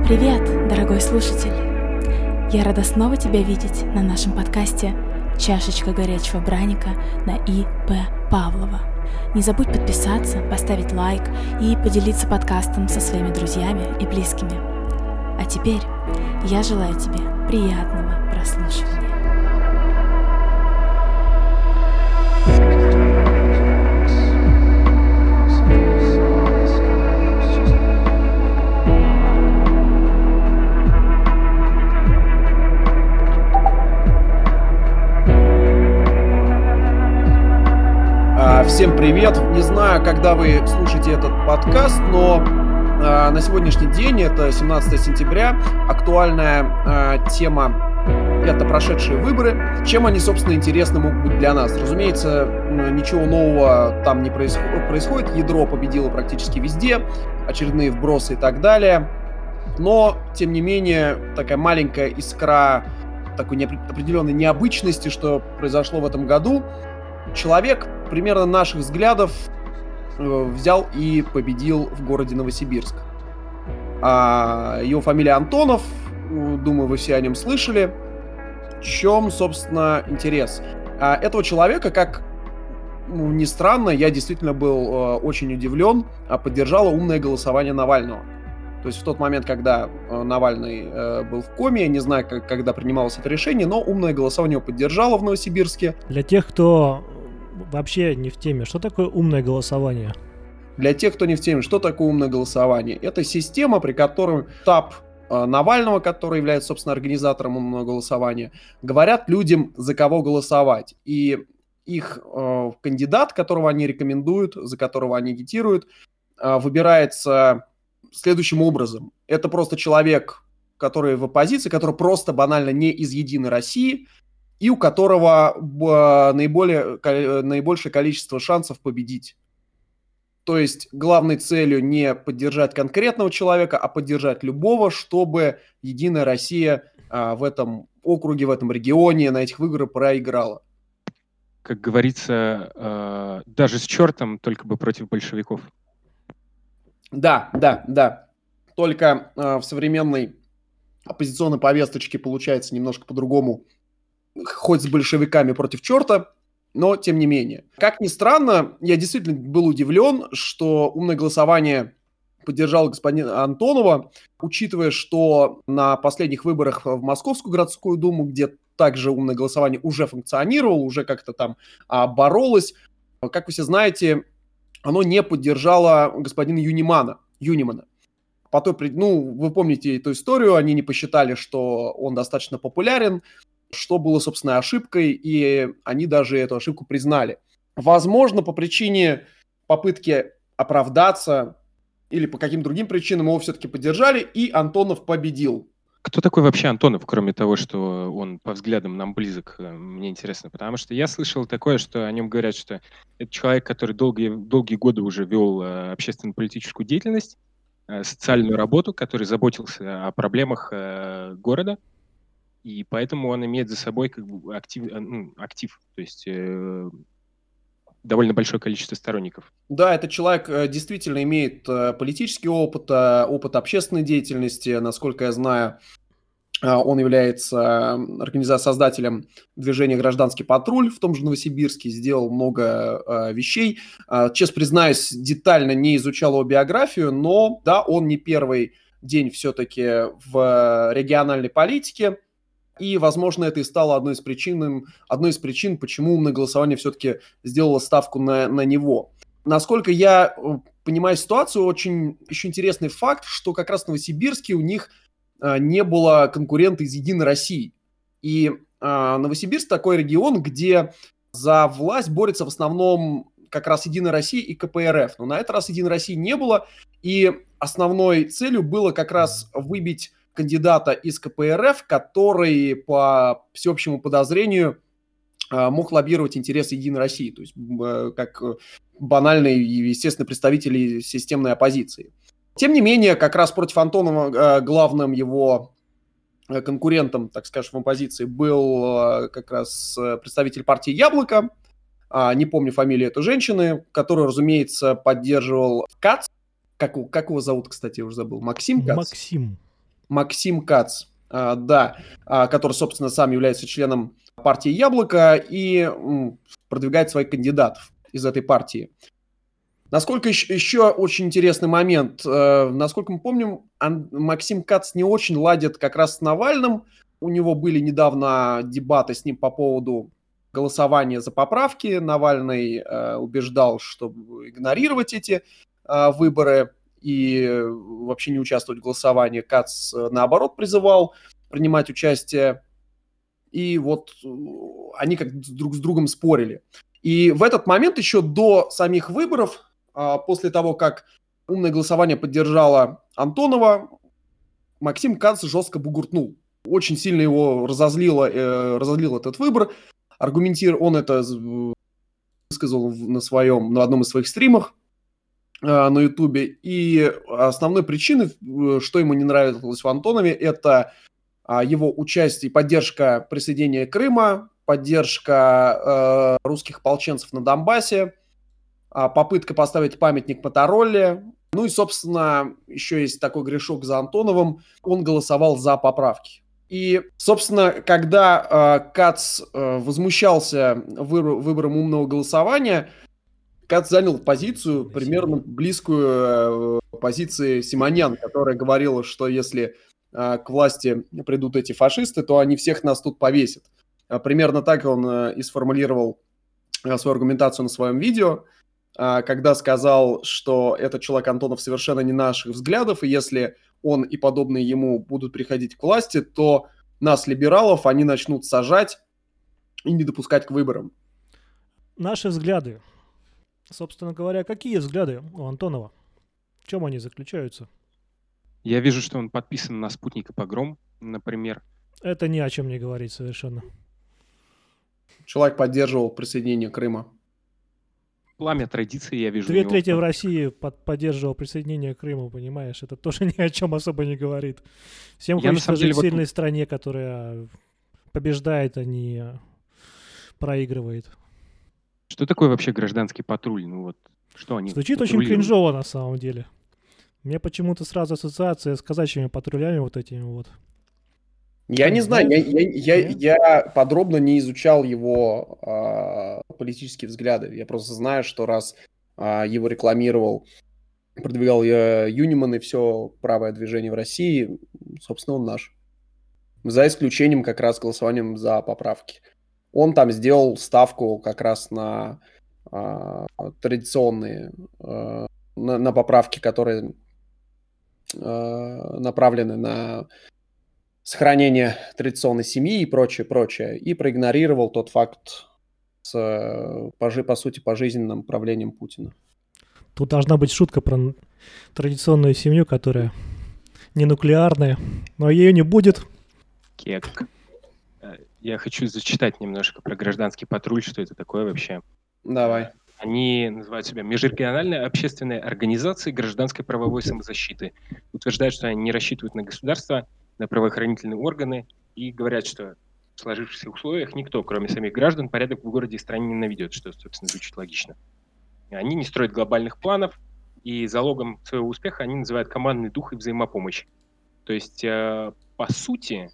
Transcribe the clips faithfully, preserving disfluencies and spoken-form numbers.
Привет, дорогой слушатель! Я рада снова тебя видеть на нашем подкасте «Чашечка горячего браника» на И П Павлова. Не забудь подписаться, поставить лайк и поделиться подкастом со своими друзьями и близкими. А теперь я желаю тебе приятного прослушивания. Всем привет! Не знаю, когда вы слушаете этот подкаст, но э, на сегодняшний день, это семнадцатое сентября, актуальная э, тема – это прошедшие выборы. Чем они, собственно, интересны могут быть для нас? Разумеется, ничего нового там не происход- происходит. Ядро победило практически везде, очередные вбросы и так далее. Но, тем не менее, такая маленькая искра такой определенной необычности, что произошло в этом году. Человек примерно наших взглядов э, взял и победил в городе Новосибирск. А, его фамилия Антонов, думаю, вы все о нем слышали. В чем, собственно, интерес? А, этого человека, как ну, ни странно, я действительно был э, очень удивлен, а поддержало умное голосование Навального. То есть в тот момент, когда э, Навальный э, был в коме, я не знаю, как, когда принималось это решение, но умное голосование его поддержало в Новосибирске. Для тех, кто вообще не в теме, что такое умное голосование? Для тех, кто не в теме, что такое умное голосование? Это система, при которой штаб э, Навального, который является, собственно, организатором умного голосования, говорят людям, за кого голосовать. И их э, кандидат, которого они рекомендуют, за которого они агитируют, э, выбирается следующим образом. Это просто человек, который в оппозиции, который просто банально не из «Единой России», и у которого э, наиболее, ко, наибольшее количество шансов победить. То есть главной целью не поддержать конкретного человека, а поддержать любого, чтобы «Единая Россия» э, в этом округе, в этом регионе, на этих выборах проиграла. Как говорится, э, даже с чертом, только бы против большевиков. Да, да, да. Только э, в современной оппозиционной повесточке получается немножко по-другому. Хоть с большевиками против черта, но тем не менее. Как ни странно, я действительно был удивлен, что умное голосование поддержало господина Антонова, учитывая, что на последних выборах в Московскую городскую думу, где также умное голосование уже функционировало, уже как-то там а, боролось, как вы все знаете, оно не поддержало господина Юнимана, Юнимана. По той, ну, вы помните эту историю, они не посчитали, что он достаточно популярен, что было, собственно, ошибкой, и они даже эту ошибку признали. Возможно, по причине попытки оправдаться или по каким-то другим причинам его все-таки поддержали, и Антонов победил. Кто такой вообще Антонов, кроме того, что он по взглядам нам близок? Мне интересно, потому что я слышал такое, что о нем говорят, что это человек, который долгие, долгие годы уже вел общественно-политическую деятельность, социальную работу, который заботился о проблемах города, и поэтому он имеет за собой как бы актив, ну, актив, то есть э, довольно большое количество сторонников. Да, этот человек э, действительно имеет э, политический опыт, э, опыт общественной деятельности. Насколько я знаю, э, он является организатором-создателем движения «Гражданский патруль» в том же Новосибирске, сделал много э, вещей. Э, честно признаюсь, детально не изучал его биографию, но да, он не первый день все-таки в региональной политике. И, возможно, это и стало одной из причин, одной из причин, почему умное голосование все-таки сделало ставку на, на него. Насколько я понимаю ситуацию, очень еще интересный факт, что как раз в Новосибирске у них а, не было конкурента из «Единой России». И а, Новосибирск такой регион, где за власть борется в основном как раз «Единая Россия» и ка пэ эр эф. Но на этот раз «Единой России» не было, и основной целью было как раз выбить кандидата из ка пэ эр эф, который, по всеобщему подозрению, мог лоббировать интересы «Единой России», то есть как банальный и естественный представитель системной оппозиции. Тем не менее, как раз против Антонова главным его конкурентом, так скажем, в оппозиции был как раз представитель партии «Яблоко», не помню фамилию этой женщины, которую, разумеется, поддерживал Кац. Как, как его зовут, кстати, я уже забыл. Максим Кац? Максим. Максим Кац, а, да, а, который, собственно, сам является членом партии «Яблоко» и м, продвигает своих кандидатов из этой партии. Насколько еще, еще очень интересный момент. Э, насколько мы помним, Ан- Максим Кац не очень ладит как раз с Навальным. У него были недавно дебаты с ним по поводу голосования за поправки. Навальный э, убеждал, что игнорировать эти э, выборы и вообще не участвовать в голосовании. Кац, э, наоборот, призывал принимать участие. И вот э, они как друг с другом спорили. И в этот момент еще до самих выборов, а, после того, как умное голосование поддержало Антонова, Максим Кац жестко бугуртнул. Очень сильно его разозлило, э, разозлил этот выбор. Аргументир, он это з- высказал в- на своем, на одном из своих стримах э, на Ютубе. И основной причиной, э, что ему не нравилось в Антонове, это а, его участие и поддержка присоединения Крыма, поддержка э, русских ополченцев на Донбассе, а, попытка поставить памятник Моторолле. Ну и, собственно, еще есть такой грешок за Антоновым. Он голосовал за поправки. И, собственно, когда э, Кац э, возмущался вы- выбором умного голосования, Кац занял позицию примерно близкую э, позиции Симонян, которая говорила, что если э, к власти придут эти фашисты, то они всех нас тут повесят. Э, Примерно так он э, и сформулировал э, свою аргументацию на своем видео, э, когда сказал, что этот человек Антонов совершенно не наших взглядов, и если он и подобные ему будут приходить к власти, то нас, либералов, они начнут сажать и не допускать к выборам. Наши взгляды. Собственно говоря, какие взгляды у Антонова? В чем они заключаются? Я вижу, что он подписан на «Спутник» и «Погром», например. Это ни о чем не говорит совершенно. Человек поддерживал присоединение Крыма. Пламя традиции я вижу. у Две него. трети в России под- поддерживал присоединение к Крыму, понимаешь? Это тоже ни о чем особо не говорит. Всем Я на хочется самом деле жить в вот- сильной стране, которая побеждает, а не проигрывает. Что такое вообще гражданский патруль? Ну вот, что они Звучит очень патрулируют? кринжово на самом деле. Мне почему-то сразу ассоциация с казачьими патрулями вот этими вот. Я не Не знаю, я, знаю. я, я, Нет? я подробно не изучал его а, политические взгляды. Я просто знаю, что раз а, его рекламировал, продвигал я Юниман и все правое движение в России, собственно, он наш. За исключением как раз голосованием за поправки. Он там сделал ставку как раз на а, традиционные, а, на, на поправки, которые а, направлены на сохранение традиционной семьи и прочее, прочее, и проигнорировал тот факт с, э, пожи- по сути, пожизненным правлением Путина. Тут должна быть шутка про н- традиционную семью, которая не нуклеарная, но ее не будет. Кек. Э, Я хочу зачитать немножко про гражданский патруль, что это такое вообще. Давай. Они называют себя межрегиональной общественной организацией гражданской правовой самозащиты. Утверждают, что они не рассчитывают на государство, на правоохранительные органы и говорят, что в сложившихся условиях никто, кроме самих граждан, порядок в городе и стране не наведет, что, собственно, звучит логично. Они не строят глобальных планов, и залогом своего успеха они называют командный дух и взаимопомощь. То есть, э, по сути,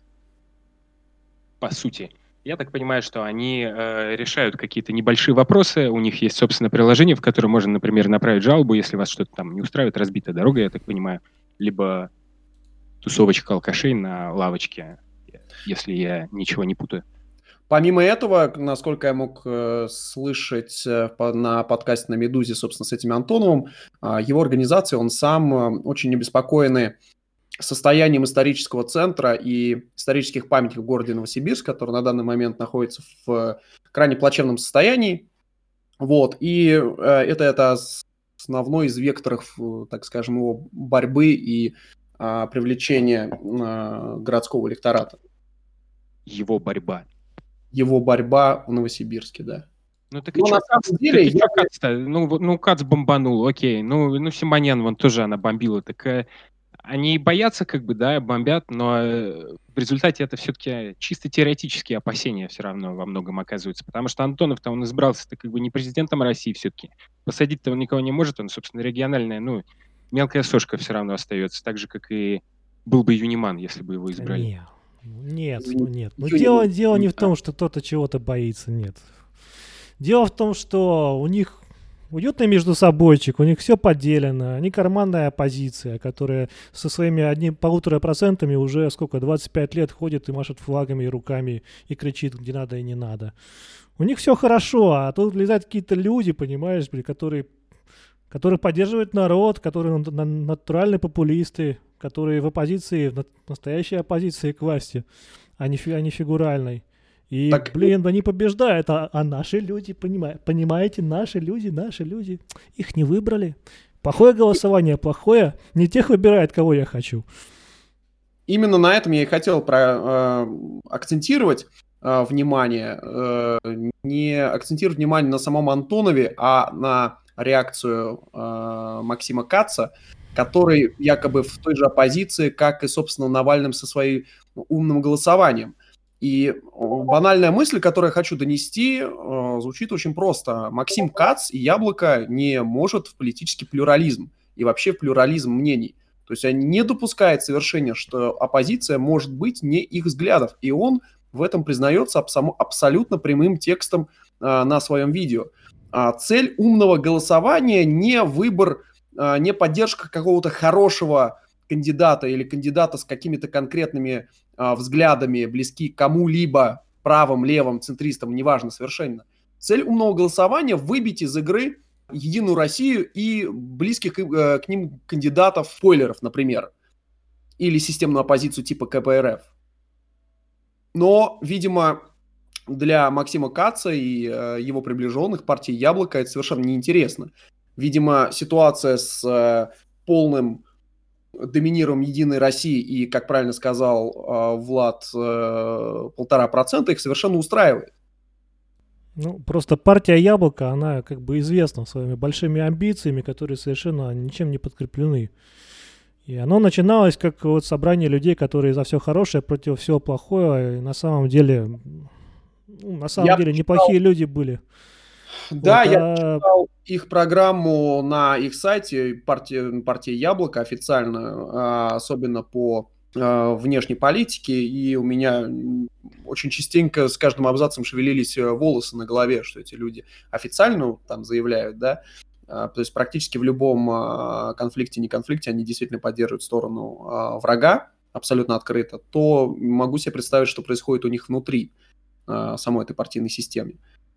по сути, я так понимаю, что они э, решают какие-то небольшие вопросы, у них есть, собственно, приложение, в которое можно, например, направить жалобу, если вас что-то там не устраивает, разбитая дорога, я так понимаю, либо тусовочка алкашей на лавочке, если я ничего не путаю. Помимо этого, насколько я мог э, слышать э, по- на подкасте на «Медузе», собственно, с этим Антоновым, а, его организация, он сам э, очень обеспокоенный состоянием исторического центра и исторических памятников в городе Новосибирск, который на данный момент находится в э, крайне плачевном состоянии. Вот. И э, это, это ос- основной из векторов, э, так скажем, его борьбы и а, привлечения а, городского электората. Его борьба. Его борьба в Новосибирске, да. Ну так Ну, и чё, на самом Кац- деле, так и я- чё Кац-то? Ну, вот- ну, Кац бомбанул, окей. Ну, ну, Симонян, вон тоже она бомбила. Так э, они боятся, как бы, да, бомбят, но э, в результате это все-таки чисто теоретические опасения все равно во многом оказываются. Потому что Антонов-то он избрался-то как бы не президентом России все-таки. Посадить-то он никого не может, он, собственно, региональная, ну, мелкая сошка все равно остается. Так же, как и был бы Юниман, если бы его избрали. Не, нет, ну Извини, нет. Ну Юниман. дело, дело не в том, что кто-то чего-то боится, нет. Дело в том, что у них уютный между собойчик, у них все поделено. Они карманная оппозиция, которая со своими одним полутора процентами уже сколько, двадцать пять лет ходит и машет флагами и руками и кричит, где надо и не надо. У них все хорошо, а тут влезают какие-то люди, понимаешь, блин, которые, которые поддерживают народ, которые на- на- натуральные популисты, которые в оппозиции, в на- настоящей оппозиции к власти, а не, фи- а не фигуральной. И, Так, блин, они побеждают, а, а наши люди, понима- понимаете, наши люди, наши люди, их не выбрали. Плохое голосование, плохое, не тех выбирает, кого я хочу. Именно на этом я и хотел про, э, акцентировать э, внимание. Э, не акцентировать внимание на самом Антонове, а на реакцию э, Максима Каца, который якобы в той же оппозиции, как и, собственно, Навальным со своим умным голосованием. И э, банальная мысль, которую я хочу донести, э, звучит очень просто. Максим Кац и Яблоко не может в политический плюрализм и вообще в плюрализм мнений. То есть они не допускают совершенно, что оппозиция может быть не их взглядов. И он в этом признается абсо- абсолютно прямым текстом а, на своем видео. А, цель умного голосования не выбор, а, не поддержка какого-то хорошего кандидата или кандидата с какими-то конкретными а, взглядами, близки к кому-либо, правым, левым, центристам, неважно совершенно. Цель умного голосования – выбить из игры Единую Россию и близких э, к ним кандидатов, спойлеров, например, или системную оппозицию типа ка пэ эр эф. Но, видимо, для Максима Каца и э, его приближенных партии Яблоко это совершенно неинтересно. Видимо, ситуация с э, полным доминированием Единой России и, как правильно сказал э, Влад, э, полтора процента их совершенно устраивает. Ну, просто партия Яблоко, она как бы известна своими большими амбициями, которые совершенно ничем не подкреплены. И оно начиналось как вот собрание людей, которые за все хорошее против всего плохого. И на самом деле, ну, на самом Я деле почитал- неплохие люди были. Да, Вот, я а- читал их программу на их сайте партии, партии Яблоко официально, а, особенно по а, внешней политике, и у меня м, очень частенько с каждым абзацем шевелились э, волосы на голове, что эти люди официально там заявляют, да, А, то есть практически в любом а, конфликте, не конфликте они действительно поддерживают сторону а, врага абсолютно открыто, то могу себе представить, что происходит у них внутри а, самой этой партийной системы.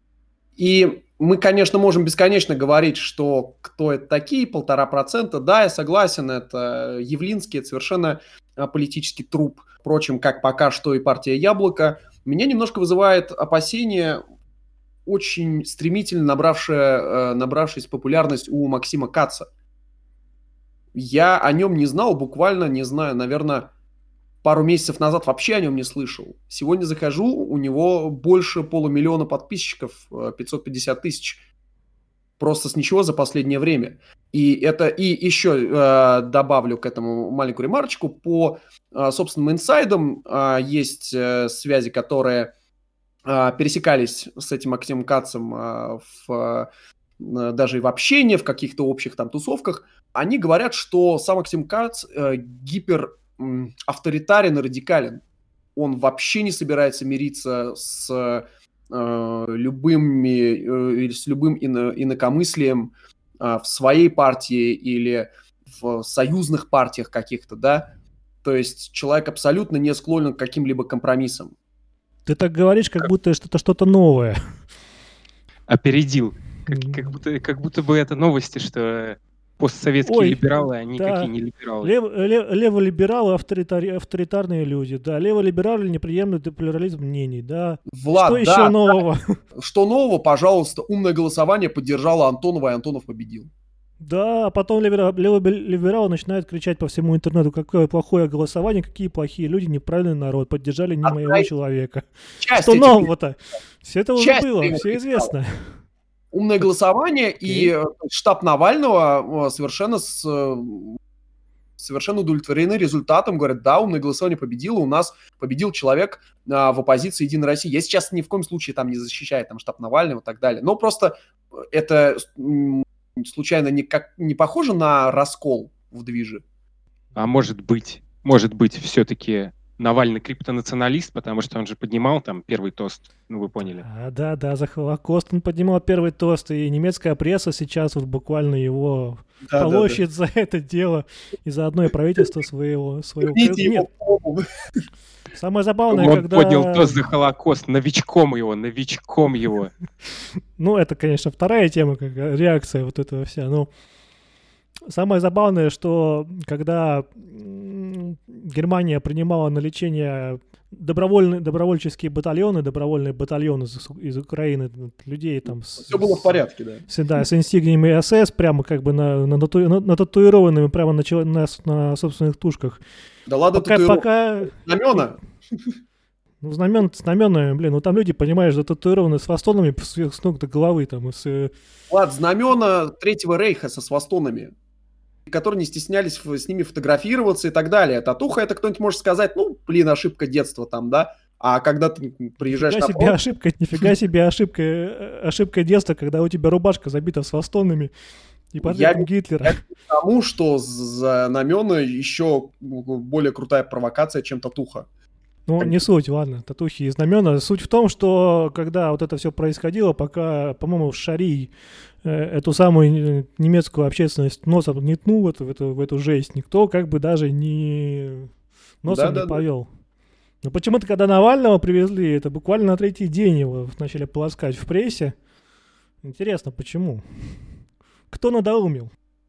И мы, конечно, можем бесконечно говорить, что кто это такие, полтора процента. Да, я согласен, это Явлинский, это совершенно а, политический труп. Впрочем, как пока что и партия Яблоко. Меня немножко вызывает опасение, очень стремительно набравшая, э, набравшаяся популярность у Максима Каца. Я о нем не знал, буквально, не знаю, наверное, пару месяцев назад вообще о нем не слышал. Сегодня захожу, у него больше полумиллиона подписчиков, э, пятьсот пятьдесят тысяч. Просто с ничего за последнее время. И это и еще э, добавлю к этому маленькую ремарочку. По э, собственным инсайдам э, есть э, связи, которые э, пересекались с этим Максимом Кацем э, в, э, даже и в общении, в каких-то общих там тусовках. Они говорят, что сам Максим Кац э, гипер м, авторитарен и радикален. Он вообще не собирается мириться с э, любыми, э, или с любым ино, инакомыслием э, в своей партии или в союзных партиях каких-то, да. То есть человек абсолютно не склонен к каким-либо компромиссам. Ты так говоришь, как будто это что-то новое. Опередил. Как, М. как, будто, как будто бы это новости, что постсоветские Ой, либералы, они да. никакие не либералы. Лев, лев- леволибералы авторитари, авторитарные люди, да. Леволибералы не приемлют плюрализм мнений, да. Влад, Что да, еще нового? Что нового, пожалуйста, умное голосование поддержало Антонова, и Антонов победил. Да, а потом левера- леволибералы начинают кричать по всему интернету, какое плохое голосование, какие плохие люди, неправильный народ, поддержали не моего Одна человека. Часть Что этих нового-то? Все это уже часть было, левых все известно. умное голосование, и э, штаб Навального э, совершенно, с, э, совершенно удовлетворены результатом. Говорят, да, умное голосование победило, у нас победил человек э, в оппозиции Единой России. Я сейчас ни в коем случае там не защищаю там, штаб Навального и так далее. Но просто это м, случайно не, как, не похоже на раскол в движе? А может быть. может быть, все-таки Навальный криптонационалист, потому что он же поднимал там первый тост, ну вы поняли. А, да, да, за Холокост он поднимал первый тост, и немецкая пресса сейчас вот буквально его Да, полощет за это дело, и заодно и правительство своего. своего... Верните Нет, его в голову. самое забавное, Он когда... поднял тост за Холокост, новичком его, новичком его. Ну, это, конечно, вторая тема, как реакция вот этого вся. Но самое забавное, что когда м, Германия принимала на лечение добровольные, добровольческие батальоны, добровольные батальоны из, из Украины, людей там... с- Все было в порядке, да. С, да, с инсигниями СС, прямо как бы на, на, тату- на- на татуированными прямо на, чело- на, с- на собственных тушках. Да ладно, Пока, татуировки. пока Знамена. ну, знамен, знаменами, блин, ну там люди, понимаешь, зататуированы с фастонами с, с ног до головы, там, и с, э, Влад, знамена Третьего Рейха со свастонами, которые не стеснялись ф- с ними фотографироваться и так далее. Татуха, это кто-нибудь может сказать, ну, блин, ошибка детства там, да? А когда ты приезжаешь нифига на себе фронт, ошибка, нифига себе ошибка, э, ошибка детства, когда у тебя рубашка забита с фастонами и портретом Я- Гитлера. я к тому, что знамена еще более крутая провокация, чем татуха. Ну, не суть, ладно, татухи и знамена. Суть в том, что когда вот это все происходило, пока, по-моему, Шарий э, эту самую э, немецкую общественность носом не тнул в эту, в эту, в эту жесть, никто как бы даже не носом Да-да-да. не повел. Но почему-то, когда Навального привезли, это буквально на третий день его начали полоскать в прессе. Интересно, почему? Кто надоумил?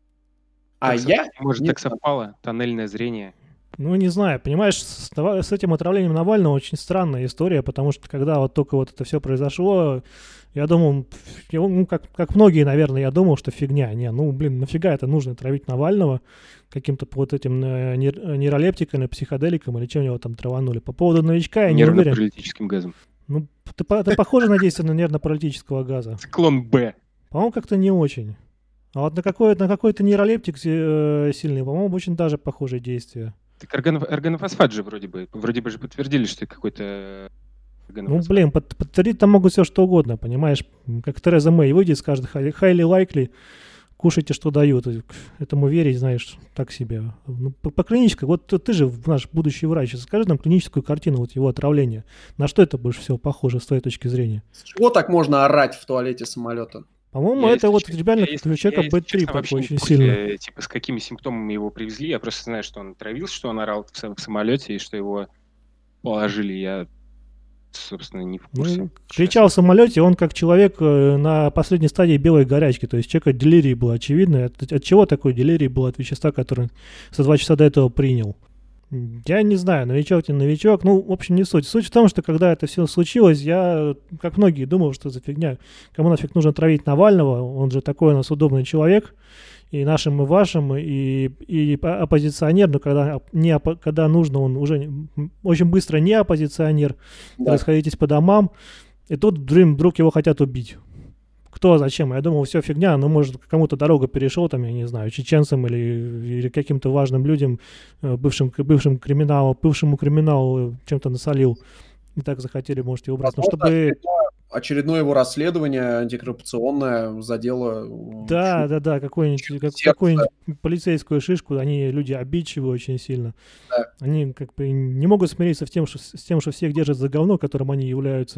А Так со- я... Может, не так знаю. совпало? Тоннельное зрение. Ну, не знаю, понимаешь, с, Нава- с этим отравлением Навального очень странная история, потому что когда вот только вот это все произошло, я думал, пф, я, ну, как, как многие, наверное, я думал, что фигня. Не, ну, блин, нафига это нужно травить Навального каким-то вот этим э, нейр- нейролептиком или психоделиком, или чем его там траванули. По поводу новичка я не уверен. Нервно-паралитическим газом. Ну, ты, по- это похоже на действие на нервно-паралитического газа. Циклон Б. По-моему, как-то не очень. А вот на, какой, на какой-то нейролептик э, сильный, по-моему, очень даже похожее действие. Так органо- органофосфат же вроде бы. Вроде бы же подтвердили, что это какой-то Ну, органофосфат. блин, под- подтвердить там могут все что угодно, понимаешь? М, Как Тереза Мэй выйдет, скажет highly highly likely, кушайте, что дают. И к этому верить, знаешь, так себе. Ну, по, по клинической, вот ты, ты же наш будущий врач, скажи нам клиническую картину вот его отравления. На что это больше всего похоже с твоей точки зрения? С чего так можно орать в туалете самолета? По-моему, Я, это если вот честно- реально я, как если- у я, человека если бэ три честно, такой вообще не в очень курсе, сильно. э, типа, с какими симптомами его привезли. Я просто знаю, что он травился, что он орал в, сам- в самолете и что его положили. Я, собственно, не в курсе. Ну, кричал в самолете, он как человек э, на последней стадии белой горячки, то есть человека делирий был очевидно. От, от чего такой делирий был? От вещества, который за два часа до этого принял. М, Я не знаю, новичок, не новичок, ну, в общем, не суть. Суть в том, что когда это все случилось, я, как многие, думал, что за фигня. Кому нафиг нужно травить Навального? Он же такой у нас удобный человек, и нашим, и вашим, и, и по- оппозиционер, но когда, оп- не, опо- когда нужно, он уже м, очень быстро не оппозиционер, Да. расходитесь по домам, и тут вдруг, вдруг его хотят убить. Кто, зачем? Я думал, все фигня, ну, может, кому-то дорога перешел, там, я не знаю, чеченцам или, или каким-то важным людям, э, бывшим, бывшим криминалу, бывшему криминалу э, чем-то насолил. И так захотели, может, его убрать. Но Возможно, чтобы... очередное, очередное его расследование антикоррупционное задело... м, Да, чуть- да, да, какую-нибудь, как- сердце. какую-нибудь полицейскую шишку, они люди обидчивые очень сильно. Да. Они как бы не могут смириться с тем, что, с тем, что всех держат за говно, которым они являются.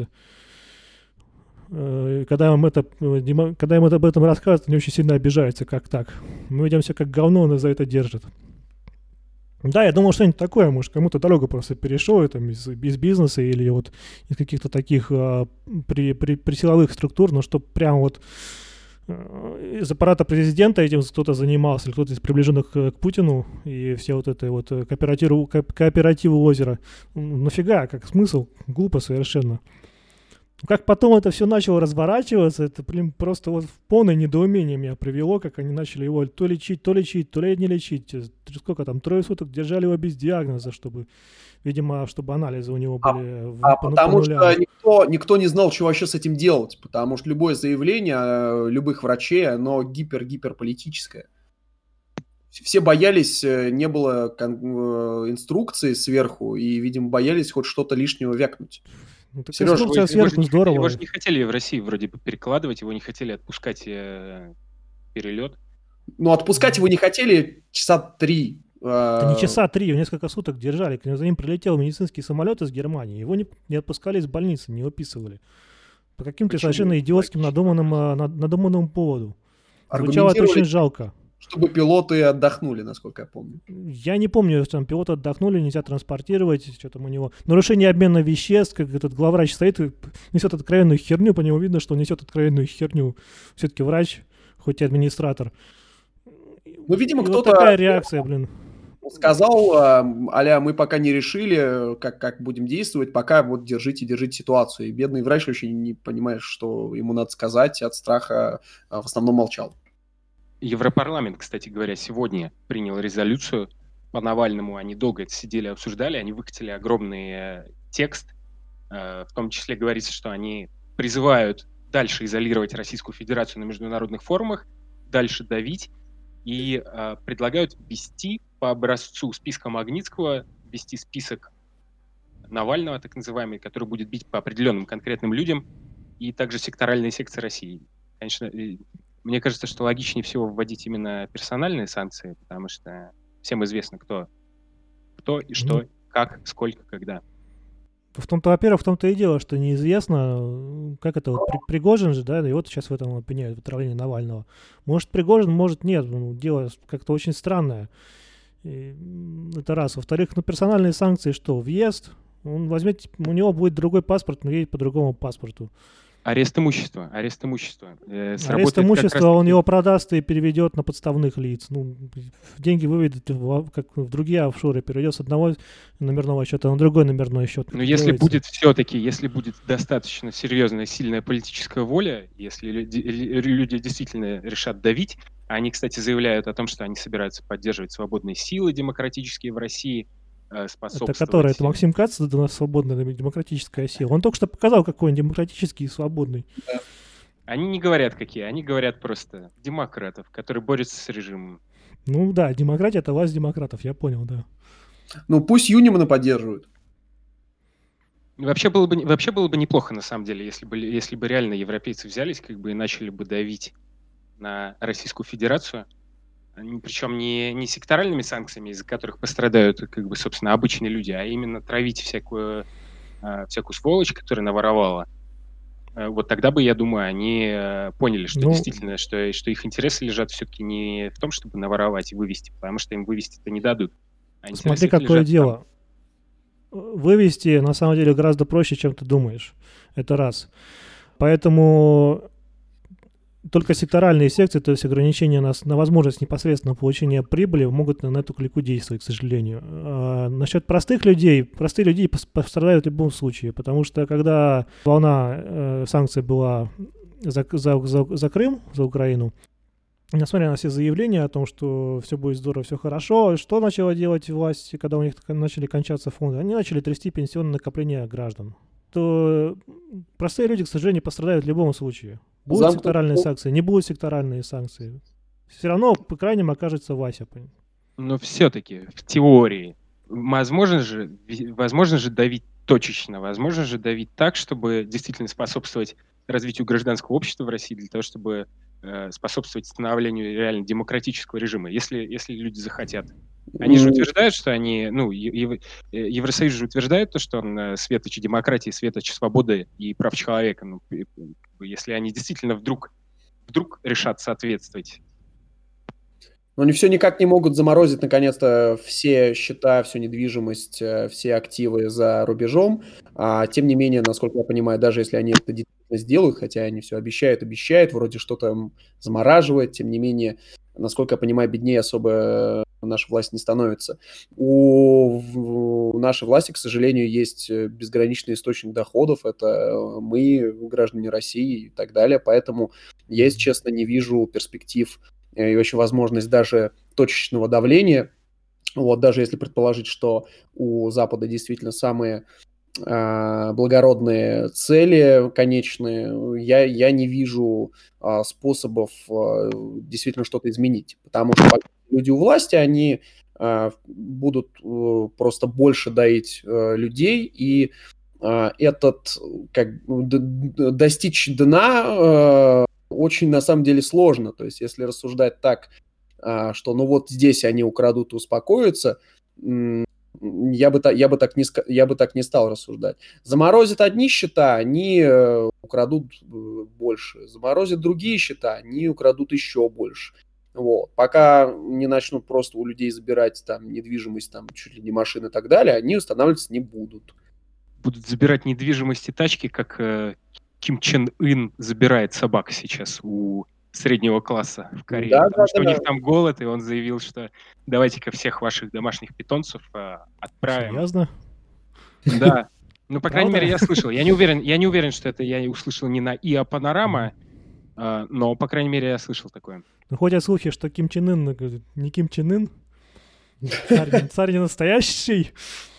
Э, Когда им, это, э, демо- когда им это об этом рассказывают, они очень сильно обижаются, как так. Мы ведем себя как говно, нас за это держат. Да, я думал, что-нибудь такое, может, кому-то дорога просто перешел и там, из, из бизнеса или вот из каких-то таких а, при, при, присиловых структур, но что прям вот э, из аппарата президента этим кто-то занимался, или кто-то из приближенных к, к Путину, и все вот это вот э, кооперативы, ко- кооперативы озера. М, Нафига, как смысл? Глупо совершенно. Как потом это все начало разворачиваться, это, блин, просто вот в полное недоумение меня привело, как они начали его то лечить, то лечить, то ли не лечить. Э, Сколько там, трое суток держали его без диагноза, чтобы, видимо, чтобы анализы у него А- были в- А по, по потому нулям. что никто, никто не знал, что вообще с этим делать. Потому что любое заявление э, любых врачей, оно гипер-гипер политическое. Все боялись, э, не было кон- э, инструкции сверху, и, видимо, боялись хоть что-то лишнего вякнуть. Ну, так Серёж, инструкция Его- его же сверху не хотели- здорово. Его же не хотели в России вроде бы перекладывать, его не хотели отпускать э, перелет. Но отпускать его не хотели часа три. Это не э, часа три, его несколько суток держали. За ним прилетел медицинский самолет из Германии. Его не, не отпускали из больницы, не выписывали. По каким-то почему? совершенно идиотским Логично. надуманным, а, над- надуманному поводу. Звучало это аргументировали, очень жалко. чтобы пилоты отдохнули, насколько я помню. Я не помню, что там пилоты отдохнули, нельзя транспортировать, что там у него. Нарушение обмена веществ, как этот главврач стоит и несет откровенную херню, по нему видно, что он несет откровенную херню. Все-таки врач, хоть и администратор. Ну, видимо, И вот кто-то такая реакция, блин. сказал, а, а-ля, мы пока не решили, как, как будем действовать, пока вот держите, держите ситуацию. И бедный врач вообще не понимает, что ему надо сказать, от страха а, в основном молчал. Европарламент, кстати говоря, сегодня принял резолюцию по Навальному. Они долго это сидели, обсуждали, они выкатили огромный э, текст. Э, в том числе говорится, что они призывают дальше изолировать Российскую Федерацию на международных форумах, дальше давить, и э, предлагают ввести по образцу списка Магнитского, ввести список Навального, так называемый, который будет бить по определенным конкретным людям, и также секторальные секции России. Конечно, и мне кажется, что логичнее всего вводить именно персональные санкции, потому что всем известно, кто, кто и что, Ну, как, сколько, когда. в том-то, во-первых, в том-то и дело, что неизвестно, как это вот При- Пригожин же, да, и вот сейчас в этом обвиняют, в отравлении Навального. Может, Пригожин, может, нет. Ну, дело как-то очень странное. И, м, это раз. Во-вторых, ну, персональные санкции что? Въезд, он возьмет, у него будет другой паспорт, он едет по другому паспорту. Арест имущества, арест имущества. Э, Арест сработает как имущества он раз-таки- его продаст и переведет на подставных лиц. Ну, деньги выведет, в- как в другие офшоры, переведет с одного номерного счета на другой номерной счет. Но Это если делается. будет все-таки, если будет достаточно серьезная, сильная политическая воля, если люди, люди действительно решат давить, а они, кстати, заявляют о том, что они собираются поддерживать свободные силы демократические в России, э, Это способствовать... который? Это Максим Кац, это у нас свободная демократическая сила. Он только что показал, какой он демократический и свободный. Они не говорят какие, они говорят просто демократов, которые борются с режимом. Ну да, демократия — это власть демократов, я понял, да. Ну, пусть Юнимана поддерживают. Вообще было бы, не- вообще было бы неплохо, на самом деле, если бы, если бы реально европейцы взялись как бы и начали бы давить на Российскую Федерацию, Они- причем не, не секторальными санкциями, из-за которых пострадают, как бы, собственно, обычные люди, а именно травить всякую, а, всякую сволочь, которая наворовала. Э, Вот тогда бы, я думаю, они э, поняли, что Ну, действительно, что, что их интересы лежат все-таки не в том, чтобы наворовать и вывести, потому что им вывести-то не дадут. А интересы смотри, их какое лежат там. дело. Вывести на самом деле гораздо проще, чем ты думаешь. Это раз. Поэтому только секторальные секции, то есть ограничения на, с- на возможность непосредственного получения прибыли, могут на, на эту клику действовать, к сожалению. А насчет простых людей, простые люди пос- пострадают в любом случае, потому что когда волна э, санкций была за, за, за, за Крым, за Украину, несмотря на все заявления о том, что все будет здорово, все хорошо, что начала делать власть, когда у них так начали кончаться фонды? Они начали трясти пенсионное накопление граждан. То простые люди, к сожалению, пострадают в любом случае. Будут Замкнутый секторальные круг. санкции, не будут секторальные санкции. Все равно, по крайнему, окажется Вася. пон- Но все-таки в теории возможно же, ви- возможно же давить точечно, возможно же давить так, чтобы действительно способствовать развитию гражданского общества в России, для того, чтобы э, способствовать становлению реально демократического режима, если, если люди захотят. Они же М, утверждают, что они, ну, Е- Ев- э, Евросоюз же утверждает то, что он э, светоч демократии, светоч свободы и прав человека. Ну, и, как бы, если они действительно вдруг, вдруг решат соответствовать. Но они все никак не могут заморозить, наконец-то, все счета, всю недвижимость, э, все активы за рубежом. А, тем не менее, насколько я понимаю, даже если они это действительно сделают, хотя они все обещают, обещают, вроде что-то м, замораживает, тем не менее, насколько я понимаю, беднее особо э, наша власть не становится. У, в- у нашей власти, к сожалению, есть э, безграничный источник доходов, это э, мы, граждане России и так далее, поэтому я, если честно, не вижу перспектив э, и вообще возможность даже точечного давления. Вот, даже если предположить, что у Запада действительно самые а, благородные цели конечные, я, я не вижу а, способов а, действительно что-то изменить. Потому что пока люди у власти, они а, будут э, просто больше доить э, людей, и а, этот, как, бы, д- д- достичь дна э, очень на самом деле сложно. То есть если рассуждать так, а, что ну вот здесь они украдут и успокоятся, м, я бы, та- я, бы так не, ска- я бы так не стал рассуждать. Заморозят одни счета, они э, украдут э, больше. Заморозят другие счета, они украдут еще больше. Вот. Пока не начнут просто у людей забирать там недвижимость, там чуть ли не машины и так далее, они устанавливаться не будут. Будут забирать недвижимость и тачки, как э, Ким Чен Ын забирает собак сейчас у среднего класса в Корее. Да, Потому да, что у да. них там голод, и он заявил, что давайте-ка всех ваших домашних питомцев э, отправим. Серьезно? Да. Ну, по крайней Правда? мере, я слышал. Я не уверен, я не уверен, что это я услышал не на ИА Панорама, э, но, по крайней мере, я слышал такое. Ну, ходят слухи, что Ким Чен Ын, э, не Ким Чен Ын, царь, царь не настоящий.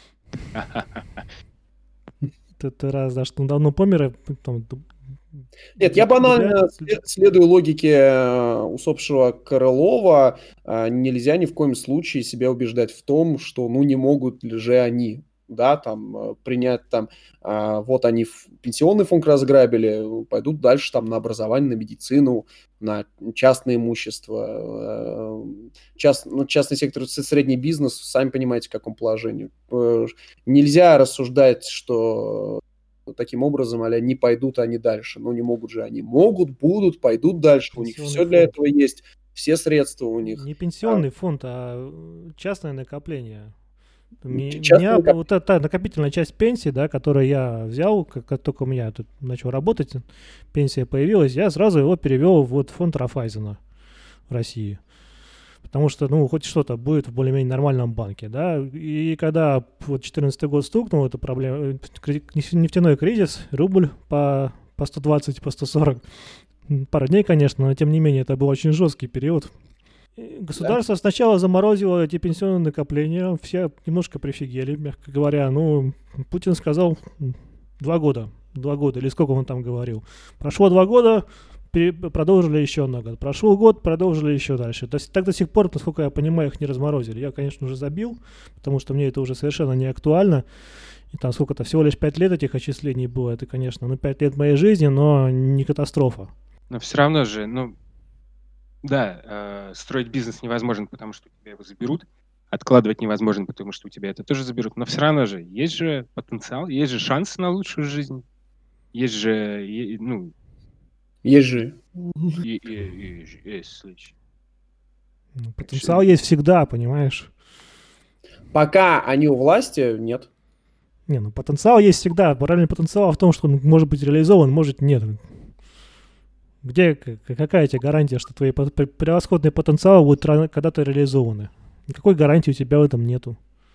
Это раз, да, что он давно помер. и там, Нет, я банально ребят- след- следую логике э, усопшего Крылова. А, Нельзя ни в коем случае себя убеждать в том, что ну не могут ли же они, да, там э, принять там, а, вот они в пенсионный фонд разграбили, пойдут дальше там на образование, на медицину, на частное имущество, э, част- ну, частный сектор, с- средний бизнес, сами понимаете, в каком положении. Э, Нельзя рассуждать, что таким образом, а не пойдут они дальше. Ну, не могут же они. Могут, будут, пойдут дальше. У них Пенсионный все для фонд. этого есть. Все средства у них. Не пенсионный фонд, а э, частное накопление. Ми- Частное Меня накоп- вот эта накопительная часть пенсии, да, которую я взял, как, как только у меня тут начал работать, пенсия появилась, я сразу его перевел в вот фонд Райффайзена в России. Потому что, ну, хоть что-то будет в более-менее нормальном банке, да. И когда вот четырнадцатый год стукнул, эта проблема, э, кри- нефтяной кризис, рубль по, по сто двадцать, по сто сорок, м, пару дней, конечно, но тем не менее это был очень жесткий период. И государство сначала заморозило эти пенсионные накопления, все немножко прифигели, мягко говоря. Ну, Путин сказал м, два года, два года, или сколько он там говорил. Прошло два года, пере- продолжили еще на год. Прошел год, продолжили еще дальше. То есть так до сих пор, насколько я понимаю, их не разморозили. Я, конечно, уже забил, потому что мне это уже совершенно не актуально. И там сколько-то, всего лишь пять лет этих отчислений было. Это, конечно, ну пять лет моей жизни, но не катастрофа. Но все равно же, ну, да, э, строить бизнес невозможно, потому что у тебя его заберут. Откладывать невозможно, потому что у тебя это тоже заберут. Но все равно же есть же потенциал, есть же шанс на лучшую жизнь. Есть же, е- ну, Есть же. и- и- и- есть случай. Ну, потенциал есть всегда, понимаешь? Пока они у власти, нет. Не, ну потенциал есть всегда. Моральный потенциал в том, что он может быть реализован, может нет. Где, к- какая тебе гарантия, что твои по- пр- превосходные потенциалы будут рано- когда-то реализованы? Никакой гарантии у тебя в этом нету.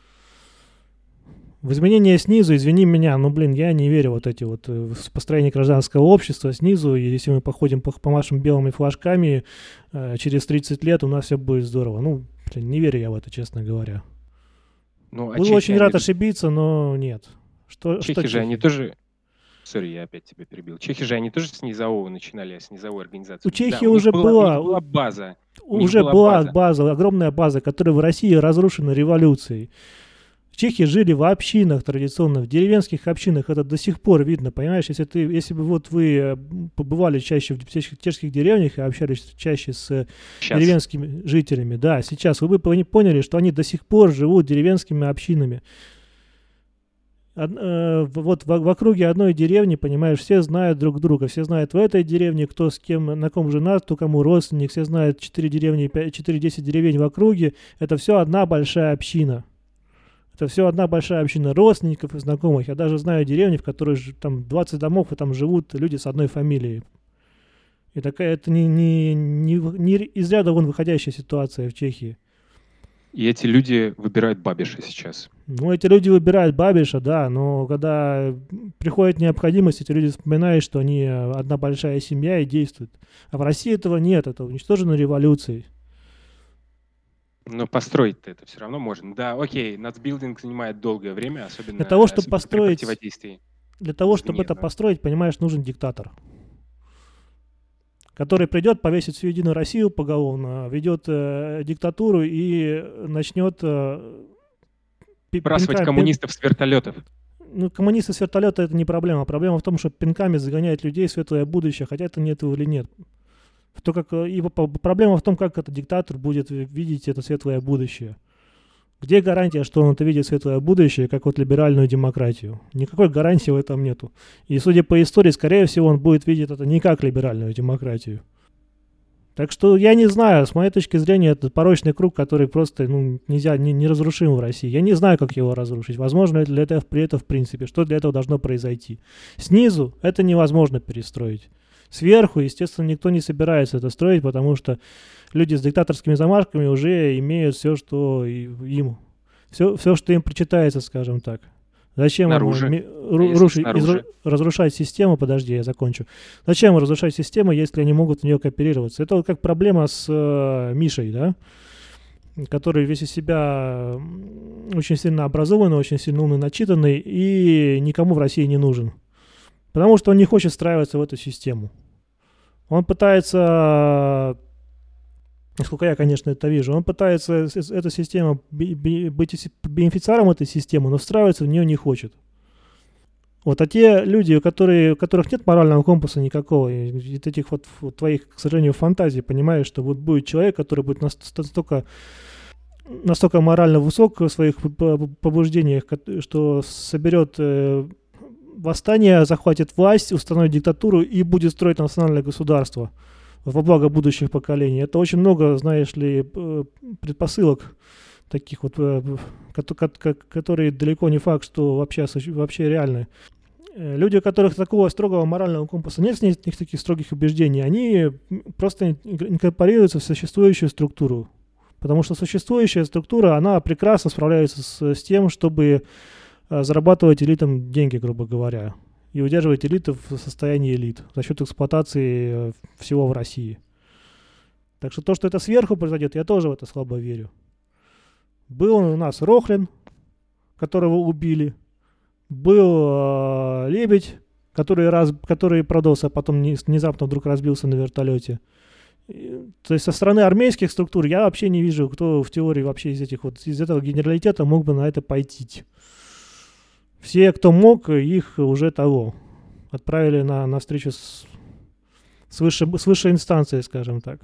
В изменения снизу, извини меня, ну, блин, я не верю вот эти вот э, в построение гражданского общества снизу, и если мы походим, по, помашем белыми флажками, э, через тридцать лет у нас все будет здорово. Ну, блин, не верю я в это, честно говоря. Ну, а Был чехи, очень они- рад ошибиться, но нет. Что, Чехи что же, чехи? они тоже... Сори, я опять тебя перебил. Чехи же, они тоже с низового начинали, с низовой организации. У Чехии Да, у них уже была, была- у них была база. у них Уже была была база. база, огромная база, которая в России разрушена революцией. Чехи жили в общинах традиционно, в деревенских общинах. Это до сих пор видно, понимаешь? Если, ты, если бы вот вы э, побывали чаще в чешских, чешских деревнях и общались чаще с э, Щас. деревенскими жителями, да, сейчас вы бы пони- поняли, что они до сих пор живут деревенскими общинами. Од- э, в- вот в, в округе одной деревни, понимаешь, все знают друг друга, все знают в этой деревне, кто с кем, на ком женат, кто кому родственник, все знают четыре деревни, четыре-десять деревень в округе. Это все одна большая община. Это все одна большая община родственников и знакомых. Я даже знаю деревни, в которой ж- там двадцать домов, и там живут люди с одной фамилией. И такая, это не, не, не, в- не из ряда вон выходящая ситуация в Чехии. И эти люди выбирают Бабиша сейчас. Ну, эти люди выбирают Бабиша, да, но когда приходит необходимость, эти люди вспоминают, что они э, одна большая семья и действуют. А в России этого нет, это уничтожено революцией. Но построить-то это все равно можно. Да, окей, нацбилдинг занимает долгое время, особенно, Для того, чтобы особенно при построить- противодействии. Для того, Извини, чтобы это да. построить, понимаешь, нужен диктатор, который придет, повесит всю Единую Россию поголовно, ведет э, диктатуру и начнет... Э, пи- Сбрасывать пинка- коммунистов с вертолетов. Ну, коммунисты с вертолета — это не проблема. Проблема в том, что пинками загоняет людей в светлое будущее, хотя это нет или нет. В то, как, и проблема в том, как этот диктатор будет видеть это светлое будущее. Где гарантия, что он это видит светлое будущее, как вот либеральную демократию? Никакой гарантии в этом нету. И судя по истории, скорее всего, он будет видеть это не как либеральную демократию. Так что я не знаю, с моей точки зрения, это порочный круг, который просто ну, нельзя, не, не разрушим в России. Я не знаю, как его разрушить. Возможно, для этого, при этом в принципе, что для этого должно произойти. Снизу это невозможно перестроить. Сверху, естественно, никто не собирается это строить, потому что люди с диктаторскими замашками уже имеют все, что им, все, все, что им причитается, скажем так. Зачем Снаружи. им ру- рушить, изру- разрушать систему? Подожди, я закончу. Зачем разрушать систему, если они могут в нее кооперироваться? Это вот как проблема с э, Мишей, да? Который весь из себя очень сильно образованный, очень сильно умный, начитанный и никому в России не нужен. Потому что он не хочет встраиваться в эту систему. Он пытается, насколько я, конечно, это вижу, он пытается эту систему быть бенефициаром этой системы, но встраиваться в нее не хочет. Вот, а те люди, которые, у которых нет морального компаса никакого, и этих вот, вот твоих, к сожалению, фантазий, понимаешь, что вот будет человек, который будет настолько, настолько морально высок в своих побуждениях, что соберет восстание, захватит власть, установит диктатуру и будет строить национальное государство во благо будущих поколений. Это очень много, знаешь ли, предпосылок таких вот, которые далеко не факт, что вообще, вообще реальны. Люди, у которых такого строгого морального компаса нет, нет таких строгих убеждений, они просто инкорпорируются в существующую структуру. Потому что существующая структура, она прекрасно справляется с, с тем, чтобы зарабатывать элитам деньги, грубо говоря, и удерживать элиты в состоянии элит за счет эксплуатации всего в России. Так что то, что это сверху произойдет, я тоже в это слабо верю. Был у нас Рохлин, которого убили. Был э, Лебедь, который, раз, который продался, а потом внезапно вдруг разбился на вертолете. И, то есть со стороны армейских структур я вообще не вижу, кто в теории вообще из этих вот из этого генералитета мог бы на это пойти. Все, кто мог, их уже того отправили на, на встречу с, с, выше, с высшей инстанцией, скажем так.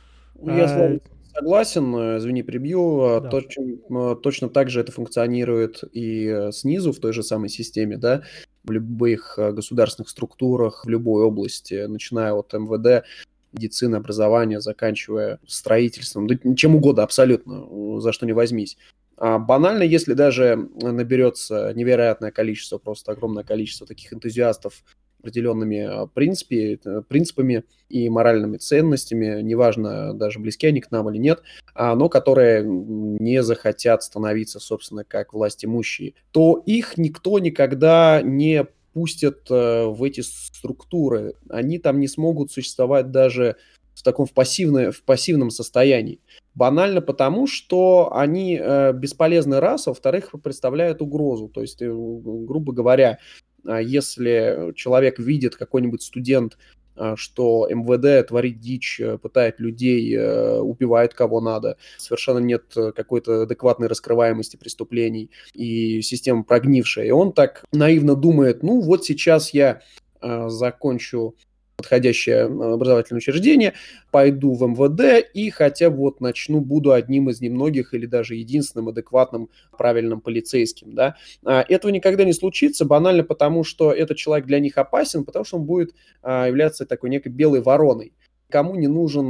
Я с вами согласен, извини, прибью. Да. Точно, точно так же это функционирует и снизу, в той же самой системе, да, в любых государственных структурах, в любой области, начиная от эм вэ дэ, медицины, образования, заканчивая строительством, да чем угодно абсолютно, за что не возьмись. А банально, если даже наберется невероятное количество, просто огромное количество таких энтузиастов определенными принципе, принципами и моральными ценностями, неважно, даже близки они к нам или нет, но которые не захотят становиться, собственно, как властимущие, то их никто никогда не пустит в эти структуры. Они там не смогут существовать даже в таком в, пассивной, в пассивном состоянии. Банально потому, что они э, бесполезны раз, а во-вторых, представляют угрозу. То есть, э, грубо говоря, э, если человек видит, какой-нибудь студент, э, что эм вэ дэ творит дичь, э, пытает людей, э, убивает кого надо, совершенно нет какой-то адекватной раскрываемости преступлений и система прогнившая, и он так наивно думает, ну вот сейчас я э, закончу подходящее образовательное учреждение, пойду в эм вэ дэ и хотя бы вот начну, буду одним из немногих или даже единственным адекватным, правильным полицейским, да. Этого никогда не случится, банально потому, что этот человек для них опасен, потому что он будет являться такой некой белой вороной. Кому не нужен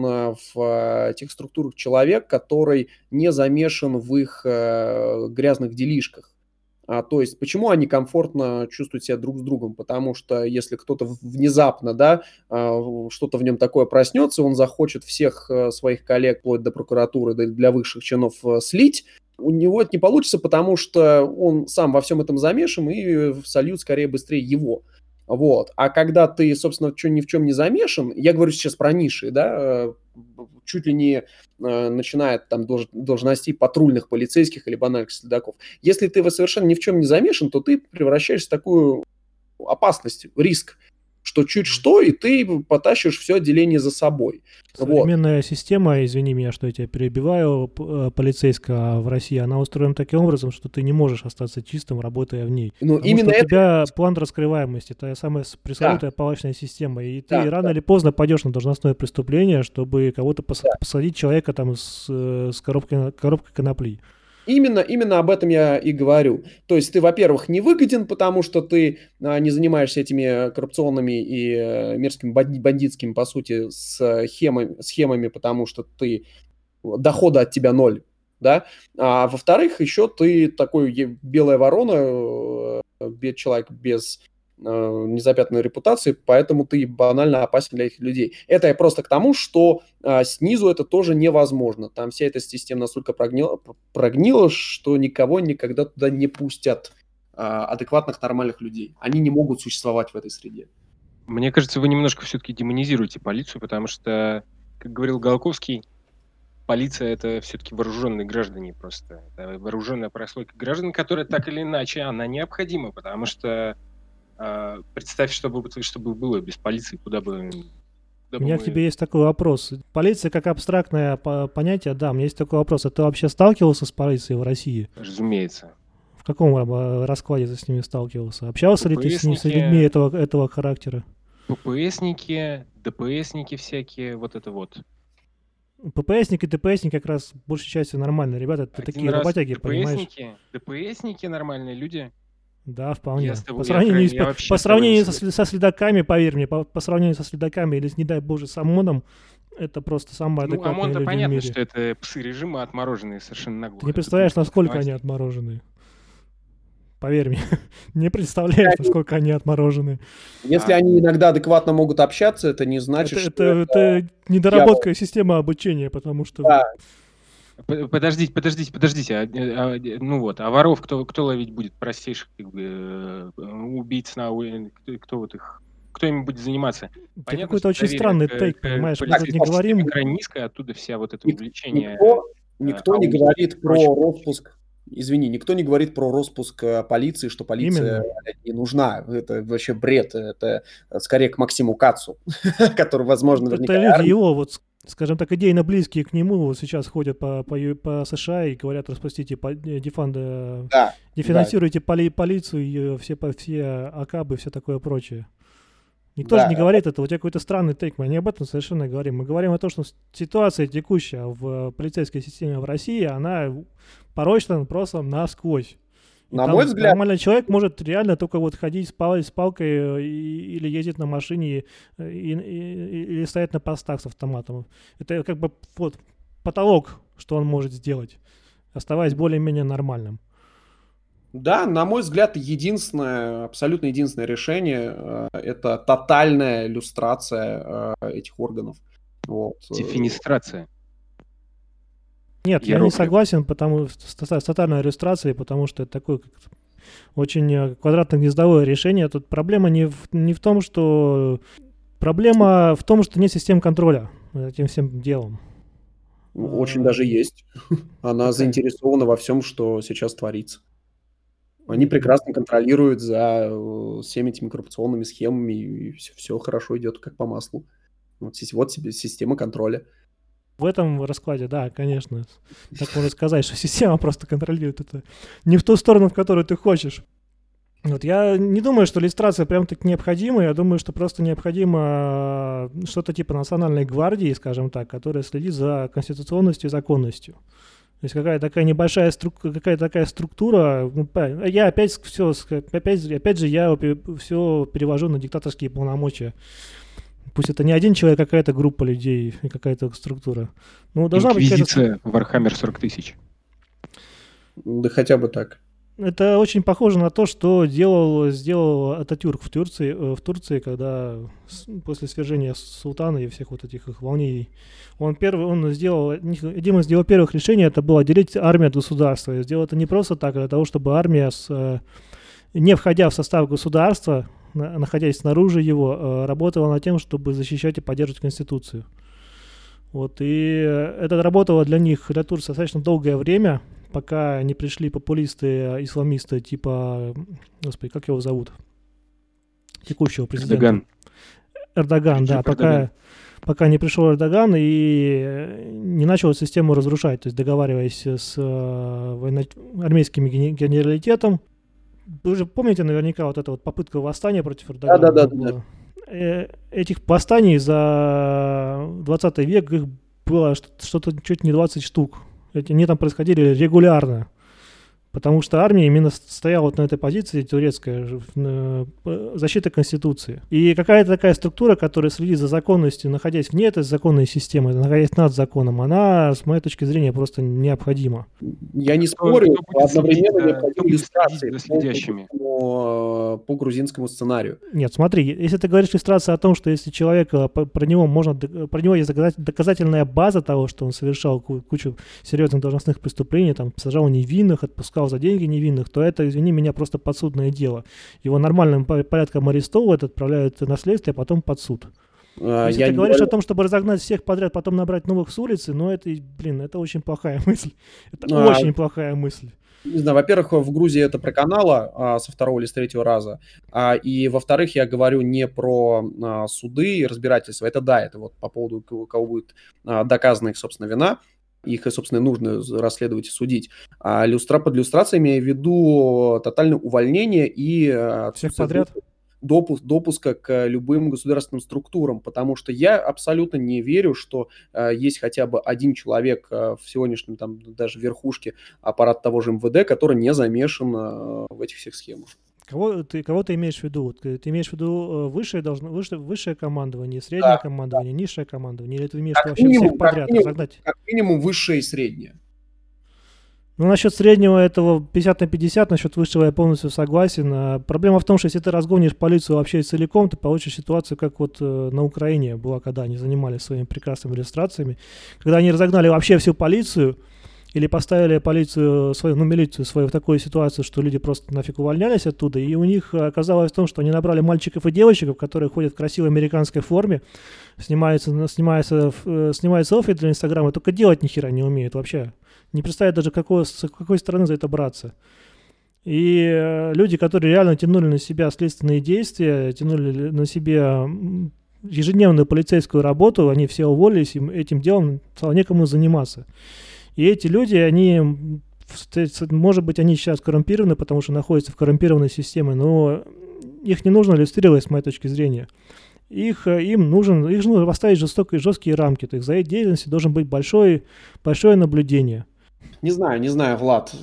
в этих структурах человек, который не замешан в их грязных делишках. А, то есть, почему они комфортно чувствуют себя друг с другом? Потому что если кто-то внезапно, да, что-то в нем такое проснется, он захочет всех своих коллег, вплоть до прокуратуры, для высших чинов слить, у него это не получится, потому что он сам во всем этом замешан, и сольют скорее быстрее его. Вот. А когда ты, собственно, ни в чем не замешан, я говорю сейчас про ниши, да, чуть ли не начиная от там должностей патрульных полицейских или банальных следаков. Если ты совершенно ни в чем не замешан, то ты превращаешься в такую опасность, риск. что чуть что, и ты потащишь все отделение за собой. Современная вот. система, извини меня, что я тебя перебиваю, полицейская в России, она устроена таким образом, что ты не можешь остаться чистым, работая в ней. Ну, Потому именно что это... у тебя план раскрываемости, это самая пресловутая да. палочная система, и ты да, рано да. или поздно пойдешь на должностное преступление, чтобы кого-то пос- да. посадить человека там с, с коробкой, коробкой конопли. Именно, именно об этом я и говорю. То есть ты, во-первых, не выгоден, потому что ты а, не занимаешься этими коррупционными и а, мерзкими бандитскими, по сути, схемами, схемами, потому что ты дохода от тебя ноль, да. А во-вторых, еще ты такой белая ворона, человек без незапятнанной репутации, поэтому ты банально опасен для этих людей. Это я просто к тому, что а, снизу это тоже невозможно. Там вся эта система настолько прогнила, прогнила, что никого никогда туда не пустят а, адекватных, нормальных людей. Они не могут существовать в этой среде. Мне кажется, вы немножко все-таки демонизируете полицию, потому что, как говорил Голковский, полиция — это все-таки вооруженные граждане просто. Это вооруженная прослойка граждан, которая так или иначе, она необходима, потому что представь, что бы, что бы было без полиции, куда бы... Куда у меня бы к тебе есть такой вопрос. Полиция как абстрактное понятие, да, у меня есть такой вопрос. А ты вообще сталкивался с полицией в России? Разумеется. В каком раскладе ты с ними сталкивался? Общался ли ты с, ними, с людьми этого, этого характера? ППСники, ДПСники всякие, вот это вот. ППСники, ДПСники как раз большей частью нормальные ребята. Это такие работяги, понимаешь? ДПСники нормальные люди. Да, вполне. Тобой, по сравнению, я, по, по сравнению со, со следаками, поверь мне, по, по сравнению со следаками или, не дай боже, с ОМОНом, это просто самое ну, адекватные ОМОН-то люди понятно, в мире. Что это псы режима отмороженные совершенно наглухо. Ты не представляешь, насколько они отмороженные. Поверь мне, не представляешь, насколько они отморожены. Если а, они иногда адекватно могут общаться, это не значит, это, что... Это, это недоработка я... системы обучения, потому что... Да. Подождите, подождите, подождите. А, а, ну вот, а воров кто, кто ловить будет? Простейших как бы, убийц, на, кто, кто вот их... Кто им будет заниматься? Это какой-то очень странный к, тейк, понимаешь? Мы тут не говорим... Низкая, оттуда вся вот это увлечение... Никто, никто а, не говорит про распуск... Извини, никто не говорит про распуск полиции, что полиция Именно. не нужна. Это вообще бред. Это скорее к Максиму Кацу, который, возможно, это наверняка... Это люди его, вот, скажем так, идейно близкие к нему вот сейчас ходят по, по, по США и говорят, распустите дефанд, да, дефинансируйте да. поли, полицию, все, все АКАБы и все такое прочее. Никто да. же не говорит это. У тебя какой-то странный тейк. Мы не об этом совершенно говорим. Мы говорим о том, что ситуация текущая в полицейской системе в России, она порочна просто насквозь. И на мой взгляд... Нормальный человек может реально только вот ходить с, пал- с палкой и, или ездить на машине и, и, и, или стоять на постах с автоматом. Это как бы вот потолок, что он может сделать, оставаясь более-менее нормальным. Да, на мой взгляд, единственное, абсолютно единственное решение э, это тотальная люстрация э, этих органов. Вот. Дефинистрация. Нет, я, я не согласен потому, с, с тотальной иллюстрацией, потому что это такое очень квадратно-гнездовое решение. Тут проблема не в, не в том, что... Проблема в том, что нет систем контроля над этим всем делом. Очень а... даже есть. Она okay. заинтересована во всем, что сейчас творится. Они прекрасно контролируют за всеми этими коррупционными схемами, и все, все хорошо идет как по маслу. Вот, вот себе система контроля. В этом раскладе, да, конечно. Так можно сказать, что система просто контролирует это не в ту сторону, в которую ты хочешь. Вот, я не думаю, что иллюстрация прям-таки необходима. Я думаю, что просто необходимо что-то типа национальной гвардии, скажем так, которая следит за конституционностью и законностью. То есть какая-то такая небольшая структура, какая-то такая структура. Ну, я опять все, опять, опять же, я все перевожу на диктаторские полномочия. Пусть это не один человек, а какая-то группа людей и какая-то структура. Ну, должна Инквизиция быть Warhammer сорок тысяч. Да хотя бы так. Это очень похоже на то, что делал, сделал Ататюрк в Турции, в Турции, когда после свержения султана и всех вот этих их волнений, он первый, он сделал, одним из его первых решений это было отделить армию от государства. И сделал это не просто так, а для того, чтобы армия, с, не входя в состав государства, находясь снаружи его, работала над тем, чтобы защищать и поддерживать Конституцию. Вот, и это работало для них, для Турции, достаточно долгое время, пока не пришли популисты, исламисты, типа, господи, как его зовут? Текущего президента. Эрдоган. Эрдоган, да, Реджеп пока, Эрдоган. пока не пришел Эрдоган и не начал эту систему разрушать, то есть договариваясь с э, военно- армейским ген- генералитетом. Вы же помните наверняка вот эту вот попытку восстания против Эрдогана, она Да-да-да-да-да. была. Э, Этих восстаний за двадцатый век их было что- что-то чуть не двадцать штук. Эти, они там происходили регулярно. Потому что армия именно с- стояла вот на этой позиции турецкая, ж- в- э, защита Конституции. И какая-то такая структура, которая следит за законностью, находясь вне этой законной системы, находясь над законом, она, с моей точки зрения, просто необходима. Я не Кто, спорю, кто будет следить одновременно за, необходимы кто будет следить иллюстрации за по следящими? грузинскому, э, по грузинскому сценарию. Нет, смотри, если ты говоришь иллюстрация о том, что если человека, по- про него можно, д- про него есть доказа- доказательная база того, что он совершал ку- кучу серьезных должностных преступлений, там, сажал невинных, отпускал за деньги невинных, то это, извини меня, просто подсудное дело. Его нормальным по- порядком арестовывают, отправляют на следствие, а потом под суд. Э, Если Я ты не говоришь говорю, о том, чтобы разогнать всех подряд, потом набрать новых с улицы, ну это, блин, это очень плохая мысль. Это а, очень плохая мысль. не знаю, во-первых, в Грузии это проканало а, со второго или с третьего раза, а, и во-вторых, я говорю не про а, суды и разбирательства, это да, это вот по поводу к- у кого будет а, доказана их, собственно, вина, их, собственно, и нужно з- расследовать и судить. А люстра, под люстрацией имею в виду тотальное увольнение и а, Всех отсутствие подряд? допу- допуска к любым государственным структурам, потому что я абсолютно не верю, что э, есть хотя бы один человек э, в сегодняшнем, там, даже верхушке аппарата того же эм вэ дэ, который не замешан э, в этих всех схемах. Кого ты, кого ты имеешь в виду? Вот, э, ты имеешь в виду э, высшее, должно, высшее, высшее командование, среднее Да, командование, низшее командование? Или ты имеешь в виду как вообще всех минимум, как подряд минимум, разогнать? как минимум высшее и среднее. Ну, насчет среднего этого пятьдесят на пятьдесят, насчет высшего я полностью согласен. А проблема в том, что если ты разгонишь полицию вообще целиком, ты получишь ситуацию, как вот э, на Украине была, когда они занимались своими прекрасными иллюстрациями. Когда они разогнали вообще всю полицию, или поставили полицию свою, ну, милицию свою в такую ситуацию, что люди просто нафиг увольнялись оттуда, и у них оказалось в том, что они набрали мальчиков и девочек, которые ходят в красивой американской форме, снимаются, снимаются, э, снимают селфи для Инстаграма, только делать ни хера не умеют вообще. Не представляют даже, какой, с какой стороны за это браться. И э, люди, которые реально тянули на себя следственные действия, тянули на себя м, ежедневную полицейскую работу, они все уволились, им этим делом стало некому заниматься. И эти люди, они, м, в- может быть, они сейчас коррумпированы, потому что находятся в коррумпированной системе, но их не нужно иллюстрировать, с моей точки зрения. Их, э, им нужен, их нужно поставить жестокие, жесткие рамки. То есть за их деятельностью должен быть большой, большое наблюдение. Не знаю, не знаю, Влад.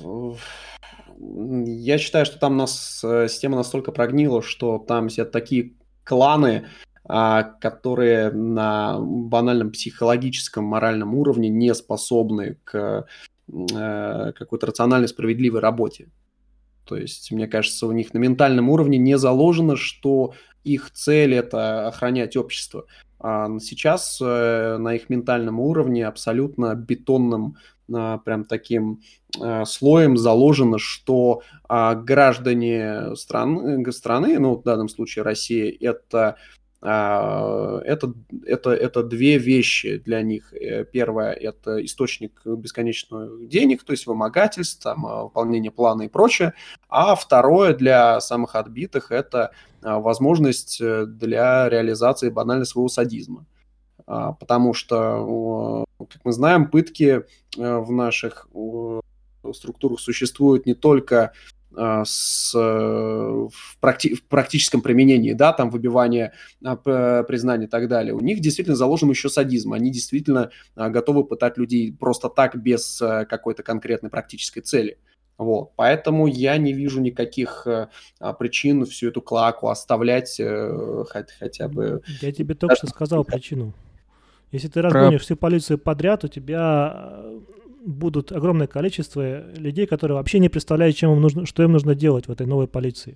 Я считаю, что там нас э, система настолько прогнила, что там сидят такие кланы, а, которые на банальном психологическом, моральном уровне не способны к э, какой-то рациональной, справедливой работе. То есть, мне кажется, у них на ментальном уровне не заложено, что их цель – это охранять общество. А сейчас э, на их ментальном уровне абсолютно бетонным а, прям таким а, слоем заложено, что а, граждане страны, страны, ну, в данном случае Россия, это а, Это, это, это две вещи для них. Э, Первое – это источник бесконечных денег, то есть вымогательств, там, а, выполнение плана и прочее. А второе для самых отбитых – это а, возможность э, для реализации банально своего садизма. А, Потому что, о, как мы знаем, пытки э, в наших о, структурах существуют не только а, с, э, в, практи- в практическом применении, да, там выбивание а, п- признания и так далее. У них действительно заложен еще садизм. Они действительно а, готовы пытать людей просто так, без а, какой-то конкретной практической цели. Вот. Поэтому я не вижу никаких э, а, причин всю эту клаку оставлять э, хоть- хотя бы... Я тебе только что сказал причину. Если ты Про разгонишь всю полицию подряд, у тебя э, будут огромное количество людей, которые вообще не представляют, чем им нужно, что им нужно делать в этой новой полиции.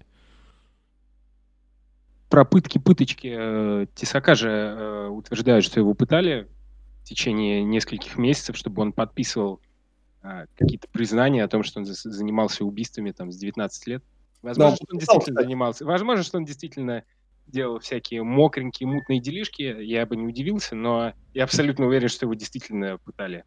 Про пытки, пыточки. э, Тесака же э, утверждают, что его пытали в течение нескольких месяцев, чтобы он подписывал а, какие-то признания о том, что он за- занимался убийствами там с девятнадцати лет. Да, Возможно, он что он подписал, действительно кстати. занимался. Возможно, что он действительно делал всякие мокренькие, мутные делишки. Я бы не удивился, но я абсолютно уверен, что его действительно пытали.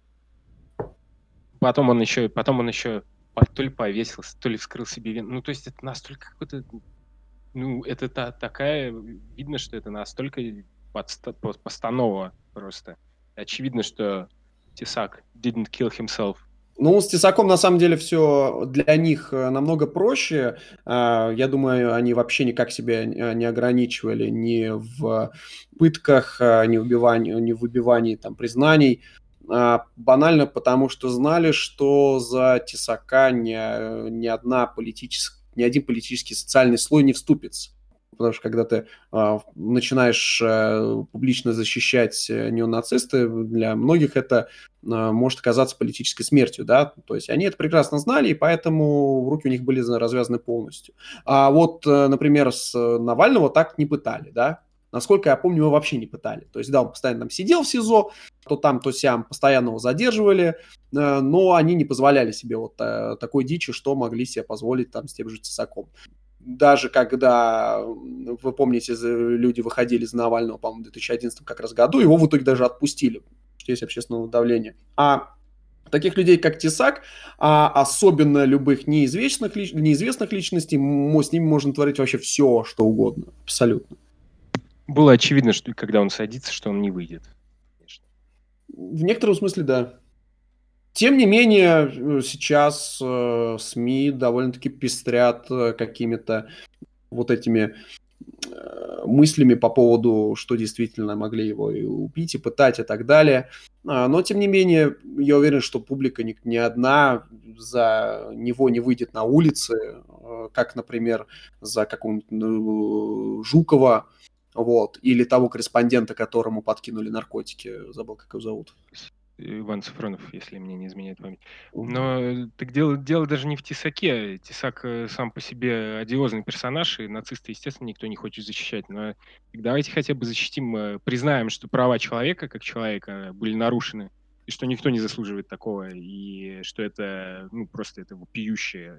Потом он еще, потом он еще по- то ли повесился, то ли вскрыл себе вену. Ну, то есть это настолько какой-то Ну, это та, такая... Видно, что это настолько подста- по- постанова просто. Очевидно, что Тесак didn't kill himself. Ну, с Тесаком на самом деле все для них э, намного проще. А, Я думаю, они вообще никак себя э, не ограничивали ни в пытках, а, ни в убивании, ни в выбивании там признаний. А, Банально потому, что знали, что за Тесака ни, ни одна политическая, ни один политический социальный слой не вступится. Потому что когда ты а, начинаешь а, публично защищать э, неонацисты, для многих это а, может оказаться политической смертью, да, то есть они это прекрасно знали, и поэтому руки у них были за- развязаны полностью. А вот, э, например, с э, Навального так не пытали, да, насколько я помню, его вообще не пытали. То есть, да, он постоянно там сидел в СИЗО, то там, то сям, постоянно его задерживали, э, но они не позволяли себе вот э, такой дичи, что могли себе позволить там с тем же Тесаком. Даже когда, м, вы помните, за- люди выходили за Навального, по-моему, в две тысячи одиннадцатом как раз году, его в итоге даже отпустили, потому что есть общественное давление. А таких людей, как Тесак, а особенно любых неизвестных, лич- неизвестных личностей, мо- с ними можно творить вообще все, что угодно, абсолютно. Было очевидно, что когда он садится, что он не выйдет. Конечно. В некотором смысле, да. Тем не менее, э, сейчас э, СМИ довольно-таки пестрят э, какими-то вот этими э, мыслями по поводу, что действительно могли его и убить, и пытать, и так далее. А, Но, тем не менее, я уверен, что публика ни, ни одна за него не выйдет на улицы, э, как, например, за какого-нибудь ну, Жукова, вот, или того корреспондента, которому подкинули наркотики, забыл, как его зовут. Иван Сафронов, если мне не изменяет память. Но э, так дело, дело даже не в Тесаке. Тесак э, сам по себе одиозный персонаж, и нацисты, естественно, никто не хочет защищать. Но так давайте хотя бы защитим, э, признаем, что права человека как человека были нарушены, и что никто не заслуживает такого, и что это, ну, просто это вопиющее.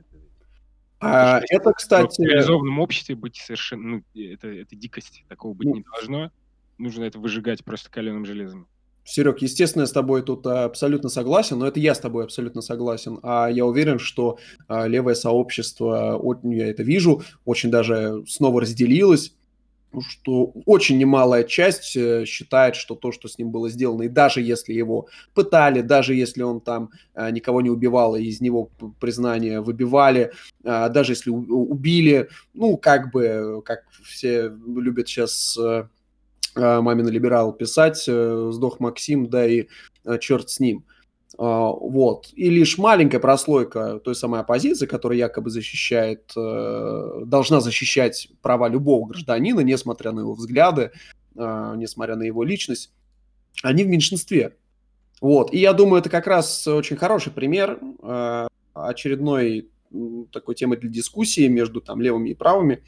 А, То, что это, в кстати, цивилизованном обществе быть совершенно... Ну, это, это дикость. Такого быть ну, не должно. Нужно это выжигать просто каленым железом. Серег, естественно, я с тобой тут а, абсолютно согласен, но это я с тобой абсолютно согласен. А я уверен, что а, левое сообщество, от- я это вижу, очень даже снова разделилось, что очень немалая часть э, считает, что то, что с ним было сделано, и даже если его пытали, даже если он там а, никого не убивал, и из него п- признание выбивали, а, даже если у- убили, ну, как бы, как все любят сейчас э, э, мамин либерал писать, э, сдох Максим, да и э, черт с ним. А, Вот. И лишь маленькая прослойка той самой оппозиции, которая якобы защищает, э, должна защищать права любого гражданина, несмотря на его взгляды, а, несмотря на его личность, они в меньшинстве. Вот. И я думаю, это как раз очень хороший пример э, очередной м, такой темы для дискуссии между там левыми и правыми,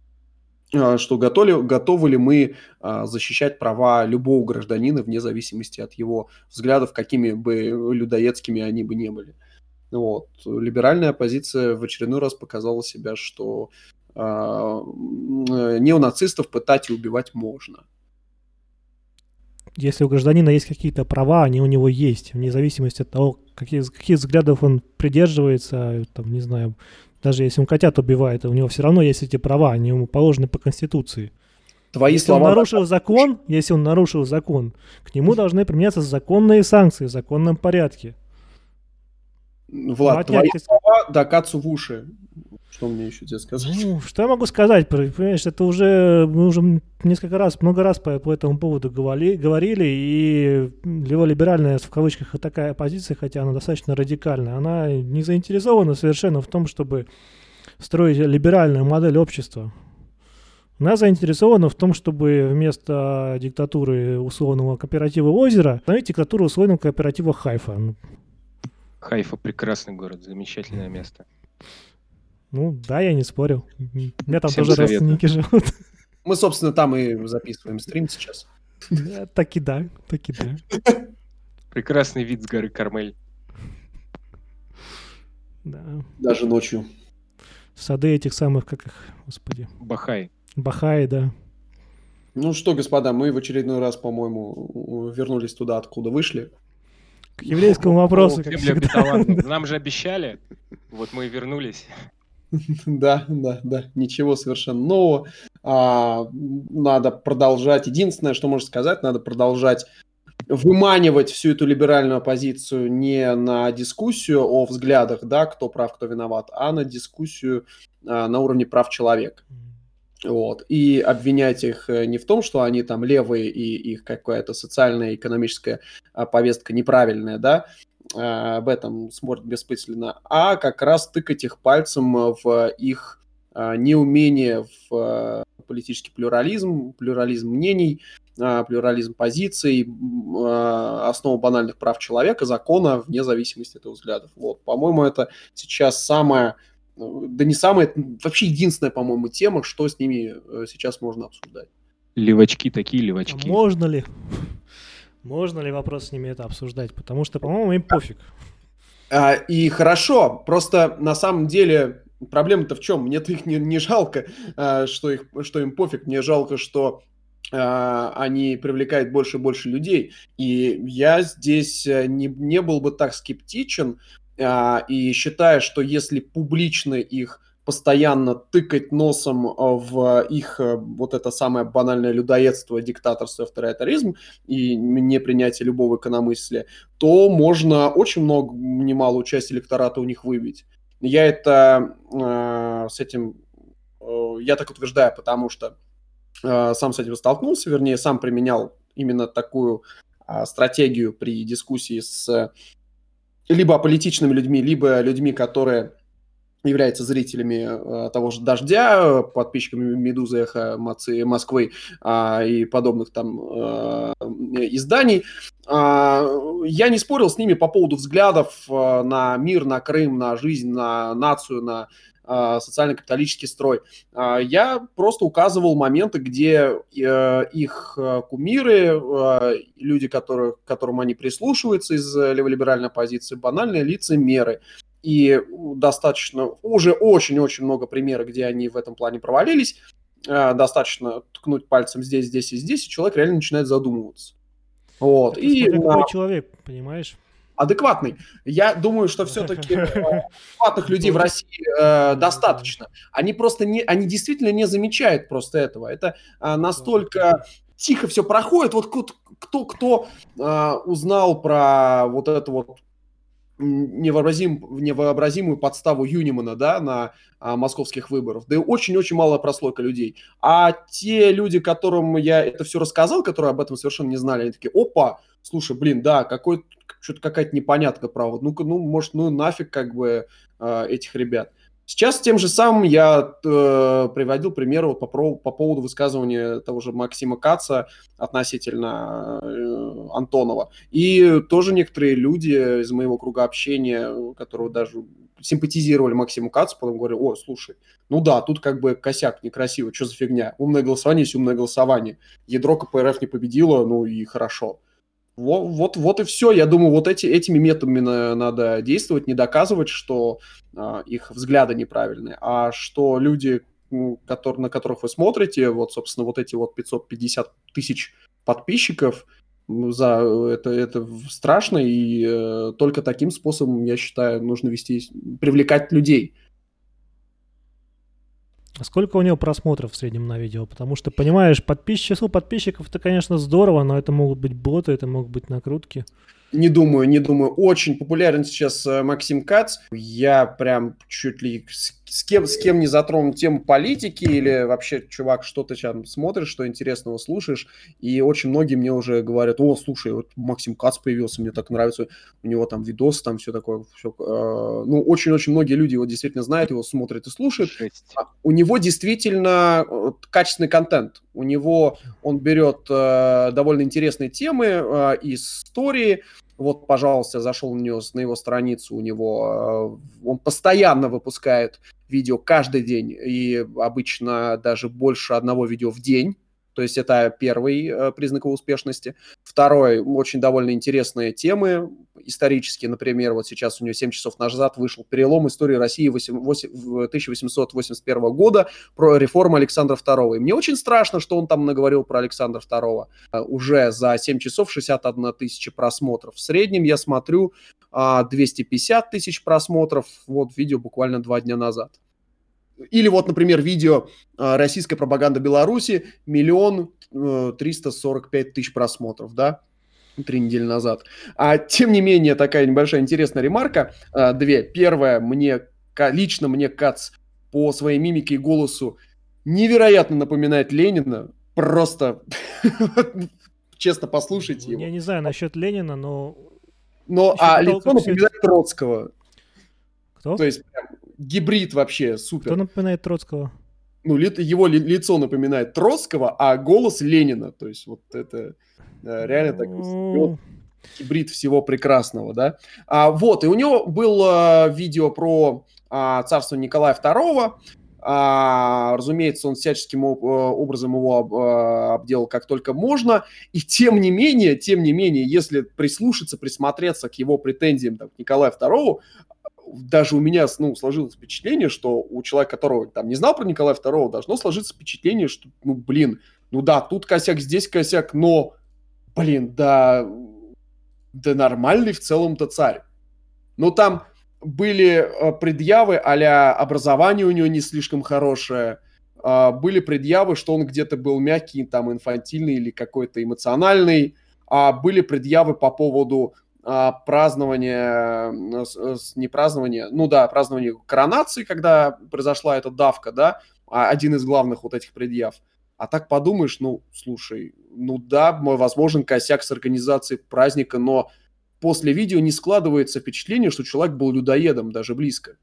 а, что готовы, готовы ли мы а, защищать права любого гражданина вне зависимости от его взглядов, какими бы людоедскими они бы не были. Вот. Либеральная оппозиция в очередной раз показала себя, что а, м, э, неонацистов пытать и убивать можно. Если у гражданина есть какие-то права, они у него есть, вне зависимости от того, какие, каких взглядов он придерживается, там, не знаю, даже если он котят убивает, у него все равно есть эти права, они ему положены по Конституции. Твои Если слова... он нарушил закон, если он нарушил закон, к нему должны применяться законные санкции в законном порядке. Влад, Ну, отнять твои из- слова да кацу в уши. Что мне еще тебе сказать? Ну, что я могу сказать? Понимаешь, это уже мы уже несколько раз, много раз по, по этому поводу говорили, говорили, и леволиберальная, в кавычках, такая позиция, хотя она достаточно радикальная, она не заинтересована совершенно в том, чтобы строить либеральную модель общества. Она заинтересована в том, чтобы вместо диктатуры условного кооператива «Озеро» установить диктатуру условного кооператива «Хайфа». Ну, Хайфа прекрасный город, замечательное место. Ну, да, я не спорю. У меня там Всем тоже советую. родственники живут. Мы, собственно, там и записываем стрим сейчас. Да, так и да, так и да. Прекрасный вид с горы Кармель. Да. Даже ночью. Сады этих самых, как их, господи, Бахай. Бахаи, да. Ну что, господа, мы в очередной раз, по-моему, вернулись туда, откуда вышли. К еврейскому вопросу, как Земля всегда. обетованная. Нам же обещали. Вот мы и вернулись. Да, да, да, ничего совершенно нового. А, надо продолжать. Единственное, что можно сказать, надо продолжать выманивать всю эту либеральную оппозицию не на дискуссию о взглядах, да, кто прав, кто виноват, а на дискуссию а, на уровне прав человека. Вот. И обвинять их не в том, что они там левые и их какая-то социальная, экономическая а, повестка неправильная, да, а, об этом смотрят бессмысленно, а как раз тыкать их пальцем в их а, неумение в а, политический плюрализм, плюрализм мнений, а, плюрализм позиций, а, основу банальных прав человека, закона, вне зависимости от его взглядов. Вот. По-моему, это сейчас самое, да не самая, вообще единственная, по-моему, тема, что с ними сейчас можно обсуждать. Левачки такие А левачки. можно ли? Можно ли вопрос с ними это обсуждать? Потому что, по-моему, им пофиг. А, и хорошо, просто на самом деле проблема-то в чем? Мне-то их не, не жалко, а, что, их, что им пофиг. Мне жалко, что а, они привлекают больше и больше людей. И я здесь не, не был бы так скептичен, а, и считаю, что если публично их постоянно тыкать носом в их вот это самое банальное людоедство, диктаторство, авторитаризм и непринятие любого инакомыслия, то можно очень много, немалую часть электората у них выбить. Я это э, с этим, э, я так утверждаю, потому что э, сам с этим столкнулся, вернее, сам применял именно такую э, стратегию при дискуссии с либо аполитичными людьми, либо людьми, которые являются зрителями э, того же «Дождя», подписчиками «Медузы», «Эхо Москвы» э, и подобных там э, изданий. Э, я не спорил с ними по поводу взглядов э, на мир, на Крым, на жизнь, на нацию, на э, социально-капиталистический строй. Э, я просто указывал моменты, где э, их кумиры, э, люди, которые, к которым они прислушиваются из леволиберальной оппозиции, банальные лицемеры. И достаточно, уже очень-очень много примеров, где они в этом плане провалились. Достаточно ткнуть пальцем здесь, здесь и здесь, и человек реально начинает задумываться. Вот. Это и смотря на... какой человек, понимаешь? Адекватный. Я думаю, что все-таки адекватных людей в России э, достаточно. Они просто не, они действительно не замечают просто этого. Это э, настолько тихо все проходит. Вот кто, кто э, узнал про вот это вот невообразим, невообразимую подставу Юнимана, да, на а, московских выборах. Да и очень-очень малая прослойка людей. А те люди, которым я это все рассказал, которые об этом совершенно не знали, они такие: опа, слушай, блин, да, какой, что-то какая-то непонятка, правда. Ну-ка, ну, может, ну нафиг как бы э, этих ребят. Сейчас тем же самым я э, приводил пример вот по, по поводу высказывания того же Максима Каца относительно э, Антонова. И тоже некоторые люди из моего круга общения, которые даже симпатизировали Максиму Кацу, потом говорят: о, слушай, ну да, тут как бы косяк некрасиво, что за фигня? Умное голосование есть умное голосование. Ядро КПРФ не победило, ну и хорошо. Вот, вот, вот и все. Я думаю, вот эти, этими методами надо действовать, не доказывать, что а, их взгляды неправильные, а что люди, которые, на которых вы смотрите, вот, собственно, вот эти вот пятьсот пятьдесят тысяч подписчиков, за, это, это страшно, и э, только таким способом, я считаю, нужно вести, привлекать людей. А сколько у него просмотров в среднем на видео? Потому что, понимаешь, подписчик, число подписчиков это, конечно, здорово, но это могут быть боты, это могут быть накрутки. Не думаю, не думаю. Очень популярен сейчас Максим Кац. Я прям чуть ли с, с кем, с кем не затронул тему политики или вообще, чувак, что ты там смотришь, что интересного слушаешь. И очень многие мне уже говорят: о, слушай, вот Максим Кац появился, мне так нравится. У него там видосы, там все такое. Все, э, ну, очень-очень многие люди его действительно знают, его смотрят и слушают. А у него действительно э, качественный контент. У него он берет э, довольно интересные темы, э, истории. Вот, пожалуйста, зашел на, него, на его страницу, у него э, он постоянно выпускает видео каждый день, и обычно даже больше одного видео в день. То есть это первый э, признак его успешности. Второй, очень довольно интересные темы исторические. Например, вот сейчас у него семь часов назад вышел «Перелом истории России тысяча восемьсот восемьдесят первого года» про реформу Александра второго. И мне очень страшно, что он там наговорил про Александра второго. Уже за семь часов шестьдесят одна тысяча просмотров. В среднем я смотрю двести пятьдесят тысяч просмотров. Вот видео буквально два дня назад. Или вот, например, видео э, «Российская пропаганда Беларуси», миллион триста сорок пять тысяч просмотров, да, три недели назад. А тем не менее, такая небольшая интересная ремарка, э, две. Первая, мне, лично мне Кац по своей мимике и голосу невероятно напоминает Ленина, просто честно послушайте его. Я не знаю насчет Ленина, но... Но, а лицо напоминает Троцкого. Кто? То есть прям гибрид вообще супер. Кто напоминает Троцкого? Ну, ли, его ли, лицо напоминает Троцкого, а голос Ленина. То есть вот это э, реально такой гибрид всего прекрасного, да. А, вот, и у него было видео про а, царство Николая второго. А, разумеется, он всяческим образом его обделал как только можно. И тем не менее, тем не менее, если прислушаться, присмотреться к его претензиям там, к Николаю второму, даже у меня ну, сложилось впечатление, что у человека, которого там не знал про Николая второго, должно сложиться впечатление, что, ну, блин, ну да, тут косяк, здесь косяк, но, блин, да, да нормальный в целом-то царь. Но там были предъявы а-ля образование у него не слишком хорошее, были предъявы, что он где-то был мягкий, там, инфантильный или какой-то эмоциональный, а были предъявы по поводу а, празднования, не празднования, ну да, празднования коронации, когда произошла эта давка, да, один из главных вот этих предъяв. А так подумаешь, ну, слушай, ну да, возможен косяк с организацией праздника, но после видео не складывается впечатление, что человек был людоедом, даже близко.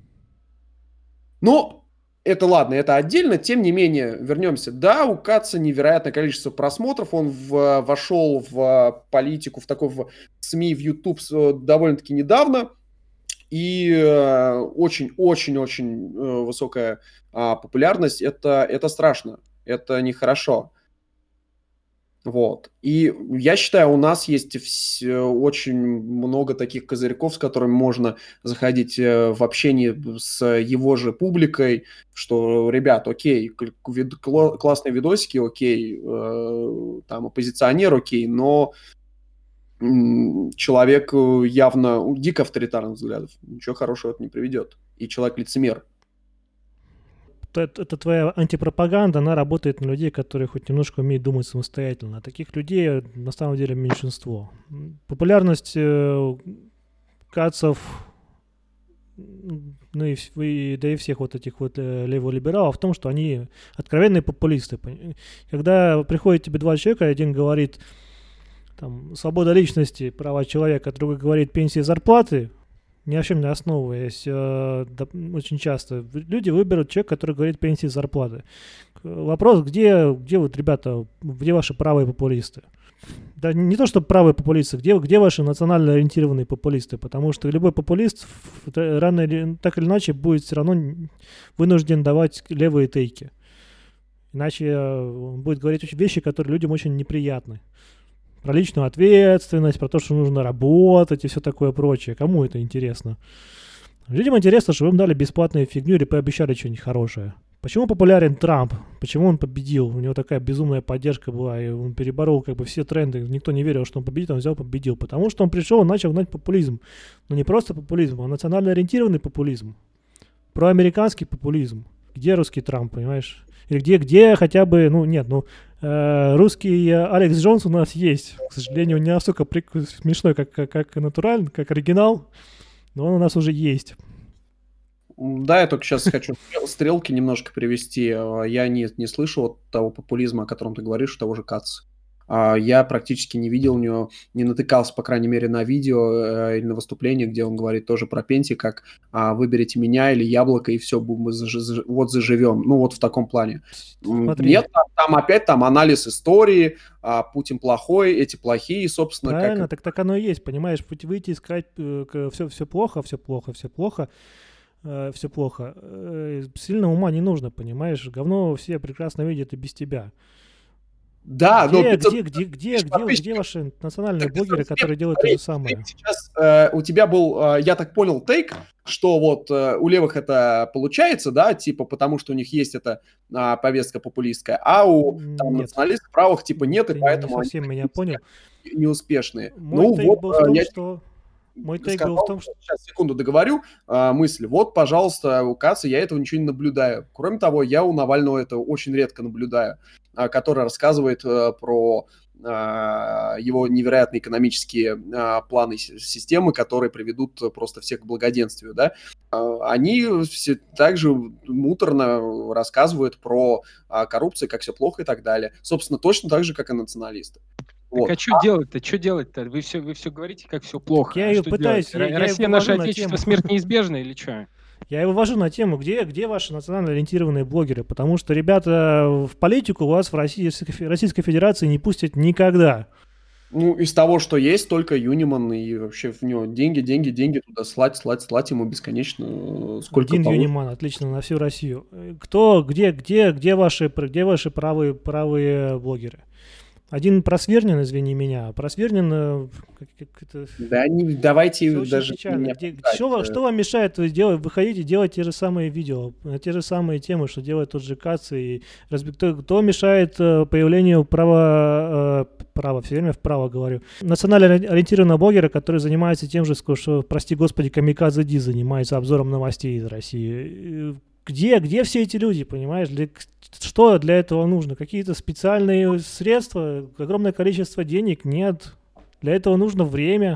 Но это ладно, это отдельно, тем не менее, вернемся. Да, у Каца невероятное количество просмотров, он в, вошел в политику, в такой в СМИ, в YouTube довольно-таки недавно, и очень-очень-очень э, высокая э, популярность, это, это страшно, это нехорошо. Вот. И я считаю, у нас есть все, очень много таких козырьков, с которыми можно заходить в общение с его же публикой, что, ребят, окей, классные видосики, окей, там оппозиционер, окей, но человек явно дико авторитарных взглядов, ничего хорошего это не приведет. И человек лицемер. Это, это твоя антипропаганда, она работает на людей, которые хоть немножко умеют думать самостоятельно. А таких людей на самом деле меньшинство. Популярность э, Кацев, ну и, и, да и всех вот этих вот э, леволибералов в том, что они откровенные популисты. Когда приходит тебе два человека, один говорит там, свобода личности, права человека, другой говорит пенсии, зарплаты, ни о чем не основываясь, э, да, очень часто люди выберут человека, который говорит пенсии, зарплаты. Вопрос, где, где вот, ребята, где ваши правые популисты? Да не то, что правые популисты, где, где ваши национально ориентированные популисты? Потому что любой популист рано или так или иначе будет все равно вынужден давать левые тейки. Иначе он будет говорить вещи, которые людям очень неприятны. Про личную ответственность, про то, что нужно работать и все такое прочее. Кому это интересно? Людям интересно, что вы им дали бесплатную фигню или пообещали что-нибудь хорошее. Почему популярен Трамп? Почему он победил? У него такая безумная поддержка была, и он переборол как бы все тренды. Никто не верил, что он победит, он взял победил. Потому что он пришел и начал гнать популизм. Но не просто популизм, а национально ориентированный популизм. Проамериканский популизм. Где русский Трамп, понимаешь? Или где, где хотя бы, ну нет, ну э, русский Алекс Джонс у нас есть. К сожалению, не настолько прик- смешной, как, как, как натуральный, как оригинал, но он у нас уже есть. Да, я только сейчас хочу стрелки немножко привести. Я не, не слышал того популизма, о котором ты говоришь, того же Каца. Я практически не видел у него, не натыкался, по крайней мере, на видео или на выступление, где он говорит тоже про пенсии, как выберите меня или яблоко, и все, мы заж... вот заживем. Ну, вот в таком плане. Смотри. Нет, там, там опять там анализ истории, Путин плохой, эти плохие, собственно. Правильно, как... так, так оно и есть, понимаешь, выйти и сказать, все, все плохо, все плохо, все плохо. Э, все плохо. Э, сильно ума не нужно, понимаешь? Говно все прекрасно видят и без тебя. Да, где, но где, где, где, где, где, где ваши национальные так блогеры, которые делают то же самое? Сейчас э, у тебя был, э, я так понял, тейк, что вот э, у левых это получается, да, типа потому что у них есть эта э, повестка популистская, а у там, националистов правых типа нет, Ты и поэтому не совсем они меня понял. неуспешные. Мой ну тейк вот, был в том, я... что Мой тейк сказал, был в том, что... Сейчас, секунду, договорю а, мысль. Вот, пожалуйста, у Каца я этого ничего не наблюдаю. Кроме того, я у Навального это очень редко наблюдаю, а, который рассказывает а, про а, его невероятные экономические а, планы с- системы, которые приведут просто всех к благоденствию, да. А, Они все также муторно рассказывают про а, коррупцию, как все плохо и так далее. Собственно, точно так же, как и националисты. Так Вот. а что делать-то? Что делать-то? Вы все, вы все говорите, как все плохо. я А и что пытаюсь, делать? я- Ро- я и Россия наше вывожу на отечество, тему. смерть неизбежна или что? Я и вывожу на тему, где, где ваши национально ориентированные блогеры, потому что, ребята, в политику вас в России, Российской Федерации не пустят никогда. Ну, из того, что есть, только Юниман, и вообще в него деньги, деньги, деньги туда слать, слать, слать ему бесконечно, э, сколько Один получится. Юниман, отлично, на всю Россию. Э, Кто, где, где, где ваши, пр- где ваши правые, правые блогеры? Один Просвернин, извини меня, Просвернин, э, как, как это... Да, не, давайте Всё очень даже печально. меня Где- пугать, что, вам- э. что вам мешает вы делать, выходить и делать те же самые видео, на те же самые темы, что делает тот же Кац? И разб- кто, кто мешает э, появлению права, э, права, все время вправо говорю, национально ори- ориентированного блогера, который занимается тем же, ско- что, прости господи, Камикадзе Ди занимается обзором новостей из России. Э, Где, где все эти люди, понимаешь? Для, что для этого нужно? Какие-то специальные средства, огромное количество денег? Нет. Для этого нужно время.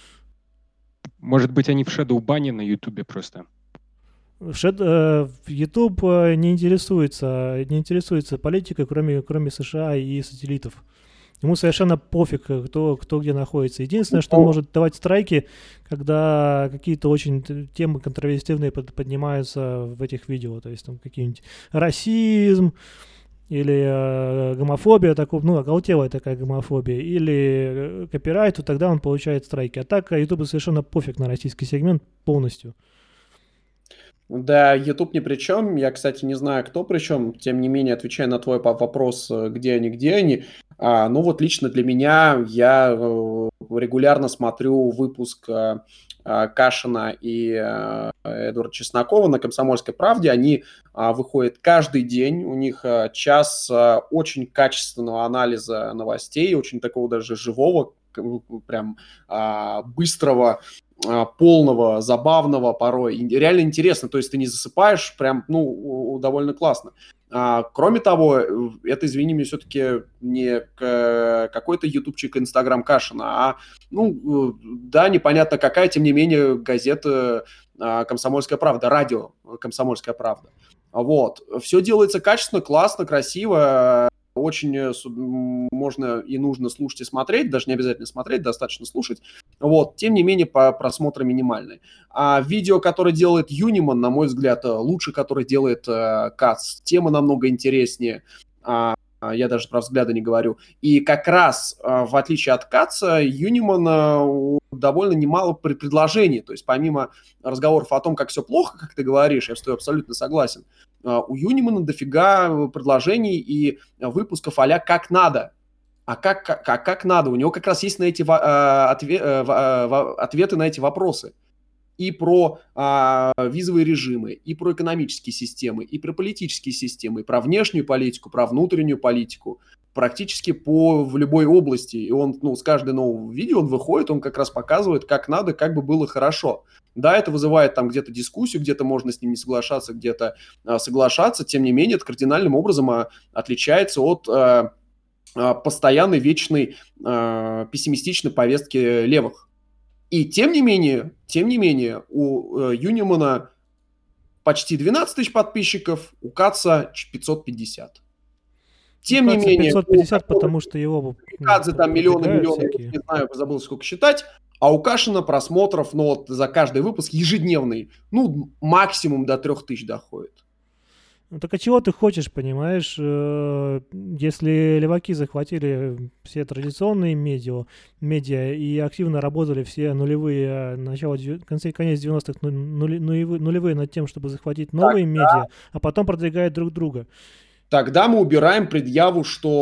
Может быть, они в шэдоу-бане на Ютубе просто. Шед- э, YouTube э, не интересуется, не интересуется политикой, кроме, кроме США и сателлитов. Ему совершенно пофиг, э, кто, кто где находится. Единственное, что он может давать страйки, когда какие-то очень т- темы контроверсивные под- поднимаются в этих видео. То есть там какие-нибудь расизм или э, гомофобия, такой, ну, оголтелая такая гомофобия, или э, копирайт, то тогда он получает страйки. А так YouTube совершенно пофиг на российский сегмент полностью. Да, YouTube ни при чем. Я, кстати, не знаю, кто при чем. Тем не менее, отвечая на твой по- вопрос, э, где они, где они. А, ну вот лично для меня, я э, регулярно смотрю выпуск э, э, Кашина и э, Эдварда Чеснокова на «Комсомольской правде». Они а, выходят каждый день. У них а, час а, очень качественного анализа новостей, очень такого даже живого, к- прям а, быстрого, а, полного, забавного порой. И реально интересно, то есть ты не засыпаешь, прям, ну, у- у- довольно классно. А, кроме того, э, это, извини меня, все-таки не к- какой-то ютубчик Инстаграм Кашина, а, ну, э, да, непонятно какая, тем не менее, газета а, «Комсомольская правда», радио «Комсомольская правда». Вот. Все делается качественно, классно, красиво. Очень э, с- м, можно и нужно слушать и смотреть, даже не обязательно смотреть, достаточно слушать. Вот, тем не менее, по просмотру минимальные. А видео, которое делает Юниман, на мой взгляд, э, лучше, которое делает э, Кац. Тема намного интереснее. А, а, я даже про взгляды не говорю. И как раз, э, в отличие от Каца, Юнимана у- довольно немало пред- предложений. То есть помимо разговоров о том, как все плохо, как ты говоришь, я с тобой абсолютно согласен, а, у Юнимана дофига предложений и выпусков а-ля «как надо». А как, как, как как надо? У него как раз есть на эти во- э, отве- э, во- э, во- ответы на эти вопросы. И про а, визовые режимы, и про экономические системы, и про политические системы, и про внешнюю политику, про внутреннюю политику. Практически по в любой области. И он, ну, с каждой нового видео он выходит, он как раз показывает, как надо, как бы было хорошо. Да, это вызывает там где-то дискуссию, где-то можно с ним не соглашаться, где-то а, соглашаться. Тем не менее, это кардинальным образом а, отличается от а, а, постоянной, вечной, а, пессимистичной повестки левых. И тем не менее, тем не менее, у э, Юнимана почти двенадцать тысяч подписчиков, у Каца пятьсот пятьдесят. Тем Ну, не Каца менее, пятьсот пятьдесят, потому что его у Кадзе там миллионы, миллионы, всякие. не знаю, забыл сколько считать, а у Кашина просмотров, ну вот за каждый выпуск ежедневный, ну максимум до трех тысяч доходит. Ну так а чего ты хочешь, понимаешь? Э, Если леваки захватили все традиционные медиа, медиа и активно работали все нулевые, э, начало, девя- конце, конец девяностых, ну- нули- нулевые, нулевые над тем, чтобы захватить новые медиа, а потом продвигают друг друга. Тогда мы убираем предъяву,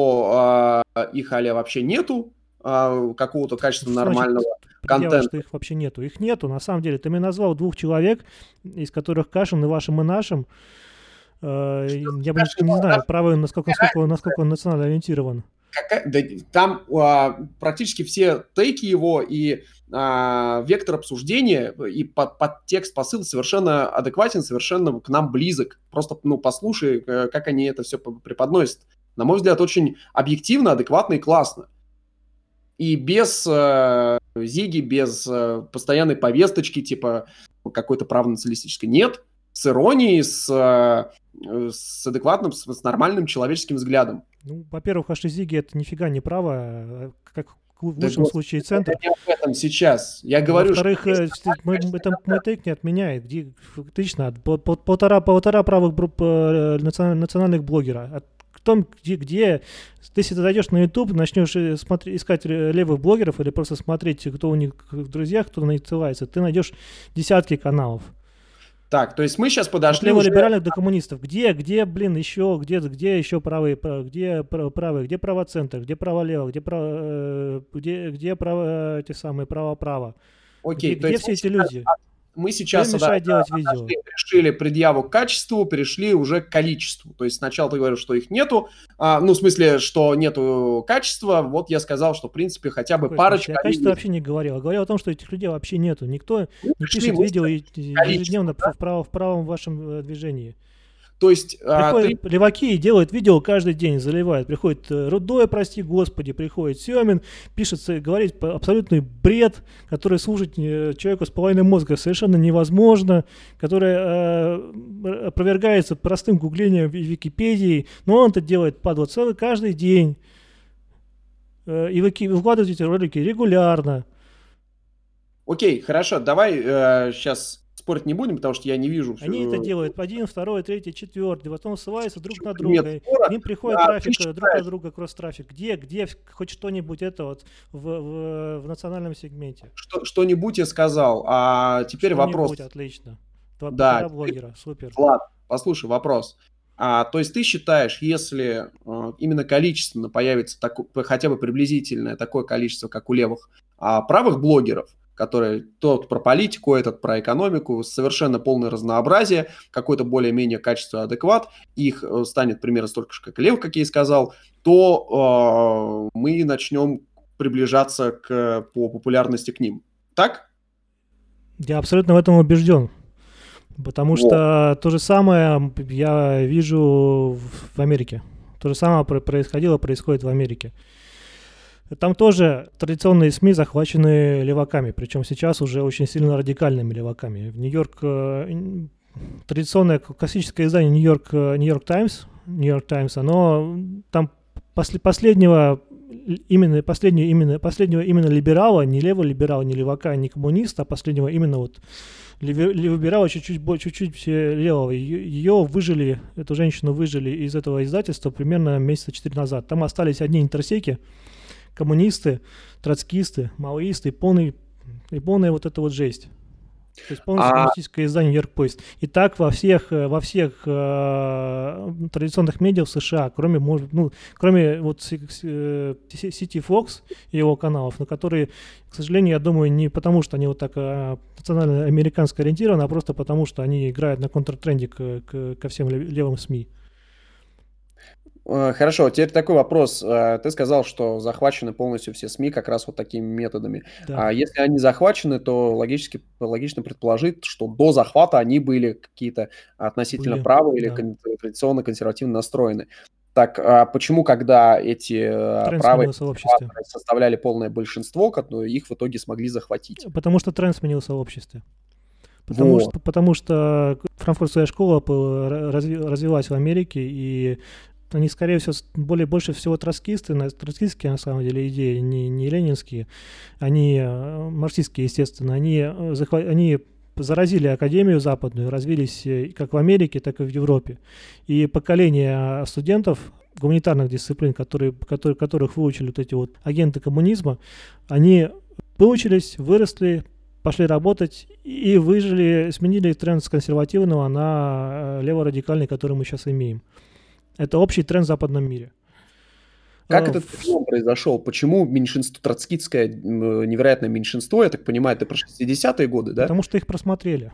что э, их а-ля вообще нету, э, какого-то качественно Что значит нормального предъява, контента. что их вообще нету? Их нету, на самом деле. Ты мне назвал двух человек, из которых Кашин и вашим, и нашим. Э, Я бы не, не знаю, правый, насколько, насколько, насколько он национально ориентирован. какая, да, там а, практически все тейки его и а, вектор обсуждения и под, подтекст, посыл совершенно адекватен, совершенно к нам близок. Просто, ну, послушай, как они это все преподносят. На мой взгляд, очень объективно, адекватно и классно. И без э, зиги, без э, постоянной повесточки, типа какой-то правонационалистической. Нет, с иронией, с, э, с адекватным, с, с нормальным человеческим взглядом. Ну, во-первых, ваши зиги — это нифига не право, как в Да, лучшем господи, случае центр. Я не об этом сейчас. Я говорю, Во-вторых, что... есть э, мы- нормальное это качество. мой тейк не отменяет. Где фактично по- по- полтора, полтора правых бро- по- национа- национальных блогера. О том, где, где если ты зайдешь на YouTube, начнешь э, смотри- искать ре- левых блогеров или просто смотреть, кто у них в друзьях, кто на них ссылается, ты найдешь десятки каналов. Так, то есть мы сейчас От подошли уже... леволиберальных до коммунистов. Где, где, блин, еще, где, где еще правые, прав- где пра- правые, где право-центр, где право-лево, где, право, э, где, где право, эти самые право-право. Окей, Где, то где есть все мы эти сейчас, люди? мы сейчас Кто им да, мешает делать отошли, видео? решили предъяву к качеству, перешли уже к количеству. То есть сначала ты говорил, что их нету, а, ну, в смысле, что нету качества. Вот я сказал, что, в принципе, хотя бы Какое парочка... Я о они качестве есть. вообще не говорил. Я говорил о том, что этих людей вообще нету. Никто Мы не пришли пишет мы видео и- и количество, ежедневно да? в, право- в правом вашем э, движении. То есть а, ты... Приходят леваки и делают видео каждый день, заливают. Приходит э, Рудой, прости господи, приходит Семин, пишет, э, говорит по- абсолютный бред, который слушать э, человеку с половиной мозга совершенно невозможно, который э, опровергается простым гуглением в Википедии, но он это делает, падла, целый каждый день. Э, и выки- выкладывает эти ролики регулярно. Окей, хорошо, давай э, сейчас спорить не будем, потому что я не вижу... Они всю- это делают один, второй, третий, четвертый, потом ссылаются друг на Нет друга. спора. К ним приходит Да, трафик ты э, друг считаешь- от друга, кросс-трафик. Где, где в- хоть что-нибудь это вот в, в, в национальном сегменте? Что, что-нибудь я сказал, а теперь вопрос. Что-нибудь, отлично. Два Да, полтора теперь- блогера, супер. Влад, послушай, вопрос. А, то есть ты считаешь, если э, именно количественно появится тако- хотя бы приблизительное такое количество, как у левых, а, правых блогеров, которые тот про политику, этот про экономику, совершенно полное разнообразие, какой-то более-менее качество, адекват, их э, станет примерно столько же, как и левых, как я и сказал, то э, мы начнем приближаться к, по популярности к ним. Так? Я абсолютно в этом убежден. Потому Вот. что то же самое я вижу в в Америке. То же самое про- происходило, происходит в Америке. Там тоже традиционные СМИ захвачены леваками, причем сейчас уже очень сильно радикальными леваками. В Нью-Йорк э, н- традиционное к- классическое издание Нью-Йорк э, Нью-Йорк Таймс, Нью-Йорк Таймс, оно там после последнего л- именно последнего именно последнего именно либерала, не левого либерала, не левака, не коммуниста, а последнего именно вот леве- либерала чуть-чуть бо- чуть-чуть э, левого. Ее выжили, эту женщину выжили из этого издательства примерно месяца четыре назад. Там остались одни интерсеки, коммунисты, троцкисты, маоисты и полный, и полная вот эта вот жесть. То есть полностью А- коммунистическое издание Нью-Йорк Пост. И так во всех, э, во всех э, традиционных медиа в США, кроме, может, ну, кроме вот си- си- э, си- сети Fox и его каналов, на которые, к сожалению, я думаю, не потому, что они вот так э, национально-американско ориентированы, а просто потому, что они играют на контртренде к- к- ко всем лев- левым СМИ. Э, Хорошо, теперь такой вопрос. Э, Ты сказал, что захвачены полностью все СМИ как раз вот такими методами. Да. А если они захвачены, то логически, логично предположить, что до захвата они были какие-то относительно Были, правые или да. кон- традиционно консервативно настроены. Так а почему, когда эти э, Тренд правые сменился в обществе. консерваторы составляли полное большинство, которые их в итоге смогли захватить? Потому что тренд сменился в обществе. Потому, Вот. что, потому что франкфуртская школа по- разви- развилась в Америке, и они, скорее всего, с- более, больше всего троцкисты, на- троцкистские, на самом деле, идеи, не, не ленинские, они э, марксистские, естественно, они, э, захва- они заразили академию западную, развились э, как в Америке, так и в Европе. И поколение студентов гуманитарных дисциплин, которые, которые, которых выучили вот эти вот агенты коммунизма, они выучились, выросли, пошли работать и выжили, сменили тренд с консервативного на э, леворадикальный, который мы сейчас имеем. Это общий тренд в западном мире. Как Э, этот в- перелом произошел? Почему меньшинство, троцкистское м, невероятное меньшинство, я так понимаю, это про шестидесятые годы, да? Потому что их просмотрели.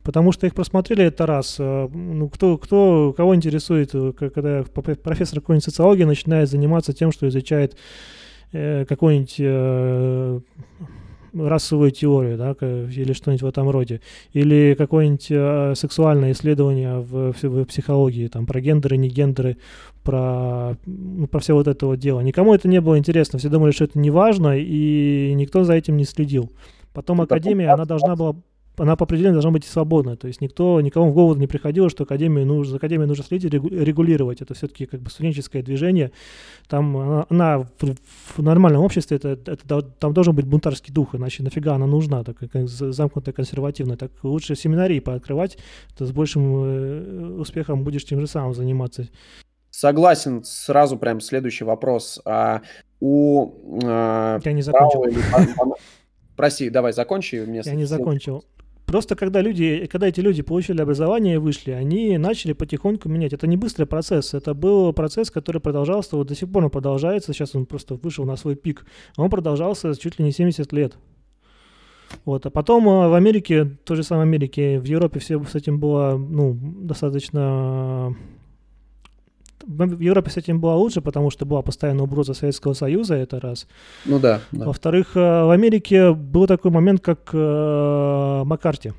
Потому что их просмотрели это раз. Ну, кто, кто, кого интересует, когда профессор какой-нибудь социологии начинает заниматься тем, что изучает э, какой-нибудь э, расовую теорию, да, или что-нибудь в этом роде. Или какое-нибудь э, сексуальное исследование в, в, в психологии, там, про гендеры, не гендеры, про, ну, про все вот это вот дело. Никому это не было интересно, все думали, что это не важно, и никто за этим не следил. Потом академия, она должна была, она по определению должна быть свободной, то есть никто, никому в голову не приходило, что академию нужно, за академией нужно следить, регулировать. Это все-таки как бы студенческое движение, там она, она в, в нормальном обществе, это, это, там должен быть бунтарский дух, иначе нафига она нужна, такая как замкнутая, консервативная. Так лучше семинарии пооткрывать, то с большим успехом будешь тем же самым заниматься. Согласен, сразу прям следующий вопрос. А у э, Я не закончил. или, прости, давай закончи. Мне Я не закончил. Просто когда люди, когда эти люди получили образование и вышли, они начали потихоньку менять. Это не быстрый процесс, это был процесс, который продолжался, вот до сих пор он продолжается, сейчас он просто вышел на свой пик. Он продолжался чуть ли не семьдесят лет. Вот. А потом в Америке, в той же самой Америке, в Европе все с этим было, ну, достаточно... В Европе с этим было лучше, потому что была постоянная угроза Советского Союза, это раз. Ну да. да. Во-вторых, в Америке был такой момент, как э, Маккарти,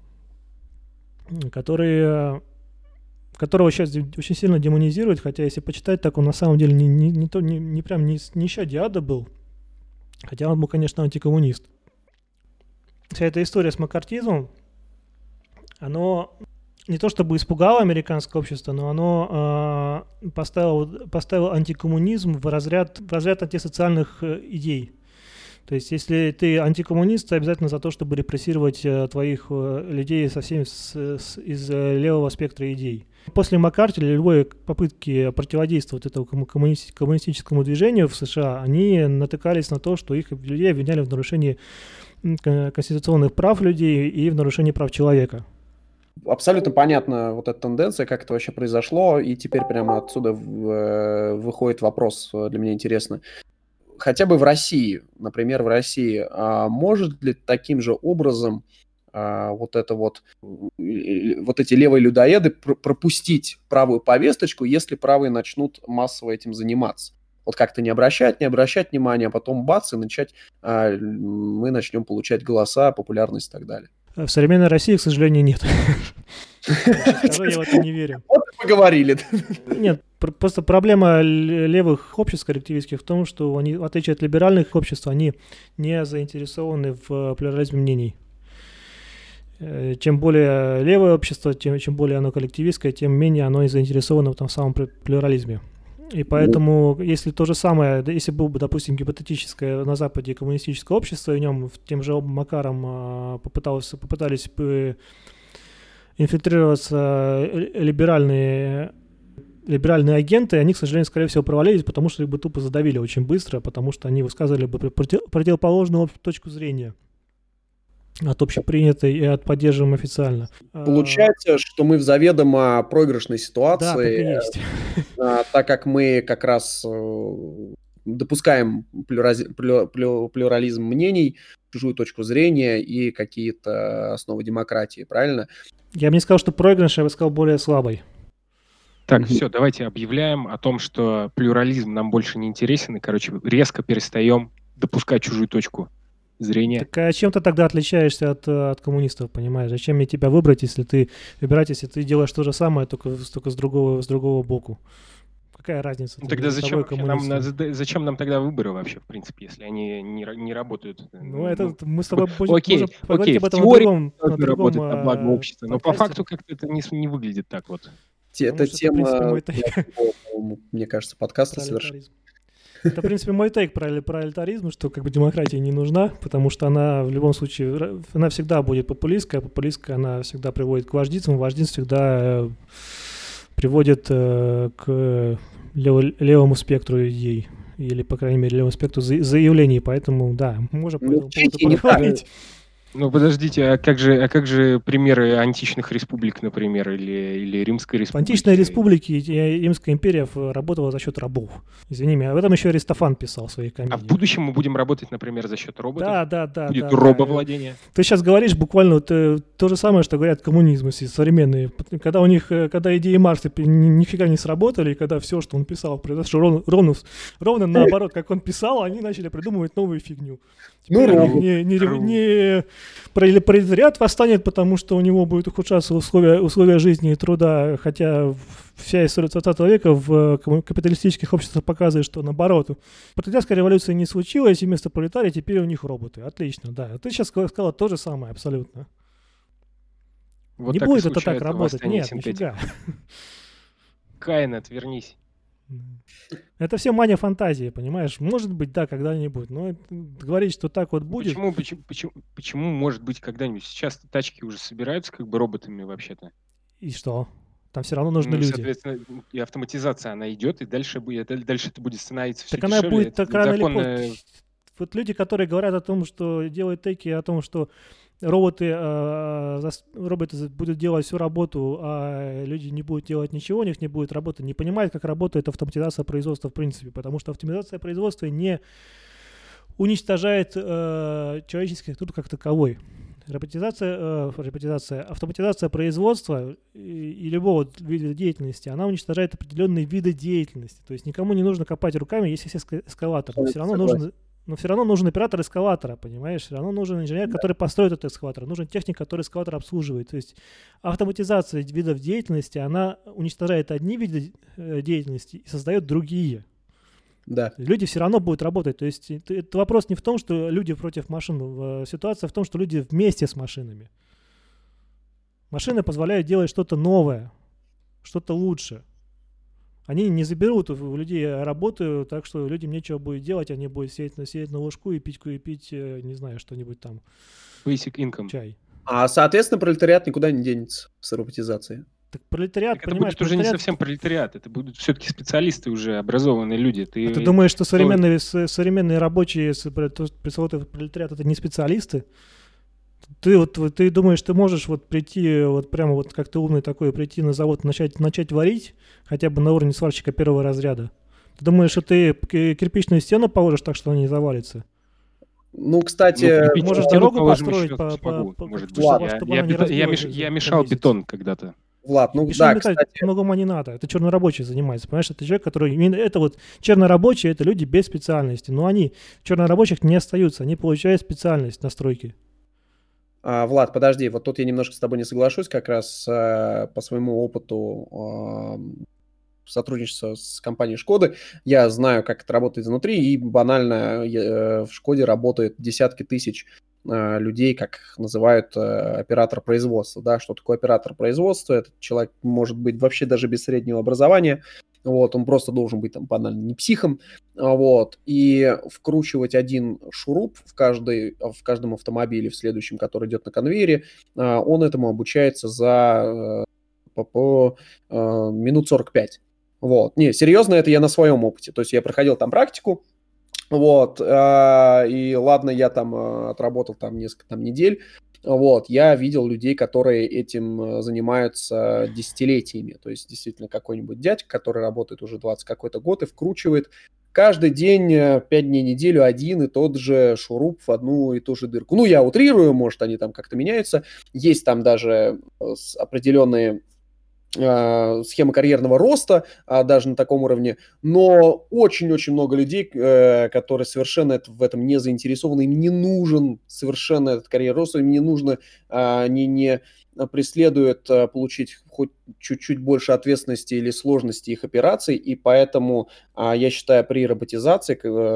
который, которого сейчас очень сильно демонизируют, хотя если почитать, так он на самом деле не, не, не, то, не, не прям не, не щадя ада был, хотя он был, конечно, антикоммунист. Вся эта история с маккартизмом, оно... не то чтобы испугало американское общество, но оно э, поставило, поставило антикоммунизм в разряд, в разряд антисоциальных э, идей. То есть, если ты антикоммунист, ты обязательно за то, чтобы репрессировать э, твоих э, людей со всеми с, с, из э, левого спектра идей. После Маккарти или любой попытки противодействовать этому коммунисти- коммунистическому движению в США, они натыкались на то, что их людей обвиняли в нарушении конституционных прав людей и в нарушении прав человека. Абсолютно понятна вот эта тенденция, как это вообще произошло, и теперь прямо отсюда в, выходит вопрос, для меня интересно. Хотя бы в России, например, в России, а может ли таким же образом а, вот это вот, вот эти левые людоеды пр- пропустить правую повесточку, если правые начнут массово этим заниматься? Вот как-то не обращать, не обращать внимания, а потом бац, и начать, а, мы начнем получать голоса, популярность и так далее. В современной России, к сожалению, нет. Скажу, я в это не верю. Вот и поговорили. Нет, просто проблема левых обществ коллективистских в том, что они, в отличие от либеральных обществ, они не заинтересованы в плюрализме мнений. Чем более левое общество, тем, чем более оно коллективистское, тем менее оно и заинтересовано в том самом плюрализме. И поэтому, если то же самое, если было бы, допустим, гипотетическое на Западе коммунистическое общество, и в нем тем же Макаром попыталось, попытались бы инфильтрироваться либеральные, либеральные агенты, они, к сожалению, скорее всего, провалились, потому что их бы тупо задавили очень быстро, потому что они высказывали бы противоположную точку зрения от общепринятой и от поддерживаемой официально. Получается, что мы в заведомо проигрышной ситуации, да, так и есть. Так как мы как раз допускаем плюрази- плю- плю- плюрализм мнений, чужую точку зрения и какие-то основы демократии, правильно? Я бы не сказал, что проигрыш, я бы сказал более слабый. Так, mm-hmm. все, давайте объявляем о том, что плюрализм нам больше не интересен, и, короче, резко перестаем допускать чужую точку зрения. Так а чем ты тогда отличаешься от, от коммунистов, понимаешь? Зачем мне тебя выбрать, если ты выбирать, если ты делаешь то же самое, только, только с другого, с другого боку? Какая разница? Ну, тогда зачем нам, зачем нам тогда выборы вообще, в принципе, если они не, не работают? Ну, это мы с тобой можем окей, поговорить окей, об этом в теории на другом, на другом работает на благо общества, но по факту как-то это не, не выглядит так вот. Это тема, мне кажется, подкаста совершенно. Это, в принципе, мой тейк про, про элитаризм, что как бы демократия не нужна, потому что она в любом случае, она всегда будет популистская, популистская она всегда приводит к вождизму, вождизм всегда э, приводит э, к лево, левому спектру идей, или, по крайней мере, левому спектру за, заявлений, поэтому, да, можно по ну, этому поводу поговорить. Ну, подождите, а как же, а как же примеры античных республик, например, или, или Римской В античной республики? республике и Римская империя ф- работала за счет рабов. Извини меня, об этом еще Аристофан писал в своих А в комедиях. будущем мы будем работать, например, за счет роботов? Да, да, да, Будет да, да. робовладение? Ты сейчас говоришь буквально вот, э, то же самое, что говорят коммунизмы современные. Когда у них, э, когда идеи Маркса пи- ни- нифига не сработали, и когда все, что он писал, произошло ровно, ровно, ровно наоборот, как он писал, они начали придумывать новую фигню. Ну, Теперь робот. не, не, Кру- не проле- пролетариат восстанет, потому что у него будет ухудшаться условия, условия жизни и труда, хотя вся история двадцатого века в э, кому- капиталистических обществах показывает, что наоборот. Пролетариатская революция не случилась, и вместо пролетария теперь у них роботы. Отлично, да. Ты сейчас сказала то же самое абсолютно. Вот Не так и будет это так случается работать. восстание Нет, синтетиков. нифига. Каин, отвернись. Это все мания фантазии, понимаешь? Может быть, да, когда-нибудь. Но это- говорить, что так вот будет... Почему, почему, почему, почему может быть когда-нибудь? Сейчас тачки уже собираются как бы роботами вообще-то. И что? Там все равно нужны Ну, люди. соответственно, и автоматизация, она идет, и дальше, будет, дальше это будет становиться все Так она дешевле. будет Это так рано или законная- поздно. Вот люди, которые говорят о том, что делают теки, о том, что роботы, э, зас- роботы за- будут делать всю работу, а люди не будут делать ничего, у них не будет работы, не понимают, как работает автоматизация производства в принципе, потому что автоматизация производства не уничтожает э, человеческий труд как таковой. Роботизация, э, роботизация, автоматизация производства и, и любого вида деятельности, она уничтожает определенные виды деятельности. То есть никому не нужно копать руками, если есть эска- эскаватор. Но все равно Согласен. нужен, но все равно нужен оператор эскалатора, понимаешь? Все равно нужен инженер, который построит этот эскалатор. Нужен техник, который эскалатор обслуживает. То есть автоматизация видов деятельности, она уничтожает одни виды э, деятельности и создает другие. Да. Люди все равно будут работать. То есть это, это вопрос не в том, что люди против машин. в- Ситуация в том, что люди вместе с машинами. Машины позволяют делать что-то новое, что-то лучше. Они не заберут у людей работу, так что людям нечего будет делать, они будут сидеть на, сидеть на ложку и пить, и пить, э, не знаю, что-нибудь там, Basic income. чай. А, соответственно, пролетариат никуда не денется с роботизацией. Так пролетариат, Так это понимаешь, будет уже не пролетариат- совсем пролетариат, это будут все-таки специалисты уже, образованные люди. Ты, А ты думаешь, что современные, с- современные рабочие, с- пр- то, что пресловутый пролетариат, это не специалисты? Ты вот, вот ты думаешь, ты можешь вот прийти, вот прямо вот как ты умный такой, прийти на завод, начать, начать варить, хотя бы на уровне сварщика первого разряда? Ты думаешь, что ты к- кирпичную стену положишь так, что она не завалится? Ну, кстати, Ну, кирпич- можешь стену дорогу положим построить еще по- смогу, по- по- может чтобы- быть. Ладно, Я- чтобы я она не бетон- я разбилась меш- за- я за мешал месяц. бетон когда-то. Влад, ну Бетон да, метать кстати, много ума не надо. Это чернорабочие занимаются, понимаешь? Это человек, который... именно Это вот чернорабочие, это люди без специальности. Но они, чернорабочих, не остаются. Они получают специальность на стройке. а, Влад, подожди, вот тут я немножко с тобой не соглашусь, как раз э, по своему опыту э, сотрудничества с компанией Шкоды. Я знаю, как это работает изнутри, и банально э, в Шкоде работают десятки тысяч э, людей, как их называют э, оператор производства. Да? Что такое оператор производства? Этот человек может быть вообще даже без среднего образования. Вот, он просто должен быть там банально не психом, а, вот, и вкручивать один шуруп в, каждый, в каждом автомобиле в следующем, который идет на конвейере, а, он этому обучается за э, по, по, э, минут сорок пять. Вот, не, серьезно, это я на своем опыте, то есть я проходил там практику, вот, а, и ладно, я там а, отработал там несколько там недель, вот, я видел людей, которые этим э, занимаются десятилетиями, то есть действительно какой-нибудь дядька, который работает уже двадцать какой-то год и вкручивает каждый день, э, пять дней в неделю один и тот же шуруп в одну и ту же дырку. Ну, я утрирую, может, они там как-то меняются, есть там даже э, с- определенные э, схемы карьерного роста, а, даже на таком уровне, но очень-очень много людей, э, которые совершенно это- в этом не заинтересованы, им не нужен совершенно этот карьерный рост, им не нужно, а, они не преследуют а, получить хоть чуть-чуть больше ответственности или сложности их операций, и поэтому а, я считаю, при роботизации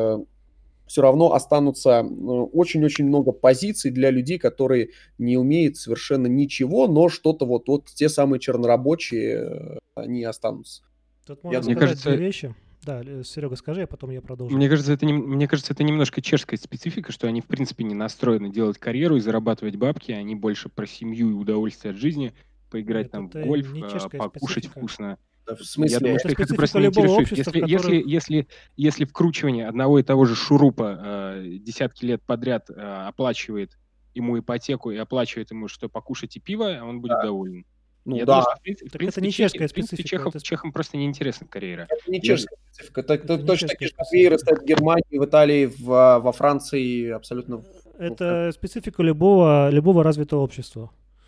все равно останутся э, очень-очень много позиций для людей, которые не умеют совершенно ничего, но что-то вот, вот те самые чернорабочие, э, они останутся. Тут Я можно Мне сказать кажется- две вещи. Да, э, Серега, скажи, а потом я продолжу. Мне кажется, это, нем- мне кажется, это немножко чешская специфика, что они, в принципе, не настроены делать карьеру и зарабатывать бабки, они больше про семью и удовольствие от жизни, поиграть Нет, там это в гольф, не а, чешская покушать специфика. вкусно. В Я смысле? думаю, Это что их это специфика просто не любого интересует. общества, в Если, если, котором- если, если вкручивание одного и того же шурупа э, десятки лет подряд э, оплачивает ему ипотеку и оплачивает ему, что покушать и пиво, он будет Да. доволен. Ну Я да, думаю, что, в принципе, в Так это принципе, не чехи- чешская в принципе, специфика, чехов, это, чехам просто неинтересна карьера. это не Я- чешская специфика. Так, это так- не точно чешская такие же конвейеры специфика. стоят в Германии, в Италии, в, во Франции, абсолютно. в- ну, в Это специфика любого, любого развитого общества.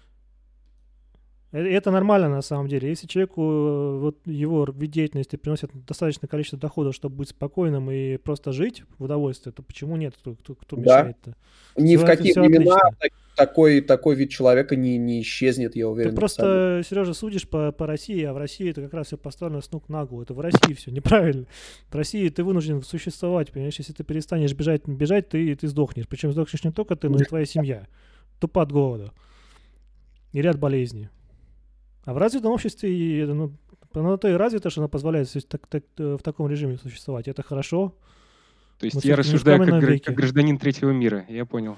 Э, Это нормально на самом деле. Если человеку э, вот его вид деятельности приносит достаточное количество доходов, чтобы быть спокойным и просто жить в удовольствие, то почему нет? Кто, кто, кто Да. мешает-то? Ни в Всё- какие всё времена отлично. так- такой, такой вид человека не, не исчезнет, я Ты уверен. абсолютно. просто, Сережа, судишь по, по России, а в России это как раз все поставлено с ног на голову. Это в России все неправильно. В России ты вынужден существовать, понимаешь? Если ты перестанешь бежать, бежать, ты, ты сдохнешь. Причем сдохнешь не только ты, но и твоя семья. Тупо от голода. И ряд болезней. А в развитом обществе и, ну, оно то и развито, что оно позволяет су- так- так, э, в таком режиме существовать. Это хорошо. То есть Мы я всё-таки не в рассуждаю как, каменном гра- веке. как гражданин третьего мира, я понял.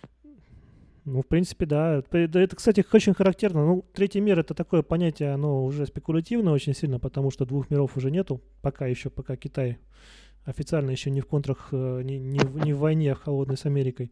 Ну, в принципе, да. П- да, это, кстати, очень характерно. Ну, третий мир — это такое понятие, оно уже спекулятивно очень сильно, потому что двух миров уже нету. Пока еще, пока Китай официально еще не в контрах, э, не, не в, не в войне холодной с Америкой.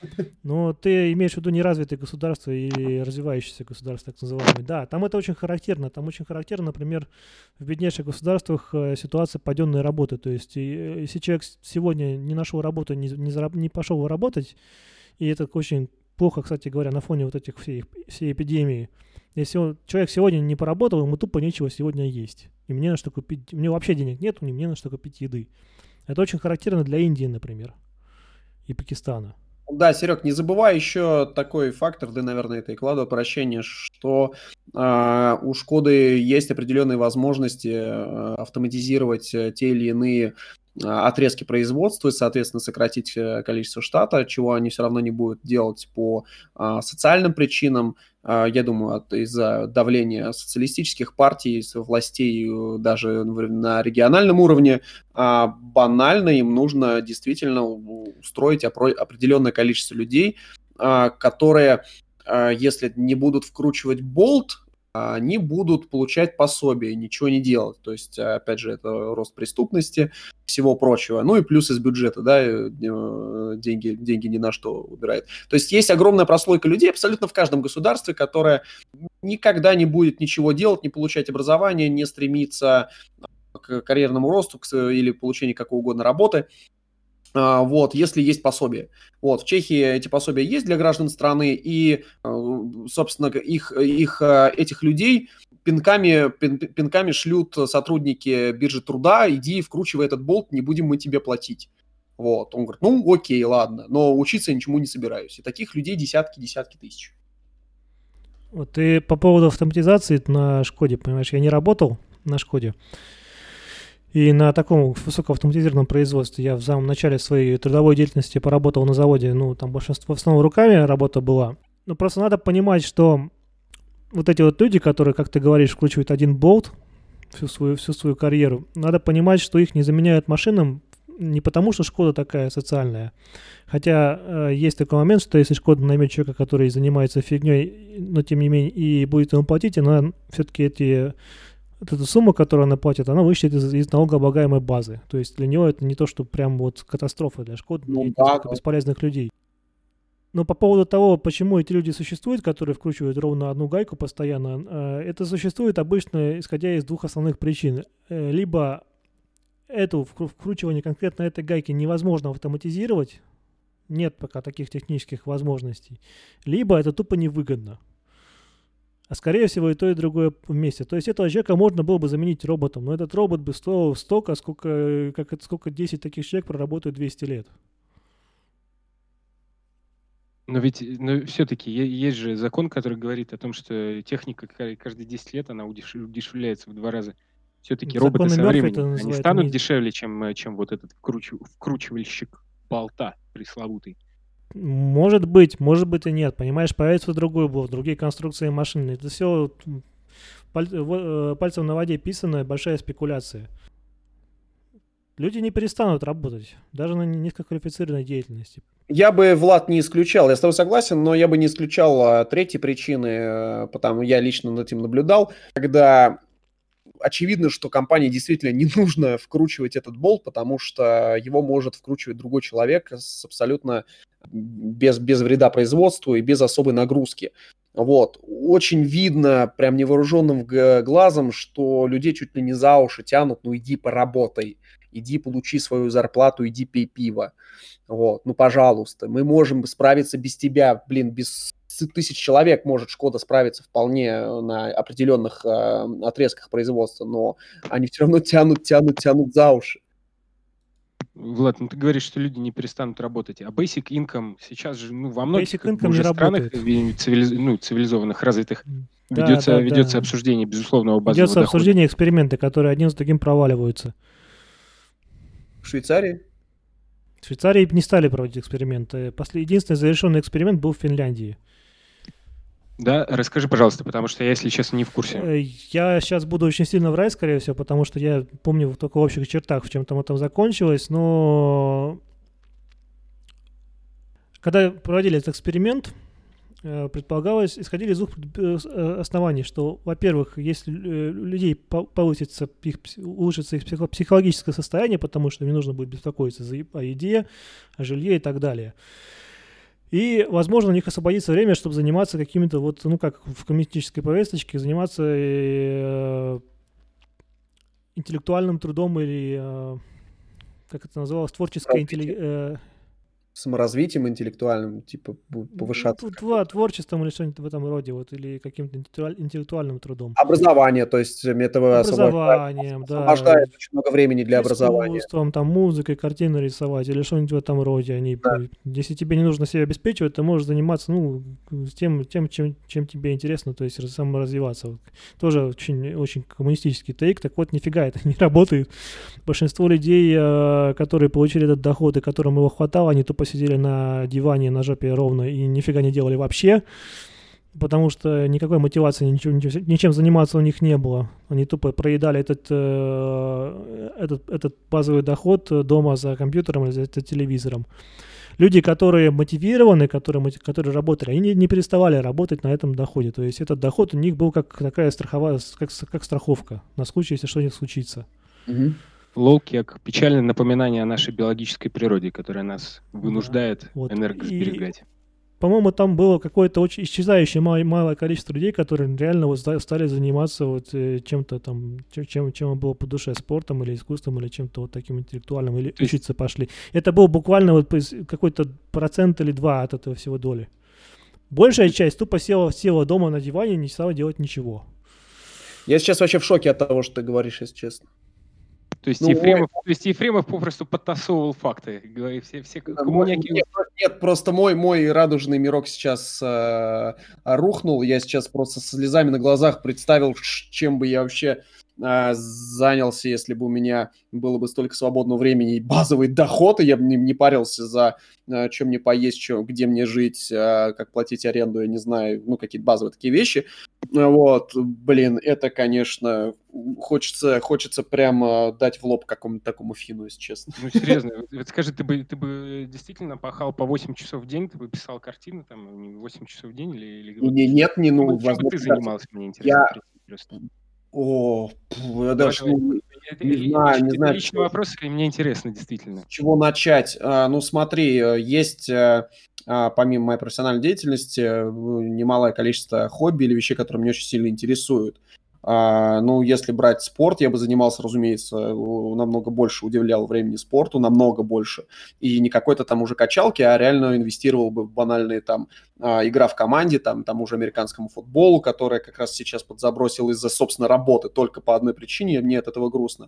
Но ты имеешь в виду неразвитые государства или развивающиеся государства, так называемые. Да, там это очень характерно. Там очень характерно, например, в беднейших государствах э, ситуация паденной работы. То есть, и, э, если человек с- сегодня не нашел работу, не, не, зараб- не пошел работать, и это очень плохо, кстати говоря, на фоне вот этих всей, всей эпидемии. Если он- человек сегодня не поработал, ему тупо нечего сегодня есть. И мне на что купить, у него вообще денег нет, мне на что купить еды. Это очень характерно для Индии, например, и Пакистана. Да, Серег, не забывай еще такой фактор, да, наверное, это и кладу прощение, что а, у Шкоды есть определенные возможности а, автоматизировать э, те или иные а, отрезки производства и, соответственно, сократить э, количество штата, чего они все равно не будут делать по а, социальным причинам. А, я думаю, от- из-за давления социалистических партий, с- властей э, даже в- на региональном уровне, а, банально им нужно действительно у- устроить опро- определенное количество людей, а, которые, а, если не будут вкручивать болт, а, они будут получать пособие, ничего не делать. То есть, а, опять же, это рост преступности, всего прочего. Ну и плюс из бюджета, да, э, э, деньги, деньги ни на что убирает. То есть есть огромная прослойка людей абсолютно в каждом государстве, которая никогда не будет ничего делать, не получать образование, не стремиться к карьерному росту к с- или получению какой угодно работы. А, Вот, если есть пособие. Вот, в Чехии эти пособия есть для граждан страны, и, э, собственно, их, их, э, этих людей пинками, пин- пинками шлют сотрудники биржи труда: иди, вкручивай этот болт, не будем мы тебе платить. Вот, он говорит, ну, окей, ладно, но учиться я ничему не собираюсь. И таких людей десятки, десятки тысяч. Вот ты по поводу автоматизации на Шкоде, понимаешь, я не работал на Шкоде. И на таком высокоавтоматизированном производстве я в самом начале своей трудовой деятельности поработал на заводе, ну, там большинство в основном руками работа была. Ну, просто надо понимать, что вот эти вот люди, которые, как ты говоришь, вкручивают один болт всю свою, всю свою карьеру, надо понимать, что их не заменяют машинам не потому, что Шкода такая социальная. Хотя э, есть такой момент, что если Шкода наймет человека, который занимается фигней, но тем не менее и будет ему платить, она все-таки эти... Вот эту сумму, которую она платит, она вычтет из, из налогооблагаемой базы. То есть для него это не то, что прям вот катастрофа для Шкоды, Ну нет да, несколько да. бесполезных людей. Но по поводу того, почему эти люди существуют, которые вкручивают ровно одну гайку постоянно, э, это существует обычно исходя из двух основных причин. Э, либо это вкру- вкручивание конкретно этой гайки невозможно автоматизировать, нет пока таких технических возможностей, либо это тупо невыгодно. А скорее всего и то, и другое вместе. То есть этого человека можно было бы заменить роботом, но этот робот бы стоил столько, сколько, как это, сколько десять таких человек проработают двести лет. Но ведь но все-таки есть же закон, который говорит о том, что техника ка- каждые десять лет она удеш- удешевляется в два раза. Все-таки роботы Законы со Мёрфи временем, это они называют. станут Они- дешевле, чем, э, чем вот этот вкручив- вкручивальщик болта пресловутый. Может быть, может быть и нет. Понимаешь, появится другой блок, другие конструкции машины. Это все пальцем на воде писанная большая спекуляция. Люди не перестанут работать, даже на низкоквалифицированной деятельности. Я бы, Влад, не исключал, я с тобой согласен, но я бы не исключал а, третьей причины, э, потому я лично над этим наблюдал, когда очевидно, что компании действительно не нужно вкручивать этот болт, потому что его может вкручивать другой человек с абсолютно без, без вреда производству и без особой нагрузки. Вот. Очень видно, прям невооруженным глазом, что людей чуть ли не за уши тянут, ну иди поработай, иди получи свою зарплату, иди пей пиво. Вот. Ну, пожалуйста, мы можем справиться без тебя, блин, без тысяч человек может Шкода справиться вполне на определенных э, отрезках производства, но они все равно тянут, тянут, тянут за уши. Влад, ну ты говоришь, что люди не перестанут работать, а Basic Income сейчас же ну, во многих Basic как бы, Income не уже странах работает. ви- цивилиз- ну, цивилизованных, развитых Да, ведется, да, ведется да. обсуждение безусловного базового Ведется дохода. обсуждение эксперимента, которые один за другим проваливаются. В Швейцарии? В Швейцарии не стали проводить эксперименты. После... Единственный завершенный эксперимент был в Финляндии. Да, расскажи, пожалуйста, потому что я, если честно, не в курсе. Э, Я сейчас буду очень сильно врать, скорее всего, потому что я помню только в общих чертах, в чем там это закончилось, но когда проводили этот эксперимент, э, предполагалось, исходили из двух э, с- э, оснований, что, во-первых, если э, у людей по- повысится их, пс- улучшится их психо- психологическое состояние, потому что им не нужно будет беспокоиться за е- о еде, о жилье и так далее. И, возможно, у них освободится время, чтобы заниматься какими-то, вот, ну, как в коммунистической повесточке, заниматься э, интеллектуальным трудом или, э, как это называлось, творческой интелли- э, Саморазвитием интеллектуальным, типа, бу- повышаться. Тут, тва- творчеством или что-нибудь в этом роде, вот, или каким-то интеллектуаль- интеллектуальным трудом. Образование, то есть м, этого освобождает, Образованием, да, освобождает очень много времени для образования. искусством, там, музыкой, картины рисовать или что-нибудь в этом роде. Они, Да. п- если тебе не нужно себя обеспечивать, ты можешь заниматься, ну, с тем, тем чем, чем тебе интересно, то есть раз- саморазвиваться. Вот. Тоже очень, очень коммунистический тейк. Так вот, нифига это не работает. Большинство людей, э, которые получили этот доход и которым его хватало, они тупо сидели на диване на жопе ровно и нифига не делали вообще, потому что никакой мотивации ничего, ничего- ничем заниматься у них не было. Они тупо проедали этот, э, этот, этот базовый доход дома за компьютером или за за телевизором. Люди, которые мотивированы, которые, моти- которые работали, они не, не переставали работать на этом доходе. То есть этот доход у них был как такая страховая, с- как, с- как страховка на случай, если что-нибудь случится. Мгм. Лол-кек. Печальное напоминание о нашей биологической природе, которая нас вынуждает вот. энергосберегать. По-моему, там было какое-то очень исчезающее мал- малое количество людей, которые реально вот ста- стали заниматься вот э, чем-то там, чем, чем, чем им было по душе, спортом или искусством, или чем-то вот таким интеллектуальным, или То есть- учиться пошли. Это был буквально вот пос- какой-то процент или два от этого всего доли. Большая часть тупо села, села дома на диване и не стала делать ничего. Я сейчас вообще в шоке от того, что ты говоришь, если честно. То есть, Ну, Ефремов, то есть Ефремов попросту подтасовывал факты. Говорит, Все, все Мой- коммуняки... Нет, нет, просто мой, мой радужный мирок сейчас э, рухнул. Я сейчас просто со слезами на глазах представил, ш- чем бы я вообще э, занялся, если бы у меня было бы столько свободного времени и базовый доход, и я бы не, не парился за э, чем мне поесть, чё, где мне жить, э, как платить аренду, я не знаю, ну, какие-то базовые такие вещи. Э, Вот, блин, это, конечно, хочется, хочется прямо дать в лоб какому-то такому фину, если честно. Ну, серьезно, вот, вот скажи, ты бы, ты бы действительно пахал по восемь часов в день, ты бы писал картины там не восемь часов в день или... или вот Не- Нет, не, чем ну, бы- чем бы возможно, ты да. занимался, мне интересно. Я- спросить просто. О, пф, я Давай, даже давай. ну, Это, не ли- знаю, лич- не это знаю, личный что- вопрос, и мне интересно, действительно. с чего начать. А, Ну, смотри, э, есть, э, а, помимо моей профессиональной деятельности, э, немалое количество хобби или вещей, которые меня очень сильно интересуют. А, Ну, если брать спорт, я бы занимался, разумеется, у- намного больше уделял времени спорту, намного больше. И не какой-то там уже качалки, а реально инвестировал бы в банальные там а, игра в команде, там, тому же американскому футболу, которая как раз сейчас подзабросил из-за, собственно, работы только по одной причине, мне от этого грустно.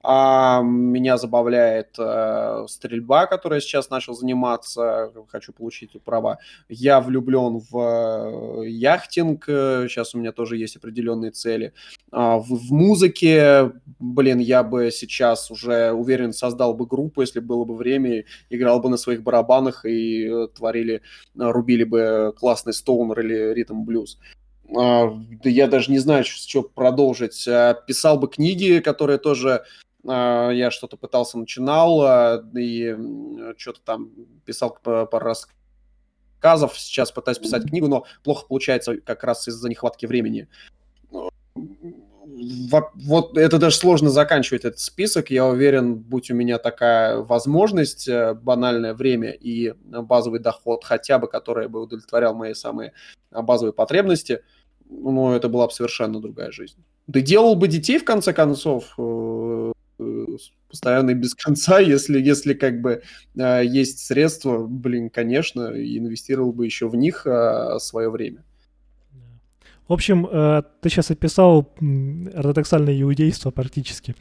А меня забавляет э, стрельба, которой я сейчас начал заниматься, хочу получить права. Я влюблен в э, яхтинг, э, сейчас у меня тоже есть определенные цели. А, в, в музыке, блин, я бы сейчас уже, уверен, создал бы группу, если было бы время, играл бы на своих барабанах и э, творили, э, рубили бы классный стоунер или ритм-блюз. А, да я даже не знаю, с чего продолжить. А, Писал бы книги, которые тоже а, я что-то пытался, начинал, а, и что-то там писал по, по рассказов. Сейчас пытаюсь писать книгу, но плохо получается как раз из-за нехватки времени. Вот это даже сложно заканчивать этот список. Я уверен, будь у меня такая возможность, банальное время и базовый доход хотя бы, который бы удовлетворял мои самые базовые потребности, ну, это была бы совершенно другая жизнь. Да делал бы детей, в конце концов, постоянно и без конца, если, если как бы есть средства, блин, конечно, инвестировал бы еще в них свое время. В общем, ты сейчас описал ортодоксальное иудейство практически.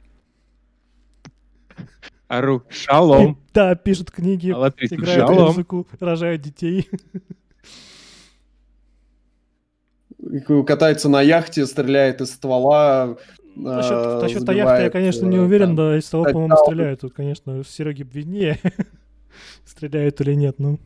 Ару, шалом. Да, пишут книги, играют музыку, рожают детей. Катается на яхте, стреляет из ствола. Насчет, насчет яхты я, конечно, не уверен, там, да, из ствола, по-моему, стреляют. Тут, конечно, Сереге виднее, стреляют или нет, ну.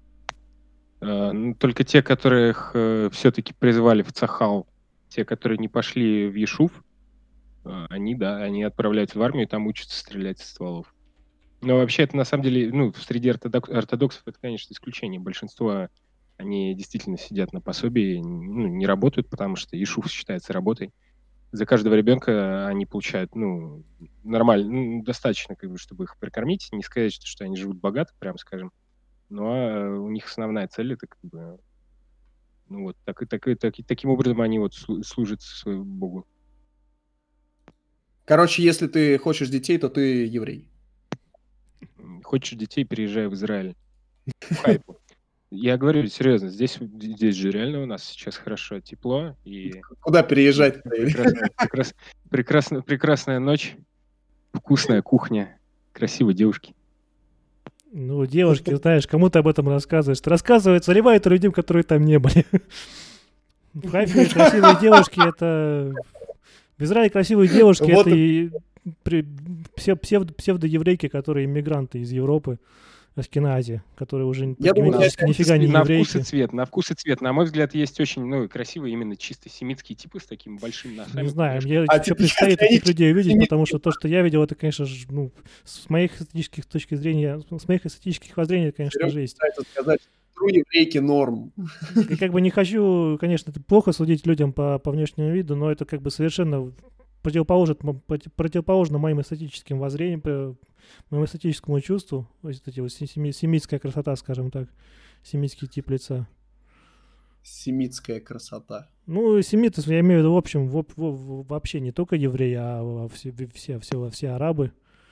Только те, которых э, все-таки призвали в Цахал, те, которые не пошли в Ешув, э, они, да, они отправляются в армию и там учатся стрелять из стволов. Но вообще это на самом деле, ну, среди ортодокс, ортодоксов это, конечно, исключение. Большинство, они действительно сидят на пособии, ну, не работают, потому что Ешув считается работой. За каждого ребенка они получают, ну, нормально, ну, достаточно, как бы, чтобы их прокормить. Не сказать, что они живут богато, прям скажем. Но у них основная цель это как бы, ну вот, так, так, так, таким образом они вот служат своему Богу. Короче, если ты хочешь детей, то ты еврей. Хочешь детей, переезжай в Израиль. В Хайфу. Я говорю серьезно, здесь, здесь же реально у нас сейчас хорошо, тепло. И куда переезжать? Прекрасная, прекрасная, прекрасная, прекрасная ночь, вкусная кухня, красивые девушки. Ну, девушки, знаешь, кому ты об этом рассказываешь? Ты рассказываешь, заливают людям, которые там не были. В Хайфе красивые девушки — это... В Израиле красивые девушки — это и псевдоеврейки, которые иммигранты из Европы, Ашкенази, которые уже практически нифига не еврейки. На вкус и цвет, на вкус и цвет. На мой взгляд, есть очень, ну, красивые именно чисто семитские типы с таким большим носами. Не знаю, мне еще предстоит этих людей увидеть, потому что то, что я видел, это, конечно же, ну, с моих эстетических точки зрения, с моих эстетических воззрений, это, конечно, жесть. Тру еврейки норм. И как бы не хочу, конечно, это плохо судить людям по, по внешнему виду, но это как бы совершенно противоположно, противоположно моим эстетическим воззрениям, моему эстетическому чувству, вот эти вот семитская красота, скажем так, семитский тип лица. Семитская красота. Ну, семиты, я имею в виду, в общем, в, в, в, вообще не только евреи, а все, все, все, все арабы,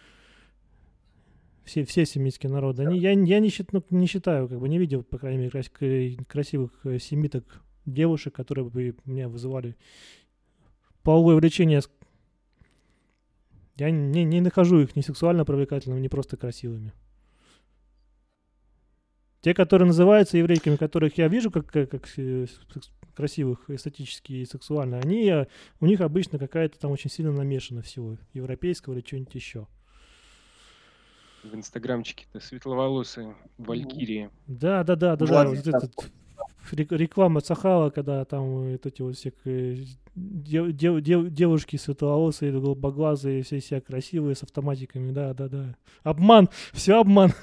все, все семитские народы. Они, я я не, счит, ну, не считаю, как бы не видел, по крайней мере, крас, красивых семиток девушек, которые бы меня вызывали половое влечение. Я не, не нахожу их ни сексуально привлекательными, ни просто красивыми. Те, которые называются еврейками, которых я вижу как, как, как красивых, эстетически и сексуально, они, у них обычно какая-то там очень сильно намешана всего европейского или чего-нибудь еще. В инстаграмчике-то светловолосые, валькирии. Да, да, да, да, да. Вот этот, реклама Цахала, когда там вот эти вот все дев, дев, дев, девушки светловолосые, голубоглазые, все все красивые с автоматиками, да, да, да. Обман, все обман.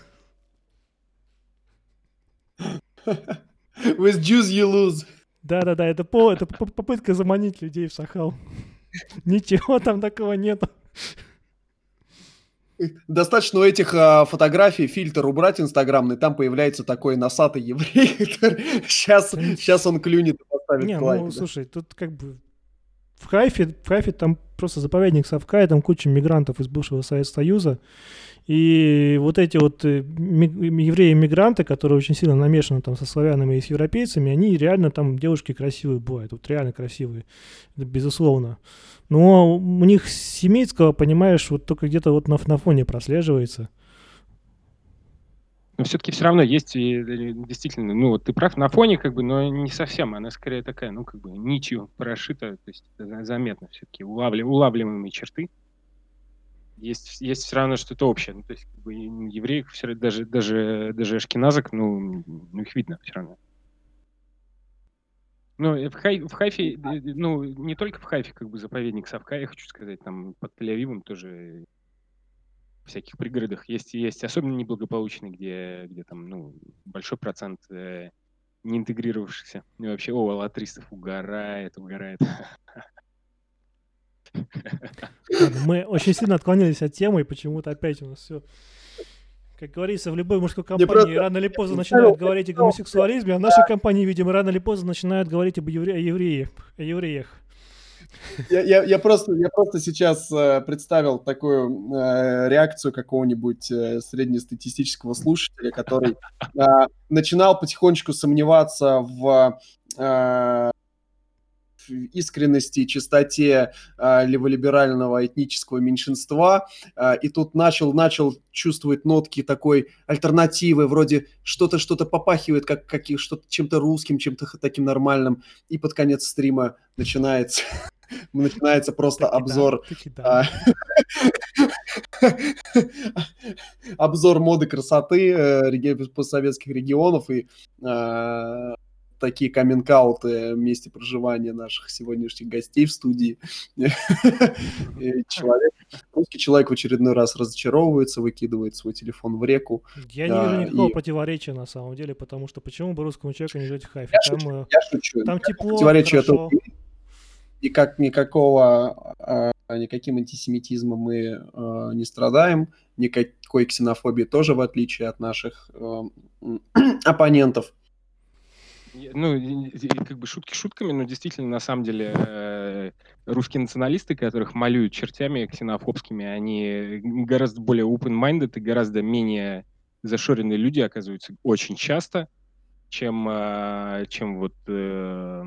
With Jews you lose. Да, да, да, это, по, это попытка заманить людей в Сахал. Ничего там такого нету. Достаточно у этих а, фотографий фильтр убрать инстаграмный, там появляется такой носатый еврей. Сейчас, сейчас он клюнет и поставит Не, лайк. ну, да. слушай, тут как бы в Хайфе, в Хайфе там просто заповедник Савкай, там куча мигрантов из бывшего Советского Союза. И вот эти вот евреи-мигранты, которые очень сильно намешаны там со славянами и с европейцами, они реально там девушки красивые бывают, вот реально красивые, безусловно. Но у них семитского, понимаешь, вот только где-то вот на, на фоне прослеживается. Но все-таки все равно есть и, действительно, ну вот ты прав, на фоне как бы, но не совсем, она скорее такая, ну как бы нитью прошита, то есть заметно все-таки улавли, улавливаемые черты. Есть, есть все равно что-то общее. Ну, то есть, как бы, евреев, все, даже, даже, даже ашкеназок, ну, ну, их видно все равно. Ну, в, Хай, в Хайфе, ну, не только в Хайфе, как бы, заповедник Савка, я хочу сказать, там, под Тель-Авивом тоже в всяких пригородах есть, есть особенно неблагополучные, где, где там, ну, большой процент э, не интегрировавшихся. И вообще, о, аллатристов угорает, угорает. Мы очень сильно отклонились от темы, и почему-то опять у нас все... Как говорится, в любой мужской компании просто... рано или поздно начинают говорить о гомосексуализме, а в нашей компании, видимо, рано или поздно начинают говорить об евре... о, евреях. о евреях. Я, я, я, просто, я просто сейчас э, представил такую э, реакцию какого-нибудь э, среднестатистического слушателя, который э, начинал потихонечку сомневаться в... Э, искренности, чистоте э, леволиберального этнического меньшинства, э, и тут начал, начал чувствовать нотки такой альтернативы, вроде что-то, что-то попахивает как, как, что-то чем-то русским, чем-то таким нормальным, и под конец стрима начинается, начинается просто обзор обзор моды красоты постсоветских регионов и такие каминг-ауты в месте проживания наших сегодняшних гостей в студии. Человек, русский человек в очередной раз разочаровывается, выкидывает свой телефон в реку. Я не вижу никакого и... противоречия на самом деле, потому что почему бы русскому человеку не жить в Хайфе? Я там, шучу, я шучу. Там тепло, противоречия хорошо. И как никакого, никаким антисемитизмом мы не страдаем, никакой ксенофобии тоже, в отличие от наших оппонентов. Ну, как бы шутки шутками, но действительно, на самом деле, э, русские националисты, которых малюют чертями ксенофобскими, они гораздо более open-minded и гораздо менее зашоренные люди, оказываются, очень часто, чем, э, чем вот э,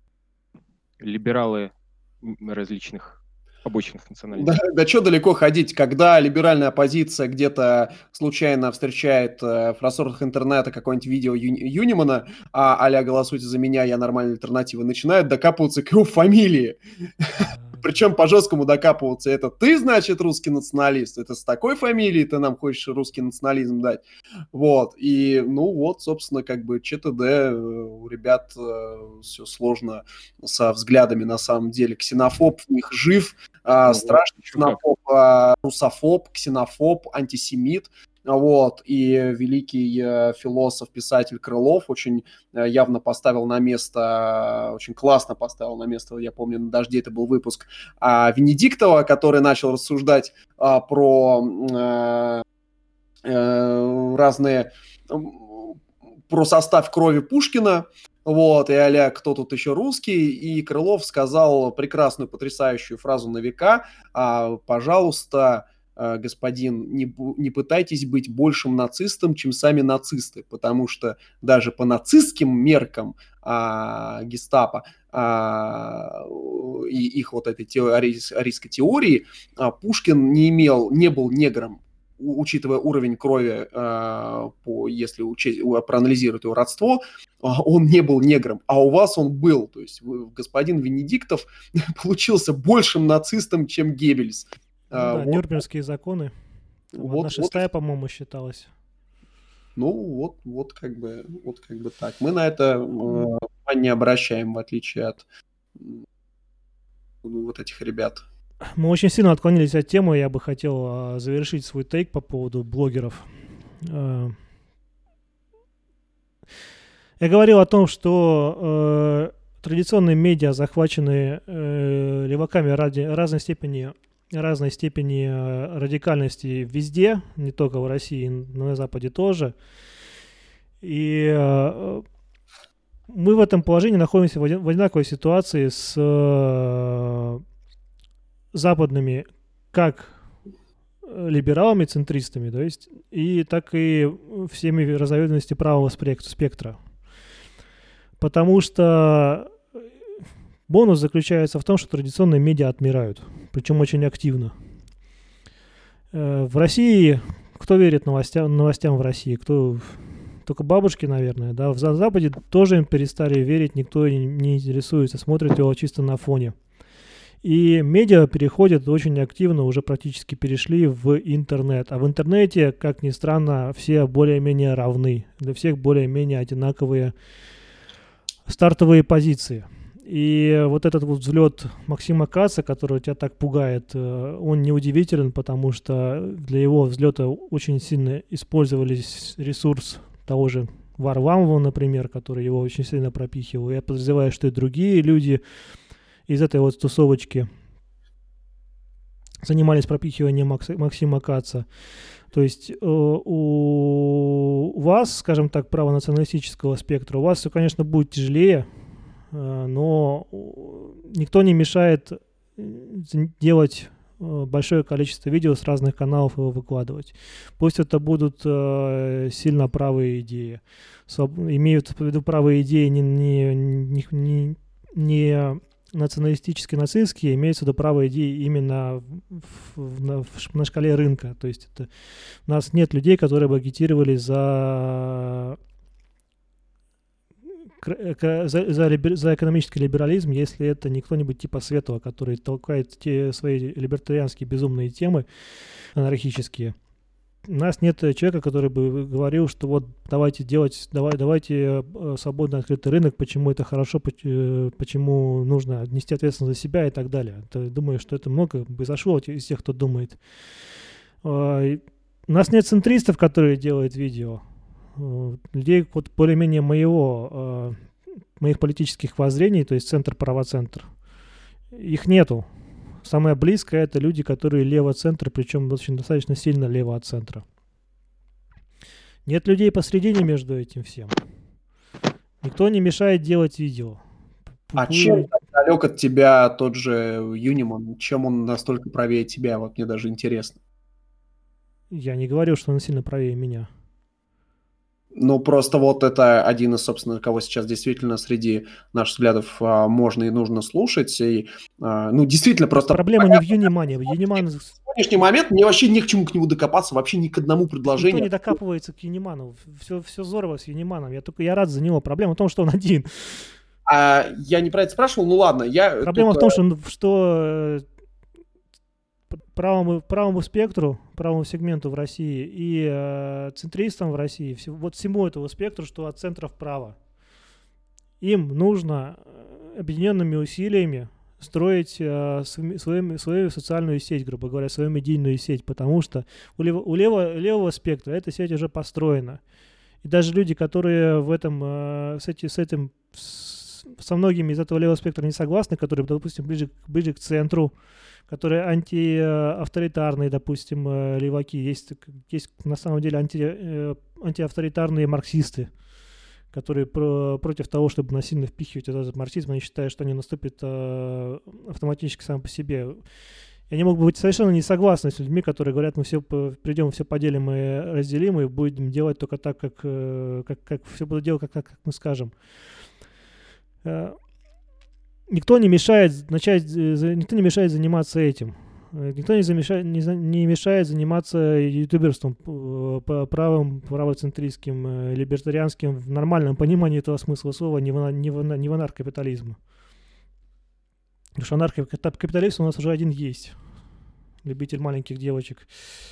либералы различных побочных национальностей. Да, да что далеко ходить, когда либеральная оппозиция где-то случайно встречает э, в рассорах интернета какое-нибудь видео Ю- Юнимана, а а-ля «Голосуйте за меня, я нормальная альтернатива», начинают докапываться к его фамилии. Причем по-жесткому докапываться. Это ты, значит, русский националист? Это с такой фамилией ты нам хочешь русский национализм дать? Вот. И, ну вот, собственно, как бы ЧТД у ребят э, все сложно со взглядами на самом деле. Ксенофоб в них жив, э, ну, страшный ксенофоб, э, русофоб, ксенофоб, антисемит. Вот, и великий э, философ, писатель Крылов очень э, явно поставил на место, э, очень классно поставил на место, я помню, на «Дожде» это был выпуск, э, Венедиктова, который начал рассуждать э, про э, э, разные, э, про состав крови Пушкина, вот, и а-ля «Кто тут еще русский?» И Крылов сказал прекрасную, потрясающую фразу на века: а, «Пожалуйста, господин, не, не пытайтесь быть большим нацистом, чем сами нацисты, потому что даже по нацистским меркам а, гестапо а, и их вот этой арийской теории а, Пушкин не имел, не был негром, учитывая уровень крови, а, по, если учесть, проанализировать его родство, а, он не был негром, а у вас он был. То есть вы, господин Венедиктов получился большим нацистом, чем Геббельс. Ну, да, вот. Нюрнбергские законы. Там вот, одна шестая, вот, по-моему, считалась. Ну, вот, вот, как бы, вот как бы так. Мы на это э, не обращаем, в отличие от э, вот этих ребят. Мы очень сильно отклонились от темы. Я бы хотел э, завершить свой тейк по поводу блогеров. Э, я говорил о том, что э, традиционные медиа захвачены э, леваками ради разной степени разной степени радикальности везде, не только в России, но и на Западе тоже. И э, мы в этом положении находимся в, один, в одинаковой ситуации с э, западными как либералами, центристами, то есть, и так и всеми разновидностями правого спектра. Потому что бонус заключается в том, что традиционные медиа отмирают, причем очень активно. В России, кто верит новостям, новостям в России? Кто? Только бабушки, наверное. Да? В Западе тоже им перестали верить, никто не интересуется, смотрит его чисто на фоне. И медиа переходят очень активно, уже практически перешли в интернет. А в интернете, как ни странно, все более-менее равны. Для всех более-менее одинаковые стартовые позиции. И вот этот вот взлет Максима Каца, который тебя так пугает, он неудивителен, потому что для его взлета очень сильно использовались ресурс того же Варламова, например, который его очень сильно пропихивал. Я подозреваю, что и другие люди из этой вот тусовочки занимались пропихиванием Макс- Максима Каца. То есть э, у вас, скажем так, правонационалистического спектра, у вас все, конечно, будет тяжелее, э, но никто не мешает делать э, большое количество видео с разных каналов и его выкладывать. Пусть это будут э, сильно правые идеи. Своб... Имеют в виду правые идеи не, не, не, не, не националистические, нацистские, имеются в виду правые идеи именно в, в, на, в, на шкале рынка. То есть это, у нас нет людей, которые бы агитировали за, за, за, либер, за экономический либерализм, если это не кто-нибудь типа Светова, который толкает те свои либертарианские безумные темы анархические. У нас нет человека, который бы говорил, что вот давайте делать, давай, давайте свободно открытый рынок, почему это хорошо, почему нужно нести ответственность за себя и так далее. Я думаю, что это много бы зашло из тех, кто думает. У нас нет центристов, которые делают видео. Людей вот более-менее моего, моих политических воззрений, то есть центр-правоцентр, их нету. Самое близкое — это люди, которые лево-центр, причем очень достаточно сильно лево от центра. Нет людей посредине между этим всем. Никто не мешает делать видео. А чем далек от тебя тот же Юниман? Чем он настолько правее тебя? Вот мне даже интересно. Я не говорю, что он сильно правее меня. Ну, просто вот это один из, собственно, кого сейчас действительно среди наших взглядов а, можно и нужно слушать. И, а, ну, действительно, просто... Проблема понятно, не в Юнимане. В Юниман... В сегодняшний момент мне вообще не к чему к нему докопаться, вообще ни к одному предложению. Никто не докапывается к Юниману. Все, все здорово с Юниманом. Я только я рад за него. Проблема в том, что он один. А, я не про это спрашивал, ну ладно. Я Проблема тут... в том, что... что правому, правому спектру, правому сегменту в России и э, центристам в России, все, вот всему этому спектру, что от центра вправо, им нужно объединенными усилиями строить э, свою, свою социальную сеть, грубо говоря, свою медийную сеть, потому что у, лево, у лево, левого спектра эта сеть уже построена. И даже люди, которые в этом, э, с, эти, с этим, с, со многими из этого левого спектра не согласны, которые, допустим, ближе, ближе к центру, которые антиавторитарные, допустим, леваки. Есть, есть на самом деле анти, антиавторитарные марксисты, которые про, против того, чтобы насильно впихивать этот марксизм. Они считают, что они наступят автоматически сам по себе. Я не мог бы быть совершенно не согласен с людьми, которые говорят, мы все придем, все поделим и разделим, и будем делать только так, как, как, как все будут делать, как, как мы скажем. Никто не мешает начать, никто не мешает заниматься этим. Никто не, замешает, не, не мешает заниматься ютуберством правым, правоцентристским, либертарианским в нормальном понимании этого смысла слова, не в, не в, не в анархокапитализме. Потому что анархокапитализм у нас уже один есть. Любитель маленьких девочек.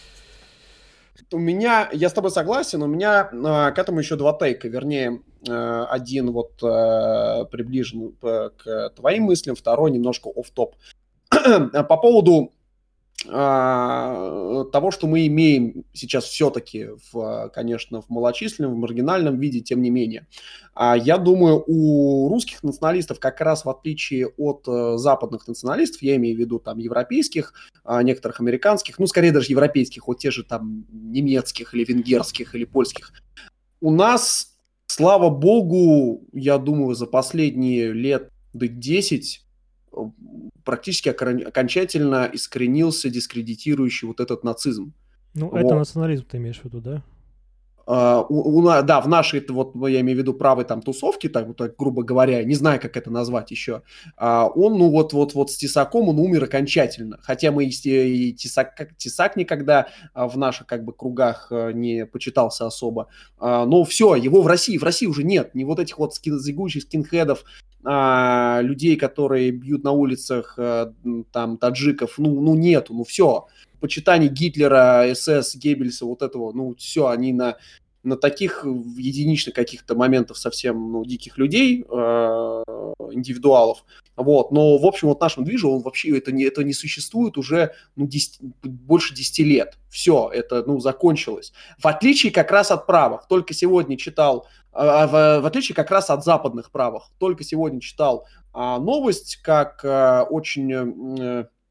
У меня, я с тобой согласен, у меня э, к этому еще два тейка, вернее, э, один вот э, приближен э, к твоим мыслям, второй немножко офф-топ. По поводу э, того, что мы имеем сейчас все-таки, в, конечно, в малочисленном, в маргинальном виде, тем не менее. А я думаю, у русских националистов, как раз в отличие от э, западных националистов, я имею в виду там европейских, э, некоторых американских, ну, скорее даже европейских, вот те же там немецких или венгерских или польских, у нас, слава богу, я думаю, за последние лет десять практически окончательно искоренился дискредитирующий вот этот нацизм. Ну, вот. Это национализм ты имеешь в виду, да? Uh, у, у, да, в нашей, вот я имею в виду правой там тусовки, так, так грубо говоря, не знаю, как это назвать еще, uh, он, ну вот, вот, вот с Тесаком он умер окончательно, хотя мы и, и Тесак, как, Тесак никогда uh, в наших как бы кругах uh, не почитался особо, uh, но все, его в России, в России уже нет, ни вот этих вот скин, зигующих скинхедов, uh, людей, которые бьют на улицах uh, там таджиков, ну, ну нету, ну все. Почитание Гитлера, СС, Геббельса, вот этого, ну, все, они на, на таких единичных каких-то моментах совсем, ну, диких людей, э, индивидуалов, вот, но, в общем, вот нашему движу, он вообще, это не, это не существует уже, ну, десять, больше десяти лет, все, это, ну, закончилось, в отличие как раз от правых, только сегодня читал, э, в, в отличие как раз от западных правых, только сегодня читал э, новость, как э, очень... Э,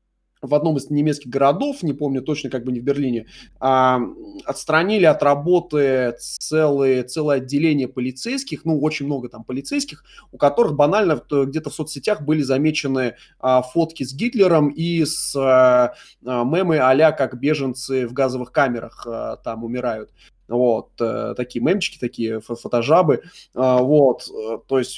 в одном из немецких городов, не помню точно, как бы не в Берлине, а, отстранили от работы целые, целое отделение полицейских, ну, очень много там полицейских, у которых банально где-то в соцсетях были замечены а, фотки с Гитлером и с а, мемы а-ля как беженцы в газовых камерах а, там умирают. Вот, а, такие мемчики, такие фотожабы. А, вот, то есть...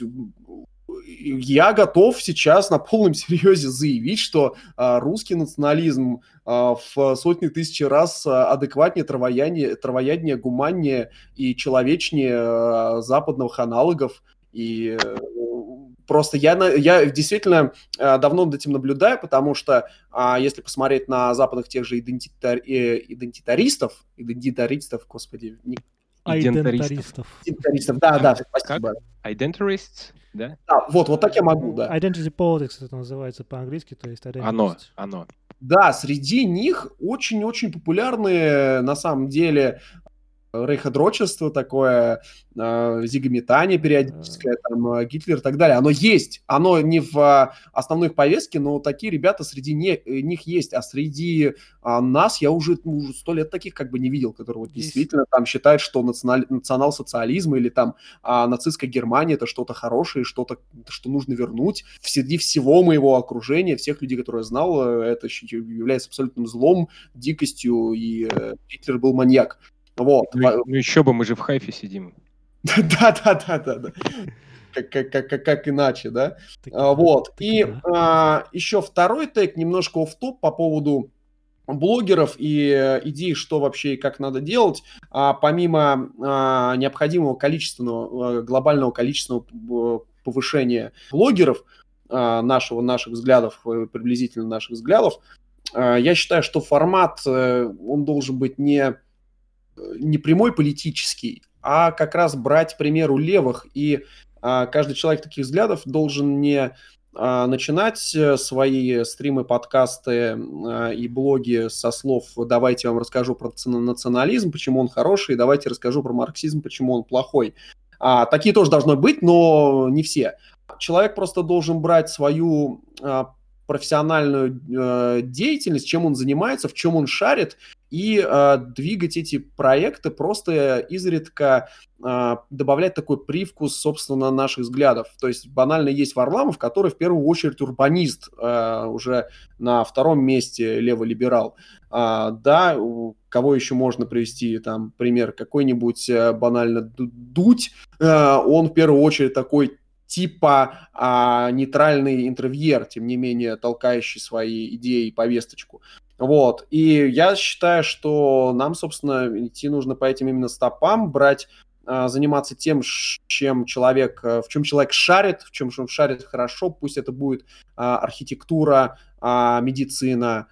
Я готов сейчас на полном серьезе заявить, что а, русский национализм а, в сотни тысяч раз а, адекватнее, травояднее, травояднее, гуманнее и человечнее а, западных аналогов. И а, просто я, я действительно а, давно над этим наблюдаю, потому что а, если посмотреть на западных тех же идентитар, э, идентитаристов, идентитаристов, господи, не... Идентаристов. Идентаристов, да, да, спасибо. Identarists? Да? Да, вот, вот так я могу, да. Identity politics это называется по-английски, то есть identity. Оно, оно. Да, среди них очень-очень популярные, на самом деле, рейходрочество такое, э, зигометание периодическое, там, Гитлер и так далее. Оно есть. Оно не в основной повестке, но такие ребята среди не, них есть. А среди а, нас я уже ну, сто лет таких как бы не видел, которые вот, действительно там считают, что националь, национал-социализм или там а, нацистская Германия это что-то хорошее, что-то, что нужно вернуть. Среди всего моего окружения, всех людей, которые я знал, это является абсолютным злом, дикостью, и э, Гитлер был маньяк. Вот. Ну, ну еще бы, мы же в Хайфе сидим. Да-да-да-да-да. Как, как, как, как иначе, да? Так, а, вот. Так, и да. а, еще второй тег, немножко офф-топ по поводу блогеров и э, идей, что вообще и как надо делать. А, помимо а, необходимого количественного, глобального количественного повышения блогеров, а, нашего, наших взглядов, приблизительно наших взглядов, а, я считаю, что формат, он должен быть не не прямой политический, а как раз брать пример у левых. И а, каждый человек таких взглядов должен не а, начинать свои стримы, подкасты а, и блоги со слов «давайте я вам расскажу про национализм, почему он хороший, и давайте расскажу про марксизм, почему он плохой». А, такие тоже должны быть, но не все. Человек просто должен брать свою а, профессиональную э, деятельность, чем он занимается, в чем он шарит, и э, двигать эти проекты, просто изредка э, добавлять такой привкус, собственно, наших взглядов. То есть банально есть Варламов, который в первую очередь урбанист, э, уже на втором месте леволиберал. А, да, кого еще можно привести, там, пример, какой-нибудь э, банально Дудь, э, он в первую очередь такой типа а, нейтральный интервьюер, тем не менее толкающий свои идеи и повесточку. Вот. И я считаю, что нам, собственно, идти нужно по этим именно стопам, брать, а, заниматься тем, чем человек, в чем человек шарит, в чем он шарит хорошо, пусть это будет а, архитектура, а, медицина,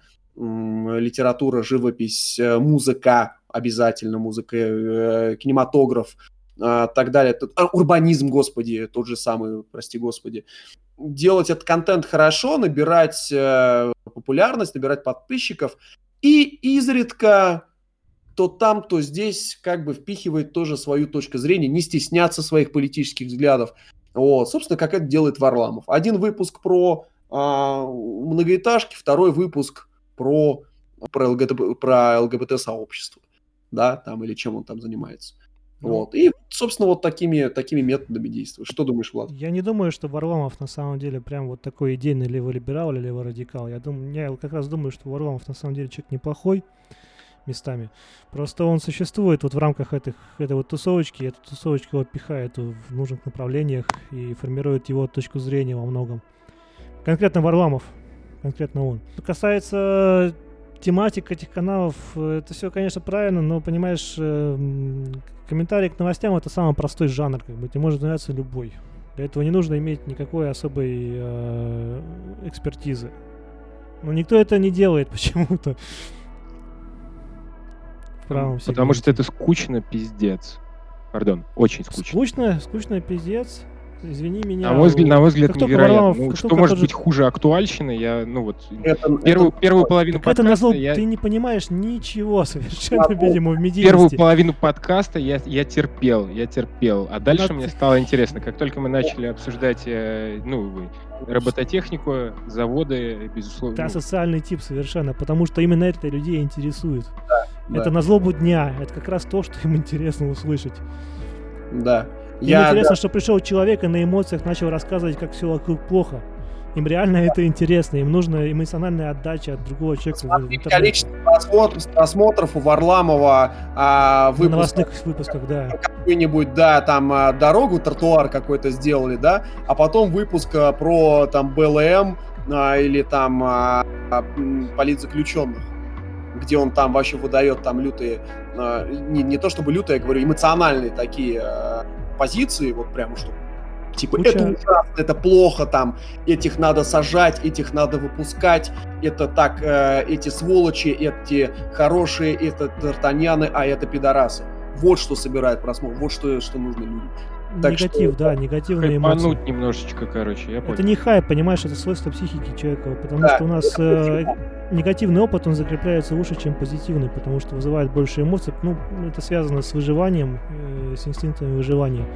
м, литература, живопись, музыка, обязательно музыка, э, кинематограф, Uh, так далее. А, урбанизм, господи, тот же самый, прости господи. Делать этот контент хорошо, набирать э, популярность, набирать подписчиков и изредка то там, то здесь как бы впихивает тоже свою точку зрения, не стесняться своих политических взглядов. Вот. Собственно, как это делает Варламов. Один выпуск про э, многоэтажки, второй выпуск про, про, ЛГБТ, про ЛГБТ-сообщество. Да, там, или чем он там занимается. Вот. И, собственно, вот такими, такими методами действует. Что думаешь, Влад? Я не думаю, что Варламов на самом деле прям вот такой идейный леволиберал или леворадикал. Я, думаю, я как раз думаю, что Варламов на самом деле человек неплохой местами. Просто он существует вот в рамках этих, этой вот тусовочки, и эта тусовочка его пихает в нужных направлениях и формирует его точку зрения во многом. Конкретно Варламов, конкретно он. Что касается тематик этих каналов, это все, конечно, правильно, но, понимаешь, комментарий к новостям — это самый простой жанр, как бы, тебе может нравиться любой. Для этого не нужно иметь никакой особой э, экспертизы. Но никто это не делает почему-то. В правом Потому сегменте. что это скучно, пиздец. Пардон, очень скучно. Скучно, скучно, пиздец. извини меня. На мой взгляд, на мой взгляд как только невероятно. Варламов- Ну, как что только может тот же- быть хуже актуальщины? Я, ну вот, Это, первую, это- первую половину Так это подкаста назло, я... ты не понимаешь ничего совершенно, Да, видимо, в Первую медийности. половину подкаста я, я терпел, я терпел. А дальше Надо- мне стало интересно. Как только мы начали обсуждать э, ну, робототехнику, заводы, безусловно... Ты ну, асоциальный тип совершенно, потому что именно это людей интересует. да, Это на злобу дня. Это как раз то, что им интересно услышать. да. Им Я, интересно, да, что пришел человек и на эмоциях начал рассказывать, как все вокруг плохо. Им реально это интересно. Им нужна эмоциональная отдача от другого человека в смотри, интернете. количество просмотров, просмотров у Варламова а, В выпуск новостных выпусках, да. какой-нибудь, да, там а, дорогу, тротуар какой-то сделали, да, а потом выпуск а, про там БЛМ а, или там а, а, м, политзаключенных, где он там вообще выдает там лютые, а, не, не то чтобы лютые, я говорю, эмоциональные такие а, позиции, вот прямо что типа Куча- это ужасно, это плохо, там этих надо сажать, этих надо выпускать, это так, э, эти сволочи, эти хорошие, это тартаньяны, а это пидорасы. Вот что собирает просмотр, вот что, что нужно людям. Так Негатив, что- да, негативные эмоции. хайпануть немножечко, короче, я понял. Это не хайп, понимаешь, это свойство психики человека, потому Да, что у нас э, негативный опыт, он закрепляется лучше, чем позитивный, потому что вызывает больше эмоций. Ну, это связано с выживанием, э, с инстинктами выживания.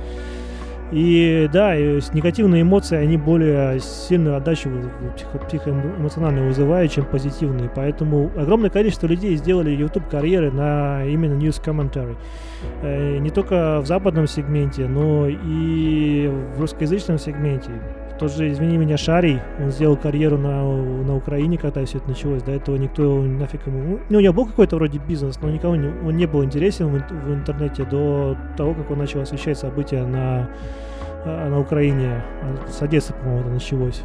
И да, и с- негативные эмоции, они более сильную отдачу в- в психо- психоэмоционально вызывают, чем позитивные. Поэтому огромное количество людей сделали YouTube-карьеры на именно news commentary. Э, Не только в западном сегменте, но и в русскоязычном сегменте. Тот же, извини меня, Шарий, он сделал карьеру на, на Украине, когда все это началось. До этого никто его нафиг ему... Ну, у него был какой-то вроде бизнес, но никому не, он не был интересен в, ин- в интернете до того, как он начал освещать события на, а, на Украине. А С Одессы, по-моему, это началось.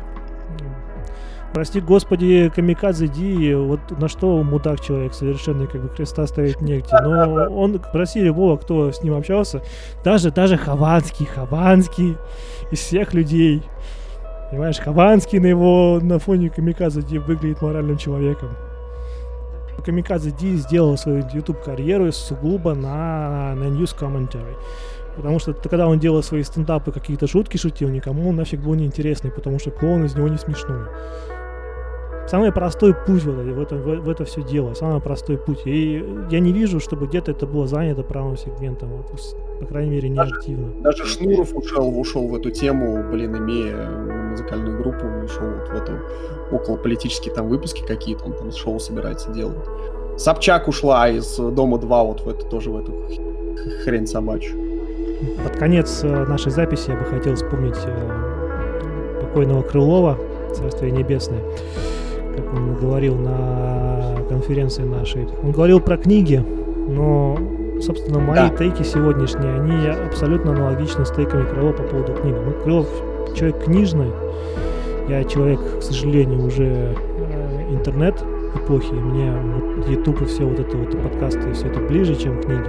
Прости господи, Камикадзе Ди, вот на что мудак человек совершенно, как бы креста ставить негде. Но он, спроси любого, кто с ним общался, даже, даже Хованский, Хованский из всех людей. Понимаешь, Хованский на его на фоне Камикадзе Ди выглядит моральным человеком. Камикадзе Ди сделал свою YouTube-карьеру сугубо на, на news commentary. Потому что т- когда он делал свои стендапы, какие-то шутки шутил, никому он нафиг был не интересный, потому что клоун из него не смешной. Самый простой путь вот в это, в, в это все дело, самый простой путь. И я не вижу, чтобы где-то это было занято правым сегментом, вот, с- по крайней мере, не активно. Даже Шнуров ушел, ушел в эту тему, блин, имея музыкальную группу, ушел вот в эту около политические там выпуски какие-то, он там шоу собирается делать. Собчак ушла из Дома два вот в это тоже в эту х- хрень собачью. Под конец э, нашей записи я бы хотел вспомнить э, покойного Крылова, Царствие Небесное, как он говорил на конференции нашей. Он говорил про книги, но, собственно, мои Да. тейки сегодняшние, они абсолютно аналогичны с тейками Крылова по поводу книг. Ну, Крылов человек книжный, я человек, к сожалению, уже э, интернет-эпохи, мне вот YouTube и все вот это вот, и подкасты, и все это ближе, чем книги.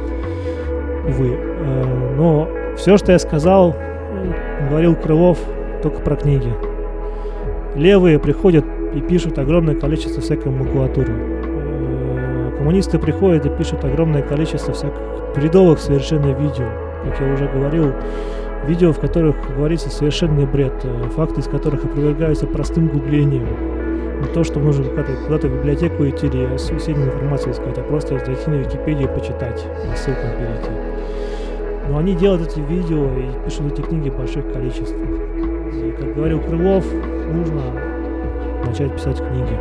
Увы. Э, но все, что я сказал, э, говорил Крылов только про книги. Левые приходят и пишут огромное количество всякой макулатуры. Э, Коммунисты приходят и пишут огромное количество всяких бредовых совершенно видео. Как я уже говорил, видео, в которых говорится совершенный бред, э, факты из которых опровергаются простым гуглением. Не то, что нужно куда-то, куда-то в библиотеку идти или сильную информацию искать, а просто зайти на Википедию и почитать, по ссылкам перейти. Но они делают эти видео и пишут эти книги в больших количествах. И, как говорил Крылов, нужно начать писать книги.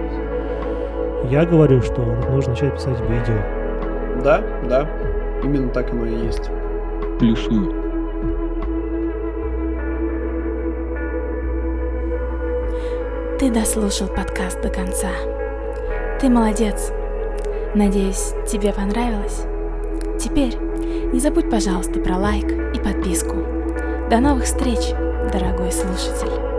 Я говорю, что нужно начать писать видео. Да, да, именно так оно и есть. Плюсую. Ты дослушал подкаст до конца. Ты молодец. Надеюсь, тебе понравилось. Теперь не забудь, пожалуйста, про лайк и подписку. До новых встреч, дорогой слушатель.